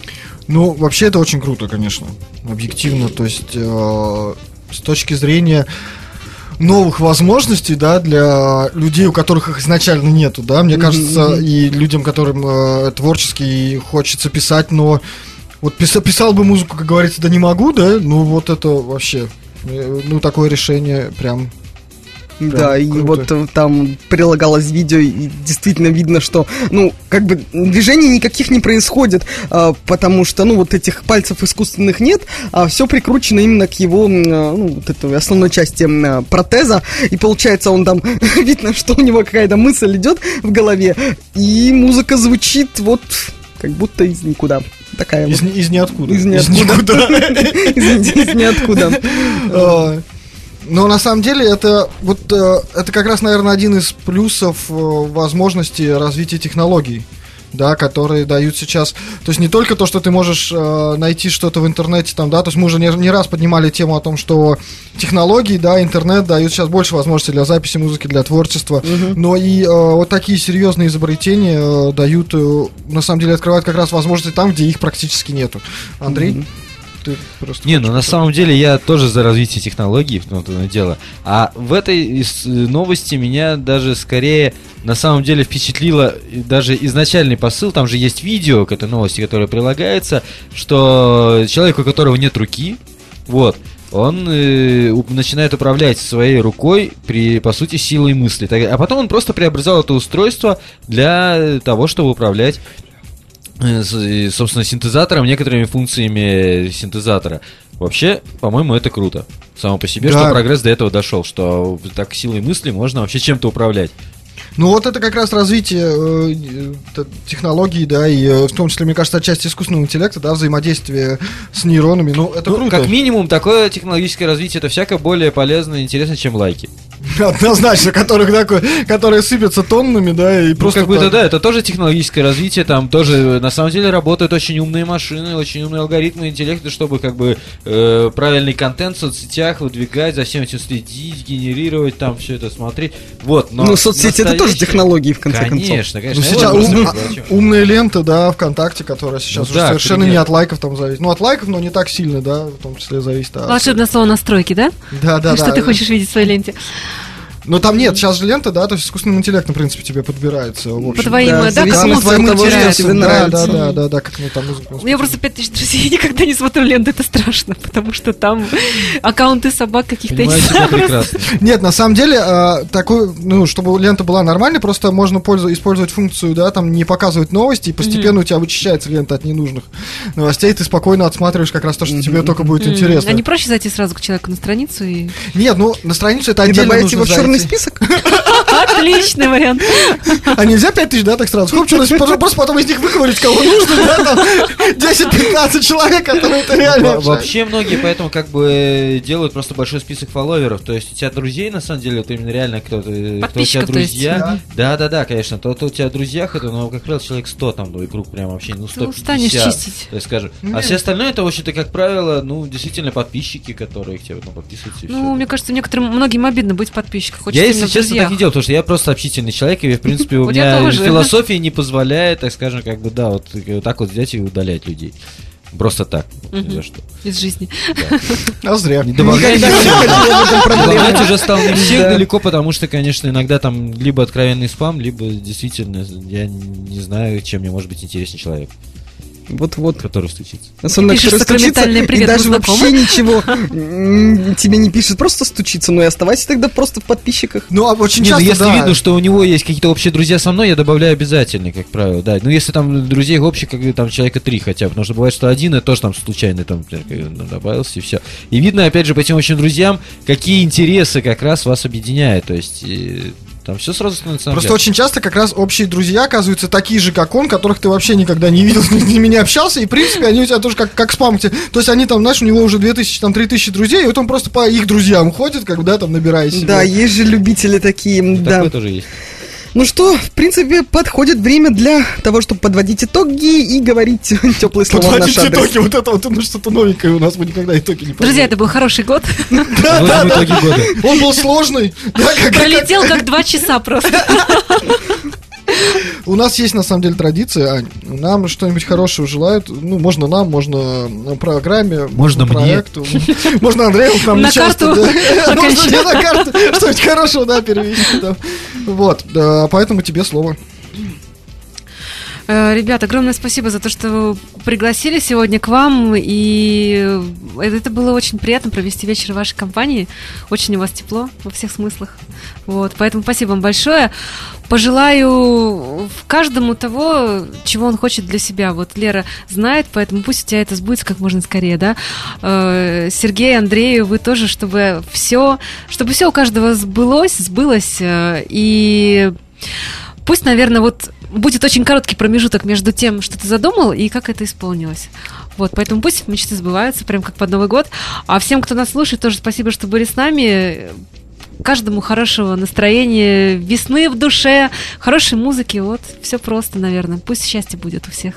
Ну, вообще это очень круто, конечно. Объективно, то есть э, с точки зрения новых возможностей, да, для людей, у которых их изначально нету, да, мне mm-hmm. кажется, и людям, которым э, творчески хочется писать, но вот писал, писал бы музыку, как говорится, да не могу, да, ну вот это вообще... Ну, такое решение прям... Да, прям и круто. Вот там прилагалось видео, и действительно видно, что, ну, как бы движений никаких не происходит, а, потому что, ну, вот этих пальцев искусственных нет, а все прикручено именно к его, ну, вот этой основной части а, протеза, и получается он там, видно, что у него какая-то мысль идет в голове, и музыка звучит вот как будто из никуда. Такая из, вот. из ниоткуда. Из ниоткуда. Из ниоткуда. Но на самом деле это вот это как раз, наверное, один из плюсов возможности развития технологий, да, которые дают сейчас. То есть не только то, что ты можешь э, найти что-то в интернете, там, да, то есть мы уже не, не раз поднимали тему о том, что технологии, да, интернет дают сейчас больше возможностей для записи музыки, для творчества, uh-huh. но и э, вот такие серьезные изобретения э, дают, э, на самом деле, открывают как раз возможности там, где их практически нету. Андрей? Uh-huh. Не, ну на самом деле я тоже за развитие технологий, в том-то дело. А в этой новости меня даже скорее на самом деле впечатлило даже изначальный посыл. Там же есть видео к этой новости, которое прилагается, что человек, у которого нет руки, вот, он э, начинает управлять своей рукой при, по сути, силой мысли. А потом он просто преобразовал это устройство для того, чтобы управлять, собственно, синтезатором, некоторыми функциями синтезатора. Вообще, по-моему, это круто. Само по себе, да. Что прогресс до этого дошел, что так силой мысли можно вообще чем-то управлять. Ну вот это как раз развитие э, технологий, да, и э, в том числе, мне кажется, отчасти искусственного интеллекта, да, взаимодействие с нейронами, ну это ну, круто. Как минимум, такое технологическое развитие, это всяко более полезно и интересно, чем лайки. Однозначно, которых такое, которые сыпятся тоннами, да, и ну, просто... как бы, да, да, это тоже технологическое развитие, там тоже, на самом деле, работают очень умные машины, очень умные алгоритмы интеллекта, чтобы, как бы, э, правильный контент в соцсетях выдвигать, за всем этим следить, генерировать, там, все это смотреть, вот, но... Ну, соцсети это тоже технологии, в конце конечно, концов. Конечно, ну, сейчас ум, а, умная лента, да, ВКонтакте, которая сейчас ну, уже да, совершенно не от лайков там зависит. Ну, от лайков, но не так сильно, да, в том числе зависит. Волшебное слово настройки, да? Да, да, Что да. ты хочешь видеть в своей ленте? Но там нет, сейчас же лента, да, то есть искусственным интеллектом, в принципе, тебе подбирается. В общем. По твоим, Да, да, в как зависимости музыка от того, что выбирается. тебе Да, нравится. да, да, да, да, как ну, там музыка. У меня просто пять тысяч друзей, я никогда не смотрю ленту, это страшно, потому что там аккаунты собак каких-то Понимаю этих. себя прекрасно. Нет, на самом деле, э, такой, ну, чтобы лента была нормальной, просто можно пользу- использовать функцию, да, там не показывать новости, и постепенно у тебя вычищается лента от ненужных новостей, ты спокойно отсматриваешь как раз то, что тебе только будет М, интересно. А не проще зайти сразу к человеку на страницу и... Нет, ну, на страницу это И отдельно добавить нужно его в черный зайти. список? Отличный вариант. А нельзя пять тысяч, да, так сразу? Хоп, черный список, просто потом из них выковырить, кого нужно, да, там десять-пятнадцать человек, которые это реально Во- общаются. Вообще многие поэтому как бы делают просто большой список фолловеров. То есть у тебя друзей, на самом деле, вот именно реально кто-то, кто у тебя Подписчиков, то есть. друзья. Да, да, да, конечно. То, то у тебя в друзьях это, ну, как правило, человек сто там, ну, и круг прям вообще, ну, сто пятьдесят. устанешь чистить. То есть, скажем. А все остальное, это, в общем-то, как правило, ну, действительно подписчики, которые к тебе, ну, подписываются и Ну, всё. мне кажется, некоторым, многим обидно быть подписчиком. Хочется Я, именно если в честно, друзьях. так не делал, потому что я просто общительный человек, и, в принципе, у Вот я меня тоже. философия не позволяет, так скажем, как бы, да, вот, вот так вот взять и удалять людей. Просто так, вот, ни за что. Из жизни. А зря. Не добавлять Никогда не находила в этом проблемы. Добавлять уже стал не всех Да. далеко, потому что, конечно, иногда там либо откровенный спам, либо действительно я не знаю, чем мне может быть интереснее человек, Вот-вот. который стучится. Особенно, Пишешь который стучится, сакраментальный и привет даже незнакомым. вообще ничего м, тебе не пишет, просто стучится. Ну и оставайся тогда просто в подписчиках. Ну, а очень Не, ну часто, если да. видно, что у него есть какие-то общие друзья со мной, я добавляю обязательно, как правило, да. Ну, если там друзей общих, как бы, там человека три хотя бы, потому что бывает, что один, это тоже там случайно там например, добавился, и все. И видно, опять же, по этим общим друзьям, какие интересы как раз вас объединяют, то есть... и там все сразу становится Просто наглядно. очень часто как раз общие друзья оказываются такие же, как он, которых ты вообще никогда не видел, с ними не общался, и, в принципе, они у тебя тоже как, как спам. То есть они там, знаешь, у него уже две тысячи, там, три тысячи друзей, и вот он просто по их друзьям ходит, когда там набирая себе. Да, есть же любители такие, Ну, да. такое тоже есть. Ну что, в принципе, подходит время для того, чтобы подводить итоги и говорить теплые слова в наш Подводить адрес. итоги, вот это вот ну, что-то новенькое у нас, мы никогда итоги не Друзья, это был хороший год. Да, Вот да, в да. итоге года. Он был сложный. Да, как- Пролетел как два часа просто. У нас есть, на самом деле, традиция, Ань. Нам что-нибудь хорошего желают. Ну, можно нам, можно на программе, Можно мне. проекту. Можно Андрею, к нам На не часто, карту да. Можно окончательно. мне на карту что-нибудь хорошего, да, перевести. да. Вот, да, поэтому тебе слово. Э, Ребят, огромное спасибо за то, что вы пригласили сегодня к вам. И это было очень приятно провести вечер в вашей компании. Очень у вас тепло во всех смыслах. Вот, поэтому спасибо вам большое. Пожелаю в каждому того, чего он хочет для себя. Вот Лера знает, поэтому пусть у тебя это сбудется как можно скорее, да. Э, Сергей, Андрею, вы тоже, чтобы все, чтобы все у каждого сбылось, сбылось. э, И пусть, наверное, вот будет очень короткий промежуток между тем, что ты задумал, и как это исполнилось. Вот, поэтому пусть мечты сбываются, прям как под Новый год. А всем, кто нас слушает, тоже спасибо, что были с нами. Каждому хорошего настроения, весны в душе, хорошей музыки. Вот, все просто, наверное. Пусть счастье будет у всех.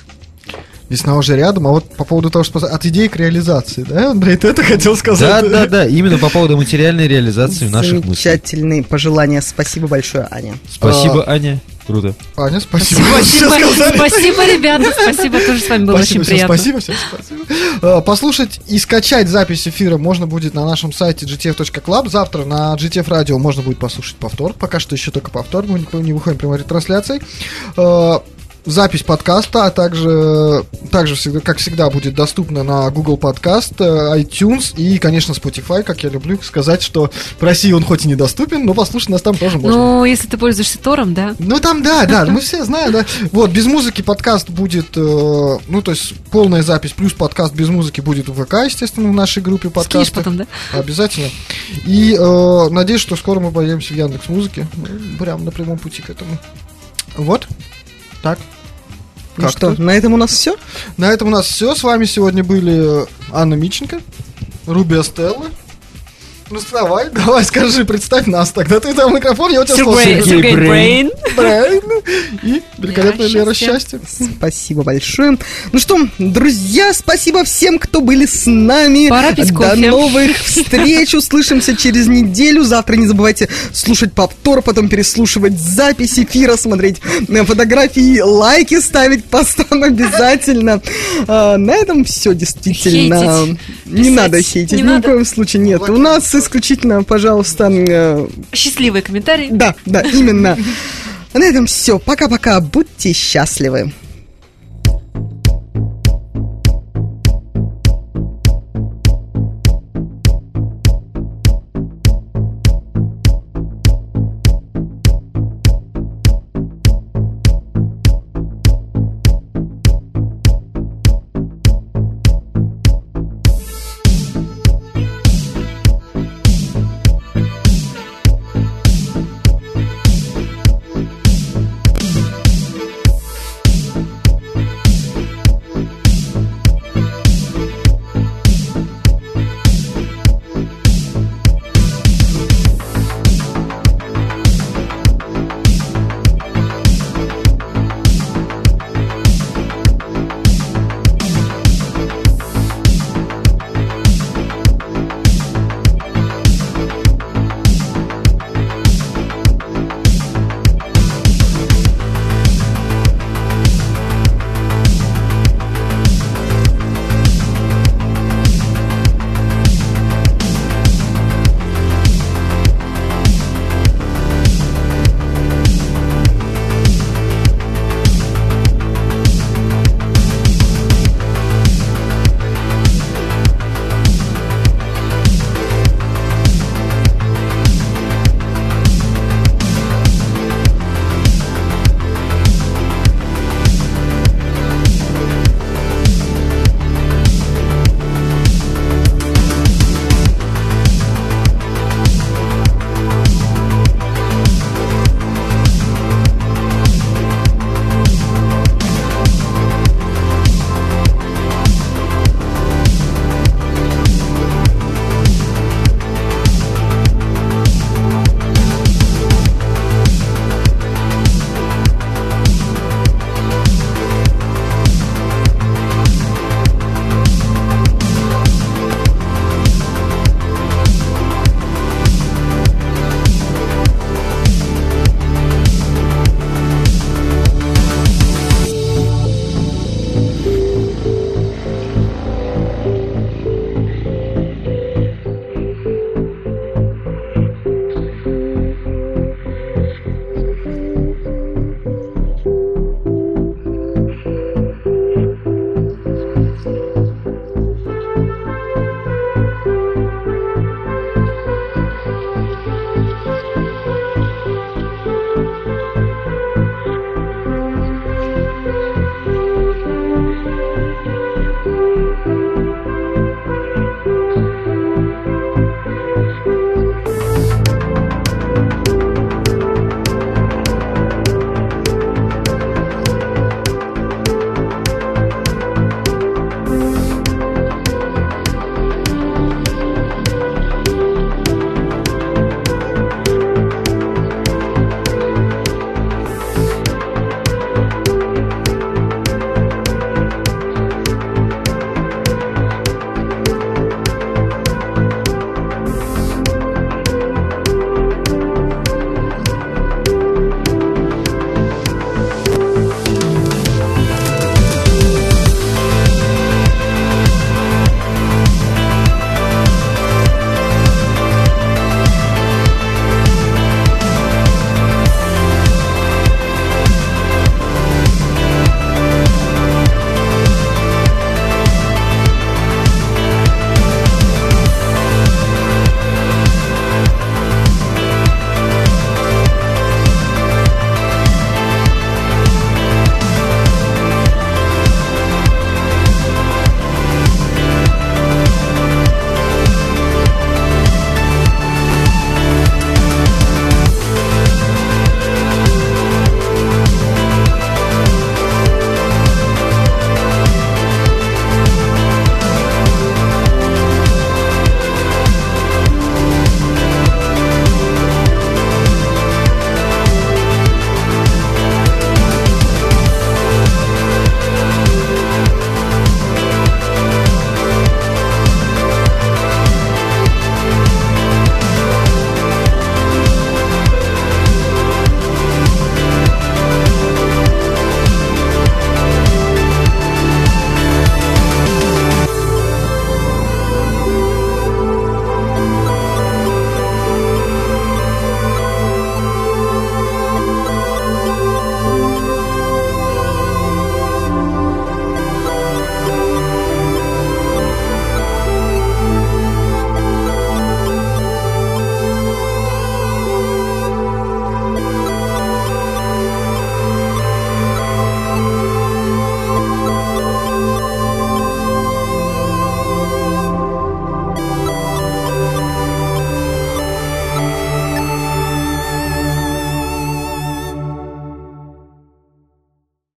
Весна уже рядом, а вот по поводу того, что от идеи к реализации, да, Андрей, ты это хотел Да, сказать? да, да, именно по поводу материальной реализации наших мыслей. Замечательные пожелания. Спасибо большое, Аня. Спасибо, Аня. Круто. Аня, спасибо. Спасибо, Все сказали. спасибо, ребята, спасибо, тоже с вами было Спасибо, очень всем приятно. спасибо, всем спасибо. А, Послушать и скачать запись эфира можно будет на нашем сайте джи ти эф точка клаб. Завтра на джи ти эф радио можно будет послушать повтор. Пока что еще только повтор, мы не- не выходим прямой ретрансляцией. А, Запись подкаста, а также, также всегда, как всегда, будет доступна на Google Podcast, iTunes и, конечно, Spotify, как я люблю сказать, что в России он хоть и недоступен, но послушать нас там тоже можно. Ну, если ты пользуешься Тором, да. Ну там, да, да, мы все знаем, да. Вот, без музыки подкаст будет, э, ну, то есть полная запись плюс подкаст без музыки будет в ВК, естественно, в нашей группе Скинешь подкаста. потом, да? Обязательно. И э, надеюсь, что скоро мы появимся в Яндекс.Музыке. Ну, прям на прямом пути к этому. Вот. Так. Ну Как-то. что, на этом у нас все? На этом у нас все. С вами сегодня были Анна Миченко, Рубия Стелла. Ну, давай, давай, скажи, представь нас тогда. Ты там микрофон, я у тебя слушаю. Сергей Сергей Брейн. Правильно. И великолепная Лера, Лера счастья. счастья. Спасибо большое. Ну что, друзья, спасибо всем, кто были с нами. Пора пить До кофе. новых встреч. Услышимся через неделю. Завтра не забывайте слушать повтор, потом переслушивать запись эфира, смотреть на фотографии, лайки ставить постам обязательно. А, на этом все действительно. Хейтить. Не Писать надо хейтить, не ни в надо. коем случае нет. У нас исключительно, пожалуйста... э, Счастливые комментарии. Да, да, именно. А на этом все. Пока-пока. Будьте счастливы.